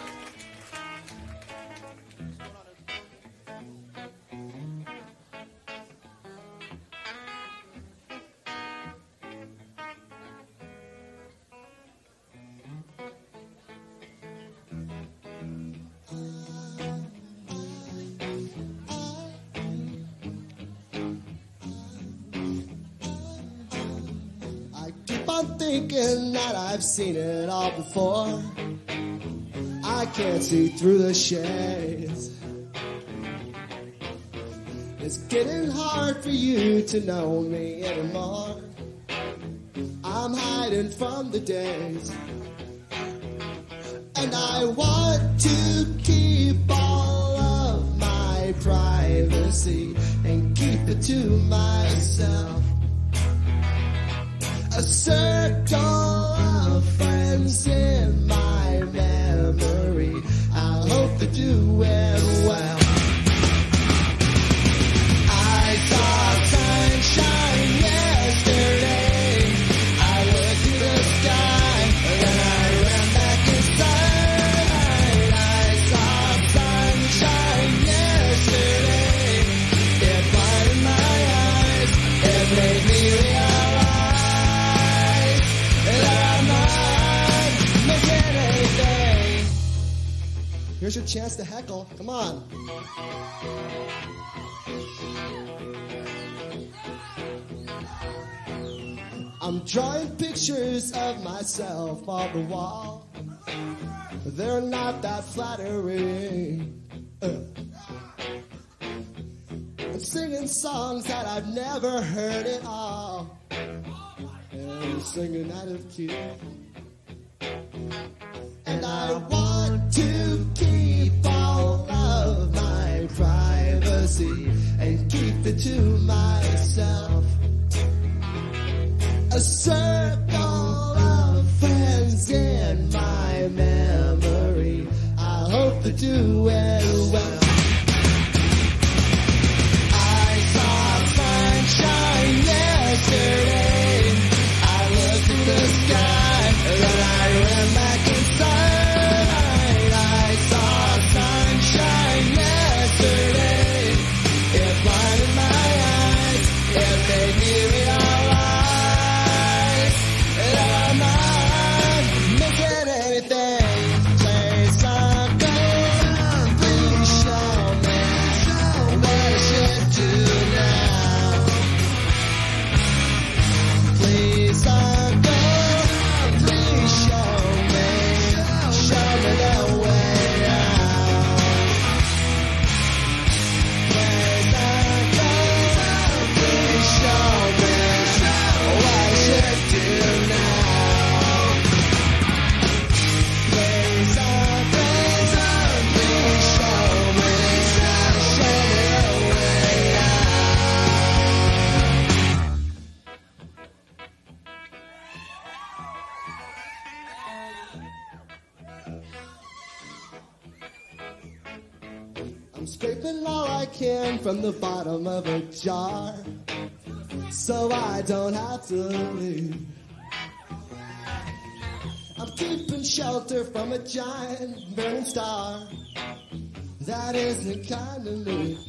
I keep on thinking that I've seen it all before. I can't see through the shades. It's getting hard for you to know me anymore. I'm hiding from the days. And I want to keep all of my privacy and keep it to myself. A circle of friends in my memory. I hope they're doing well. I saw sunshine yesterday. I looked to the sky, then I ran back inside. I saw sunshine yesterday. It blinded my eyes. It made me realize that I'm not missing anything. Here's your chance to heckle. Come on. I'm drawing pictures of myself on the wall. They're not that flattering. Uh. I'm singing songs that I've never heard at all. And I'm singing out of key. And I want to keep all of my privacy and keep it to myself. A circle of friends in my memory. I hope they're doing well. I saw sunshine yesterday. I looked at the sky, then I ran back inside. I saw sunshine yesterday. It blinded my eyes. It made me realize that I'm not missing anything. Say something, please show me what I should do now. Please something, please show me, show me the way out. Please something, please show me what I should do now. Please something, please show me, show me the way I'm scraping all I can from the bottom of a jar, so I don't have to leave. I'm keeping shelter from a giant burning star that isn't kind to me.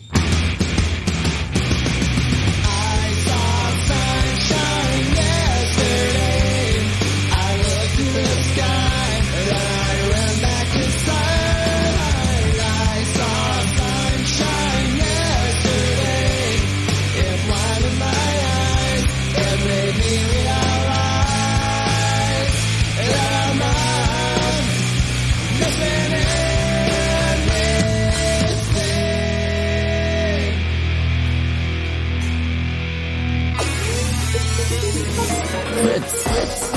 I saw sunshine yesterday. I looked to the sky, then I ran back inside. I saw sunshine yesterday. It blinded my eyes. It made me realize that I'm not missing anything. Fritz.